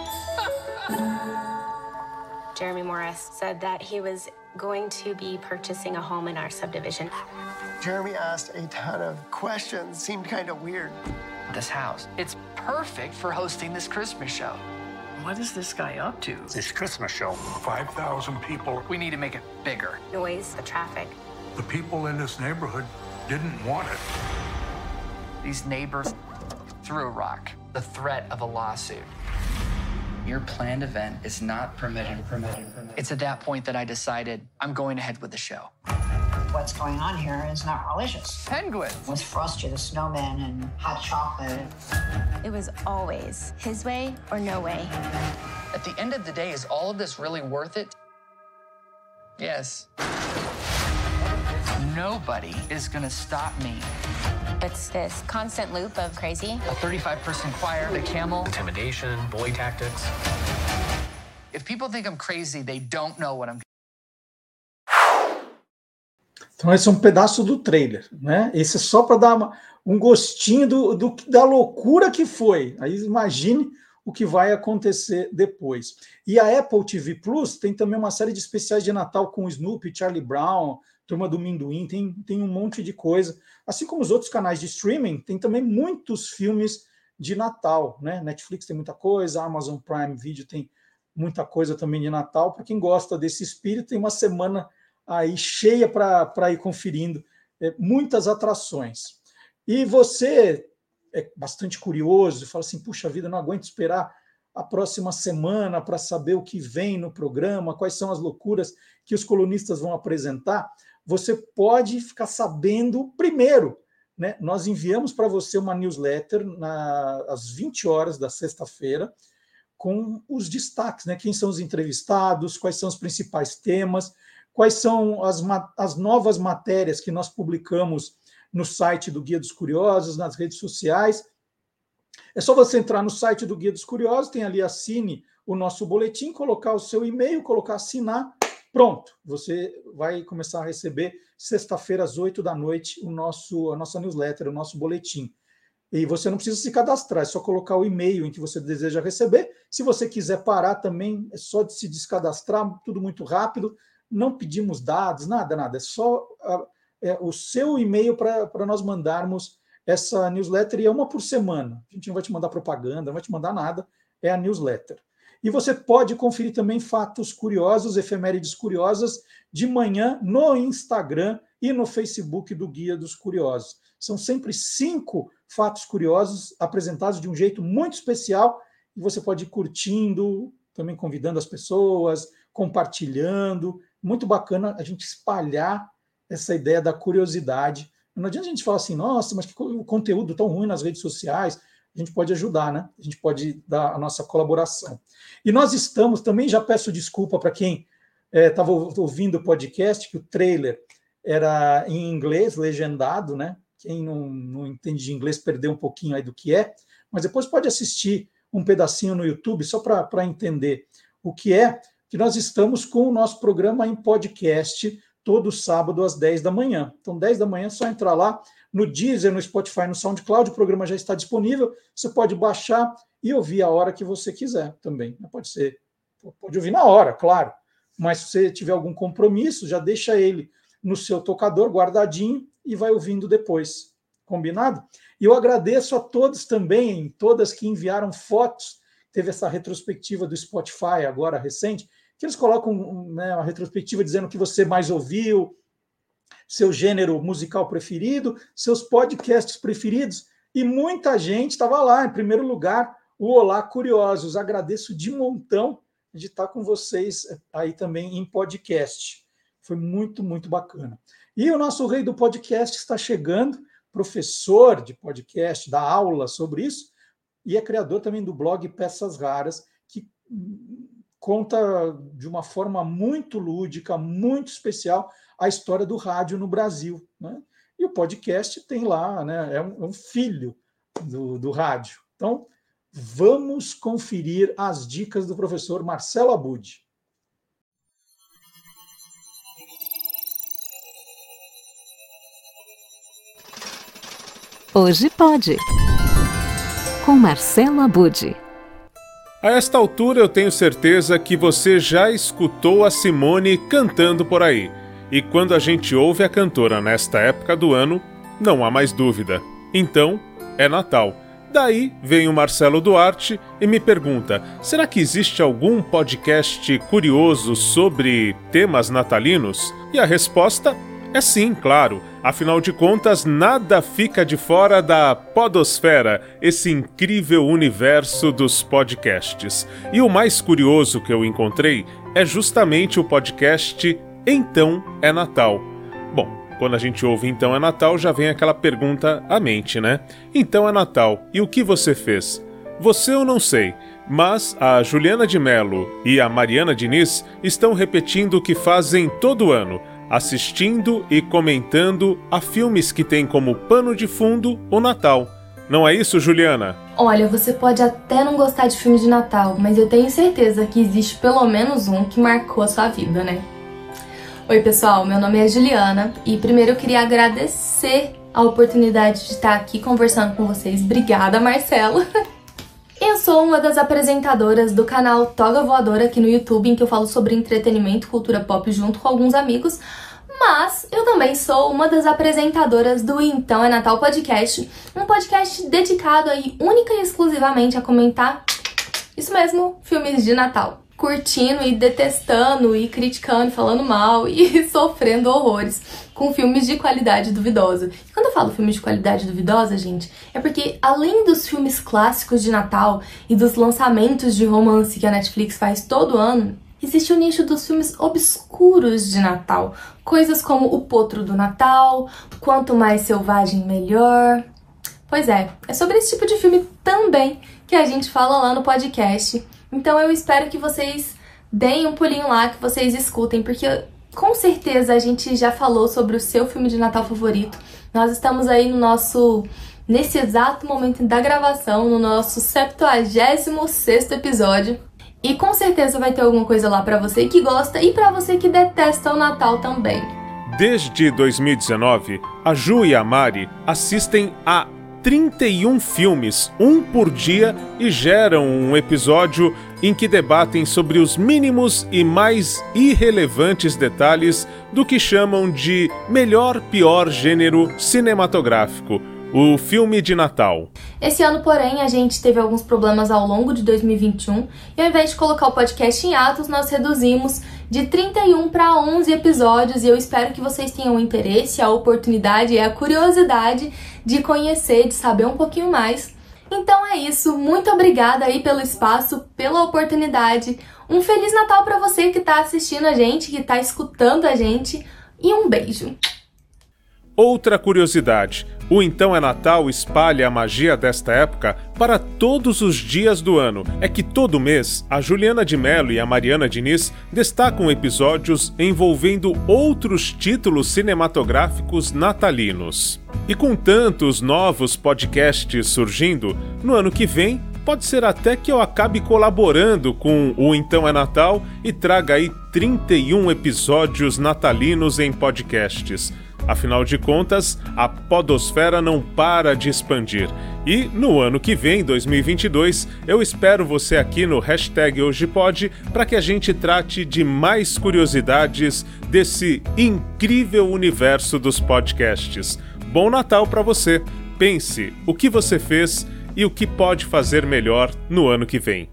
Jeremy Morris said that he was going to be purchasing a home in our subdivision. Jeremy asked a ton of questions, seemed kind of weird. This house, it's perfect for hosting this Christmas show. What is this guy up to? This Christmas show, 5,000 people. We need to make it bigger. Noise, the traffic. The people in this neighborhood didn't want it. These neighbors threw a rock. The threat of a lawsuit. Your planned event is not permitted. It's at that point that I decided I'm going ahead with the show. What's going on here is not religious. Penguins. With Frosty the Snowman and hot chocolate. It was always his way or no way. At the end of the day, is all of this really worth it? Yes. Nobody is gonna stop me. It's this constant loop of crazy. A 35-person choir, the camel. Intimidation, bully tactics. If people think I'm crazy, they don't know what I'm. Então esse é um pedaço do trailer, né? Esse é só para dar um gostinho da loucura que foi. Aí imagine o que vai acontecer depois. E a Apple TV Plus tem também uma série de especiais de Natal com o Snoopy, Charlie Brown, Turma do Minduim, tem um monte de coisa. Assim como os outros canais de streaming, tem também muitos filmes de Natal, né? Netflix tem muita coisa, Amazon Prime Video tem muita coisa também de Natal. Para quem gosta desse espírito, tem uma semana aí cheia para ir conferindo muitas atrações. E você é bastante curioso, fala assim, puxa vida, não aguento esperar a próxima semana para saber o que vem no programa, quais são as loucuras que os colunistas vão apresentar. Você pode ficar sabendo primeiro, né? Nós enviamos para você uma newsletter às 20 horas da sexta-feira, com os destaques, né? Quem são os entrevistados, quais são os principais temas, quais são as novas matérias que nós publicamos no site do Guia dos Curiosos, nas redes sociais. É só você entrar no site do Guia dos Curiosos, tem ali assine o nosso boletim, colocar o seu e-mail, colocar assinar, pronto. Você vai começar a receber sexta-feira às 8 da noite a nossa newsletter, o nosso boletim. E você não precisa se cadastrar, é só colocar o e-mail em que você deseja receber. Se você quiser parar também, é só de se descadastrar, tudo muito rápido. Não pedimos dados, nada. É só o seu e-mail para nós mandarmos essa newsletter, e é uma por semana. A gente não vai te mandar propaganda, não vai te mandar nada, é a newsletter. E você pode conferir também fatos curiosos, efemérides curiosas, de manhã no Instagram, e no Facebook do Guia dos Curiosos. São sempre 5 fatos curiosos apresentados de um jeito muito especial e você pode ir curtindo, também convidando as pessoas, compartilhando. Muito bacana a gente espalhar essa ideia da curiosidade. Não adianta a gente falar assim, nossa, mas que conteúdo tão ruim nas redes sociais. A gente pode ajudar, né? A gente pode dar a nossa colaboração. E nós estamos, também já peço desculpa para quem estava ouvindo o podcast, que o trailer era em inglês, legendado, né? Quem não entende de inglês perdeu um pouquinho aí do que é, mas depois pode assistir um pedacinho no YouTube, só para entender o que é, que nós estamos com o nosso programa em podcast todo sábado às 10 da manhã. Então, 10 da manhã é só entrar lá no Deezer, no Spotify, no SoundCloud, o programa já está disponível, você pode baixar e ouvir a hora que você quiser também. Pode ouvir na hora, claro, mas se você tiver algum compromisso, já deixa ele no seu tocador guardadinho e vai ouvindo depois. Combinado? E eu agradeço a todos também, todas que enviaram fotos. Teve essa retrospectiva do Spotify agora, recente, que eles colocam uma retrospectiva dizendo o que você mais ouviu, seu gênero musical preferido, seus podcasts preferidos, e muita gente estava lá, em primeiro lugar, o Olá Curiosos. Agradeço de montão de estar com vocês aí também em podcast. Foi muito, muito bacana. E o nosso rei do podcast está chegando, professor de podcast, dá aula sobre isso, e é criador também do blog Peças Raras, que conta de uma forma muito lúdica, muito especial, a história do rádio no Brasil, né? E o podcast tem lá, né? É um filho do rádio. Então, vamos conferir as dicas do professor Marcelo Abud. Hoje pode, com Marcelo Abud. A esta altura eu tenho certeza que você já escutou a Simone cantando por aí. E quando a gente ouve a cantora nesta época do ano, não há mais dúvida. Então, é Natal. Daí vem o Marcelo Duarte e me pergunta, será que existe algum podcast curioso sobre temas natalinos? E a resposta é sim, claro. Afinal de contas, nada fica de fora da podosfera, esse incrível universo dos podcasts. E o mais curioso que eu encontrei é justamente o podcast Então é Natal. Bom, quando a gente ouve Então é Natal, já vem aquela pergunta à mente, né? Então é Natal, e o que você fez? Você eu não sei, mas a Juliana de Mello e a Mariana Diniz estão repetindo o que fazem todo ano, assistindo e comentando a filmes que têm como pano de fundo o Natal. Não é isso, Juliana? Olha, você pode até não gostar de filme de Natal, mas eu tenho certeza que existe pelo menos um que marcou a sua vida, né? Oi pessoal, meu nome é Juliana e primeiro eu queria agradecer a oportunidade de estar aqui conversando com vocês. Obrigada, Marcelo! Eu sou uma das apresentadoras do canal Toga Voadora aqui no YouTube, em que eu falo sobre entretenimento e cultura pop junto com alguns amigos, mas eu também sou uma das apresentadoras do Então é Natal Podcast, um podcast dedicado aí única e exclusivamente a comentar, isso mesmo, filmes de Natal. Curtindo e detestando e criticando, falando mal e sofrendo horrores com filmes de qualidade duvidosa. E quando eu falo filmes de qualidade duvidosa, gente, é porque além dos filmes clássicos de Natal e dos lançamentos de romance que a Netflix faz todo ano, existe o nicho dos filmes obscuros de Natal. Coisas como O Potro do Natal, Quanto Mais Selvagem Melhor. Pois é sobre esse tipo de filme também que a gente fala lá no podcast. Então eu espero que vocês deem um pulinho lá, que vocês escutem, porque com certeza a gente já falou sobre o seu filme de Natal favorito. Nós estamos aí nesse exato momento da gravação, no nosso 76º episódio. E com certeza vai ter alguma coisa lá pra você que gosta e pra você que detesta o Natal também. Desde 2019, a Ju e a Mari assistem a 31 filmes, um por dia, e geram um episódio em que debatem sobre os mínimos e mais irrelevantes detalhes do que chamam de melhor-pior gênero cinematográfico. o filme de Natal. Esse ano, porém, a gente teve alguns problemas ao longo de 2021 e ao invés de colocar o podcast em atos, nós reduzimos de 31 para 11 episódios e eu espero que vocês tenham o interesse, a oportunidade e a curiosidade de conhecer, de saber um pouquinho mais. Então é isso, muito obrigada aí pelo espaço, pela oportunidade. Um Feliz Natal para você que está assistindo a gente, que está escutando a gente e um beijo. Outra curiosidade, o Então é Natal espalha a magia desta época para todos os dias do ano. É que todo mês, a Juliana de Mello e a Mariana Diniz destacam episódios envolvendo outros títulos cinematográficos natalinos. E com tantos novos podcasts surgindo, no ano que vem, pode ser até que eu acabe colaborando com o Então é Natal e traga aí 31 episódios natalinos em podcasts. Afinal de contas, a podosfera não para de expandir. E no ano que vem, 2022, eu espero você aqui no #HojePod para que a gente trate de mais curiosidades desse incrível universo dos podcasts. Bom Natal para você! Pense o que você fez e o que pode fazer melhor no ano que vem.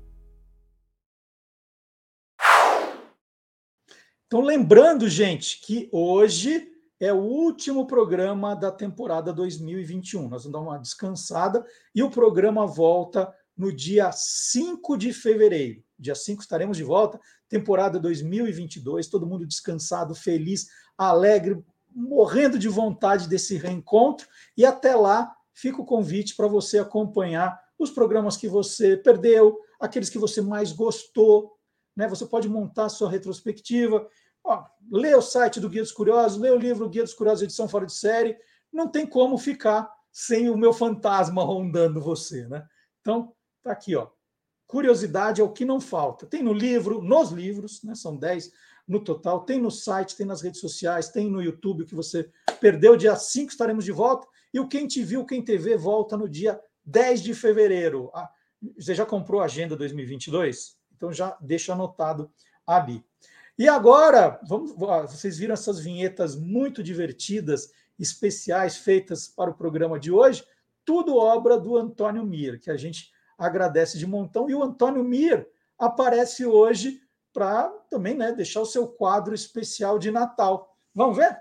Então, lembrando, gente, que hoje é o último programa da temporada 2021. Nós vamos dar uma descansada e o programa volta no dia 5 de fevereiro. Dia 5 estaremos de volta, temporada 2022, todo mundo descansado, feliz, alegre, morrendo de vontade desse reencontro. E até lá, fica o convite para você acompanhar os programas que você perdeu, aqueles que você mais gostou, né? Você pode montar a sua retrospectiva. Lê o site do Guia dos Curiosos, lê o livro Guia dos Curiosos, edição fora de série. Não tem como ficar sem o meu fantasma rondando você, né? Então, tá aqui, ó. Curiosidade é o que não falta. Tem no livro, nos livros, né? São 10 no total. Tem no site, tem nas redes sociais, tem no YouTube, o que você perdeu. Dia 5 estaremos de volta. E o Quem Te Viu, Quem TV volta no dia 10 de fevereiro. Você já comprou a Agenda 2022? Então já deixa anotado ali. E agora, vocês viram essas vinhetas muito divertidas, especiais, feitas para o programa de hoje? Tudo obra do Antônio Mir, que a gente agradece de montão. E o Antônio Mir aparece hoje para também, né, deixar o seu quadro especial de Natal. Vamos ver?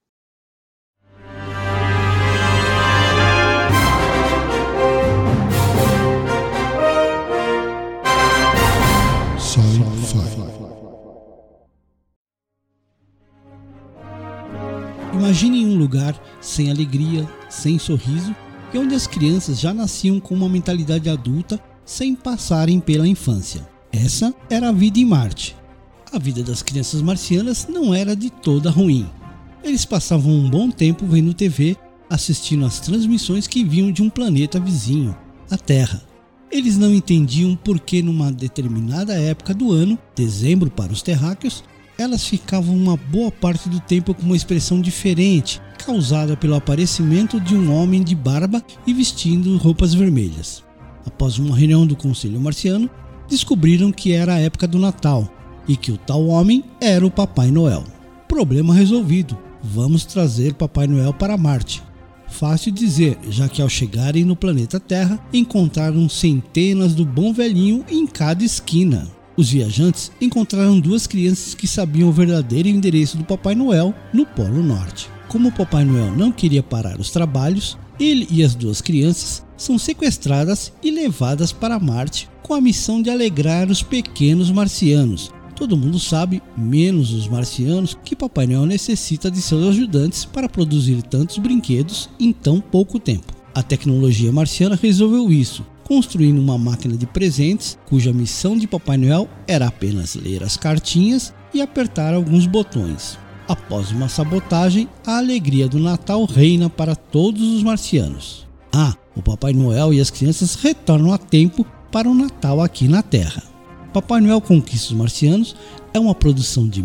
Imagine um lugar sem alegria, sem sorriso, e onde as crianças já nasciam com uma mentalidade adulta sem passarem pela infância. Essa era a vida em Marte. A vida das crianças marcianas não era de toda ruim. Eles passavam um bom tempo vendo TV, assistindo às transmissões que vinham de um planeta vizinho, a Terra. Eles não entendiam por que numa determinada época do ano, dezembro para os terráqueos, elas ficavam uma boa parte do tempo com uma expressão diferente, causada pelo aparecimento de um homem de barba e vestindo roupas vermelhas. Após uma reunião do Conselho Marciano, descobriram que era a época do Natal e que o tal homem era o Papai Noel. Problema resolvido. Vamos trazer Papai Noel para Marte. Fácil dizer, já que ao chegarem no planeta Terra, encontraram centenas do bom velhinho em cada esquina. Os viajantes encontraram duas crianças que sabiam o verdadeiro endereço do Papai Noel no Polo Norte. Como o Papai Noel não queria parar os trabalhos, ele e as duas crianças são sequestradas e levadas para Marte com a missão de alegrar os pequenos marcianos. Todo mundo sabe, menos os marcianos, que Papai Noel necessita de seus ajudantes para produzir tantos brinquedos em tão pouco tempo. A tecnologia marciana resolveu isso, construindo uma máquina de presentes cuja missão de Papai Noel era apenas ler as cartinhas e apertar alguns botões. Após uma sabotagem, a alegria do Natal reina para todos os marcianos. O Papai Noel e as crianças retornam a tempo para o Natal aqui na Terra. Papai Noel Conquista os Marcianos é uma produção de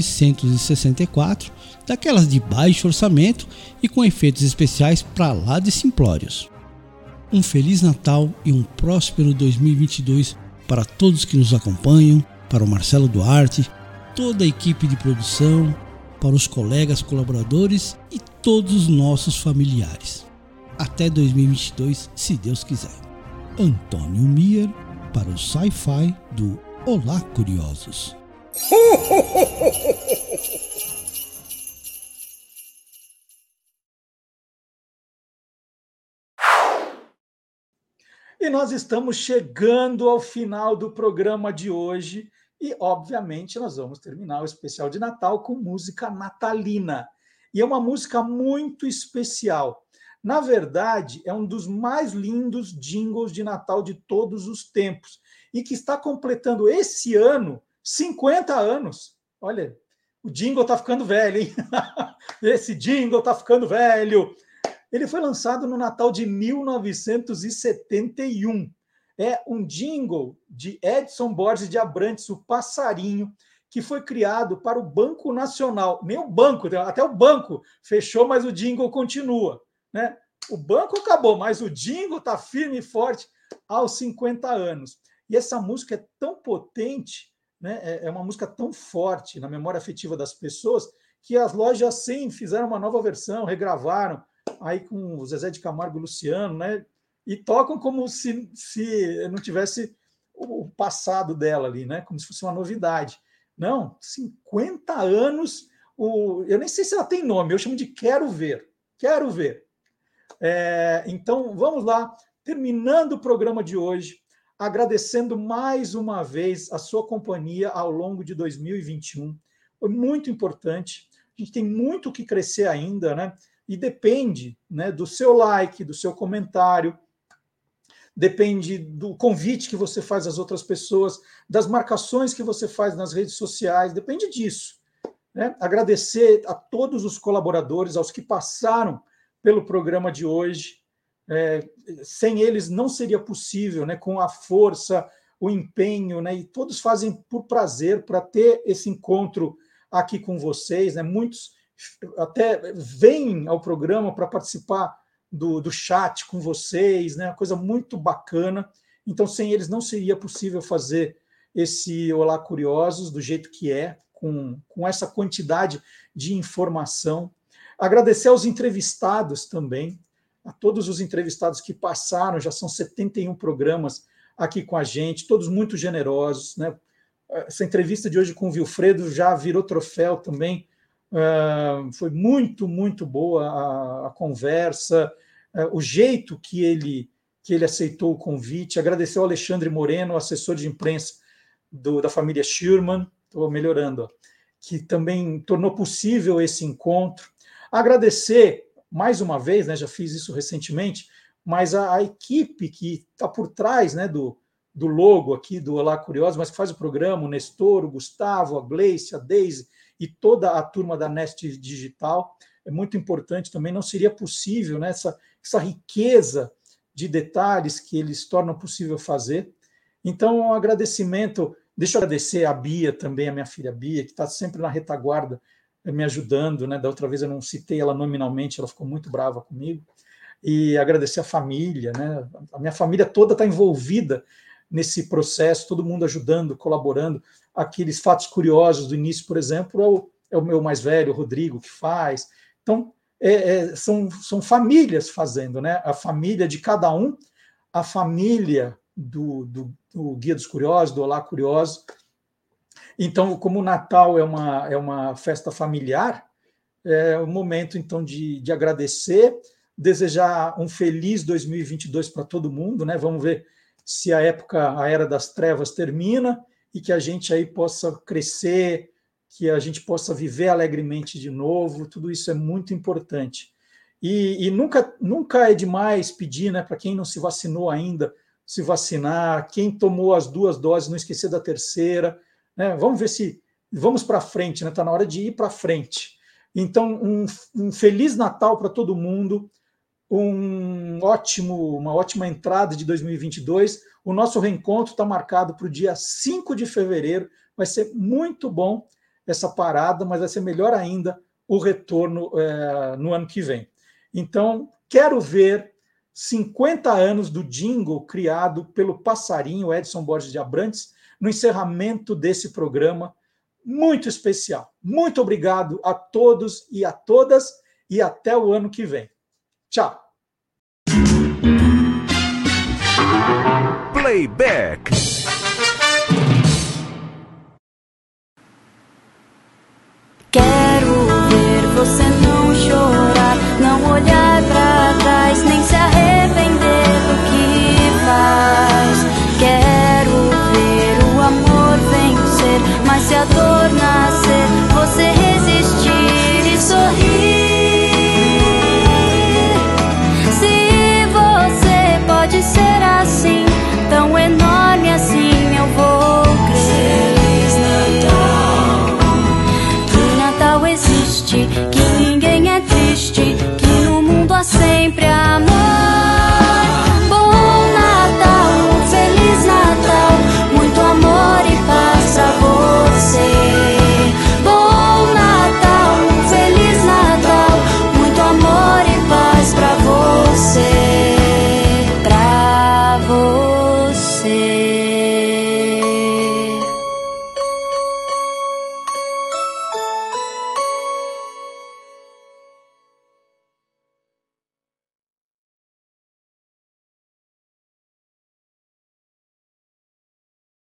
1964, daquelas de baixo orçamento e com efeitos especiais para lá de simplórios. Um Feliz Natal e um próspero 2022 para todos que nos acompanham, para o Marcelo Duarte, toda a equipe de produção, para os colegas colaboradores e todos os nossos familiares. Até 2022, se Deus quiser. Antônio Mier para o Sci-Fi do Olá Curiosos. E nós estamos chegando ao final do programa de hoje e, obviamente, nós vamos terminar o especial de Natal com música natalina. E é uma música muito especial. Na verdade, é um dos mais lindos jingles de Natal de todos os tempos e que está completando esse ano 50 anos. Olha, o jingle está ficando velho, hein? Esse jingle está ficando velho. Ele foi lançado no Natal de 1971. É um jingle de Edson Borges de Abrantes, o Passarinho, que foi criado para o Banco Nacional. Nem o banco, até o banco fechou, mas o jingle continua, né? O banco acabou, mas o jingle está firme e forte aos 50 anos. E essa música é tão potente, né? É uma música tão forte na memória afetiva das pessoas, que as lojas 100 fizeram uma nova versão, regravaram, aí com o Zezé de Camargo e Luciano, né? E tocam como se não tivesse o passado dela ali, né? Como se fosse uma novidade. Não, 50 anos, eu nem sei se ela tem nome, eu chamo de Quero Ver. Quero Ver. Então, vamos lá, terminando o programa de hoje, agradecendo mais uma vez a sua companhia ao longo de 2021. Foi muito importante, a gente tem muito o que crescer ainda, né? E depende, né, do seu like, do seu comentário, depende do convite que você faz às outras pessoas, das marcações que você faz nas redes sociais, depende disso, né? Agradecer a todos os colaboradores, aos que passaram pelo programa de hoje. Sem eles não seria possível, né, com a força, o empenho, né, e todos fazem por prazer, para ter esse encontro aqui com vocês, né? Muitos até vêm ao programa para participar do chat com vocês, né? Uma coisa muito bacana. Então, sem eles não seria possível fazer esse Olá Curiosos do jeito que é, com essa quantidade de informação. Agradecer aos entrevistados também, a todos os entrevistados que passaram, já são 71 programas aqui com a gente, todos muito generosos, né? Essa entrevista de hoje com o Vilfredo já virou troféu também. Foi muito, muito boa a conversa, o jeito que ele aceitou o convite. Agradecer ao Alexandre Moreno, assessor de imprensa da família Schürmann, estou melhorando, que também tornou possível esse encontro. Agradecer, mais uma vez, né, já fiz isso recentemente, mas a equipe que está por trás, né, do logo aqui do Olá Curiosos, mas que faz o programa, o Nestor, o Gustavo, a Gleice, a Deise, e toda a turma da Nest Digital. É muito importante também, não seria possível, né, essa riqueza de detalhes que eles tornam possível fazer. Então, um agradecimento, deixa eu agradecer a Bia também, a minha filha Bia, que está sempre na retaguarda, me ajudando, né? Da outra vez eu não citei ela nominalmente, ela ficou muito brava comigo. E agradecer a família, né? A minha família toda está envolvida nesse processo, todo mundo ajudando, colaborando. Aqueles fatos curiosos do início, por exemplo, é o meu mais velho, o Rodrigo, que faz. Então, são famílias fazendo, né? A família de cada um, a família do Guia dos Curiosos, do Olá Curiosos. Então, como o Natal é uma festa familiar, é o momento, então, de agradecer, desejar um feliz 2022 para todo mundo, né? Vamos ver se a Era das Trevas termina e que a gente aí possa crescer, que a gente possa viver alegremente de novo. Tudo isso é muito importante. E nunca é demais pedir, né, para quem não se vacinou ainda, se vacinar, quem tomou as 2 doses, não esquecer da terceira, né? Vamos ver se vamos para frente, né? Está na hora de ir para frente. Então, um Feliz Natal para todo mundo, uma ótima entrada de 2022. O nosso reencontro está marcado para o dia 5 de fevereiro. Vai ser muito bom essa parada, mas vai ser melhor ainda o retorno no ano que vem. Então, Quero Ver 50 anos do jingle criado pelo Passarinho, Edson Borges de Abrantes, no encerramento desse programa muito especial. Muito obrigado a todos e a todas e até o ano que vem. Tchau! Playback.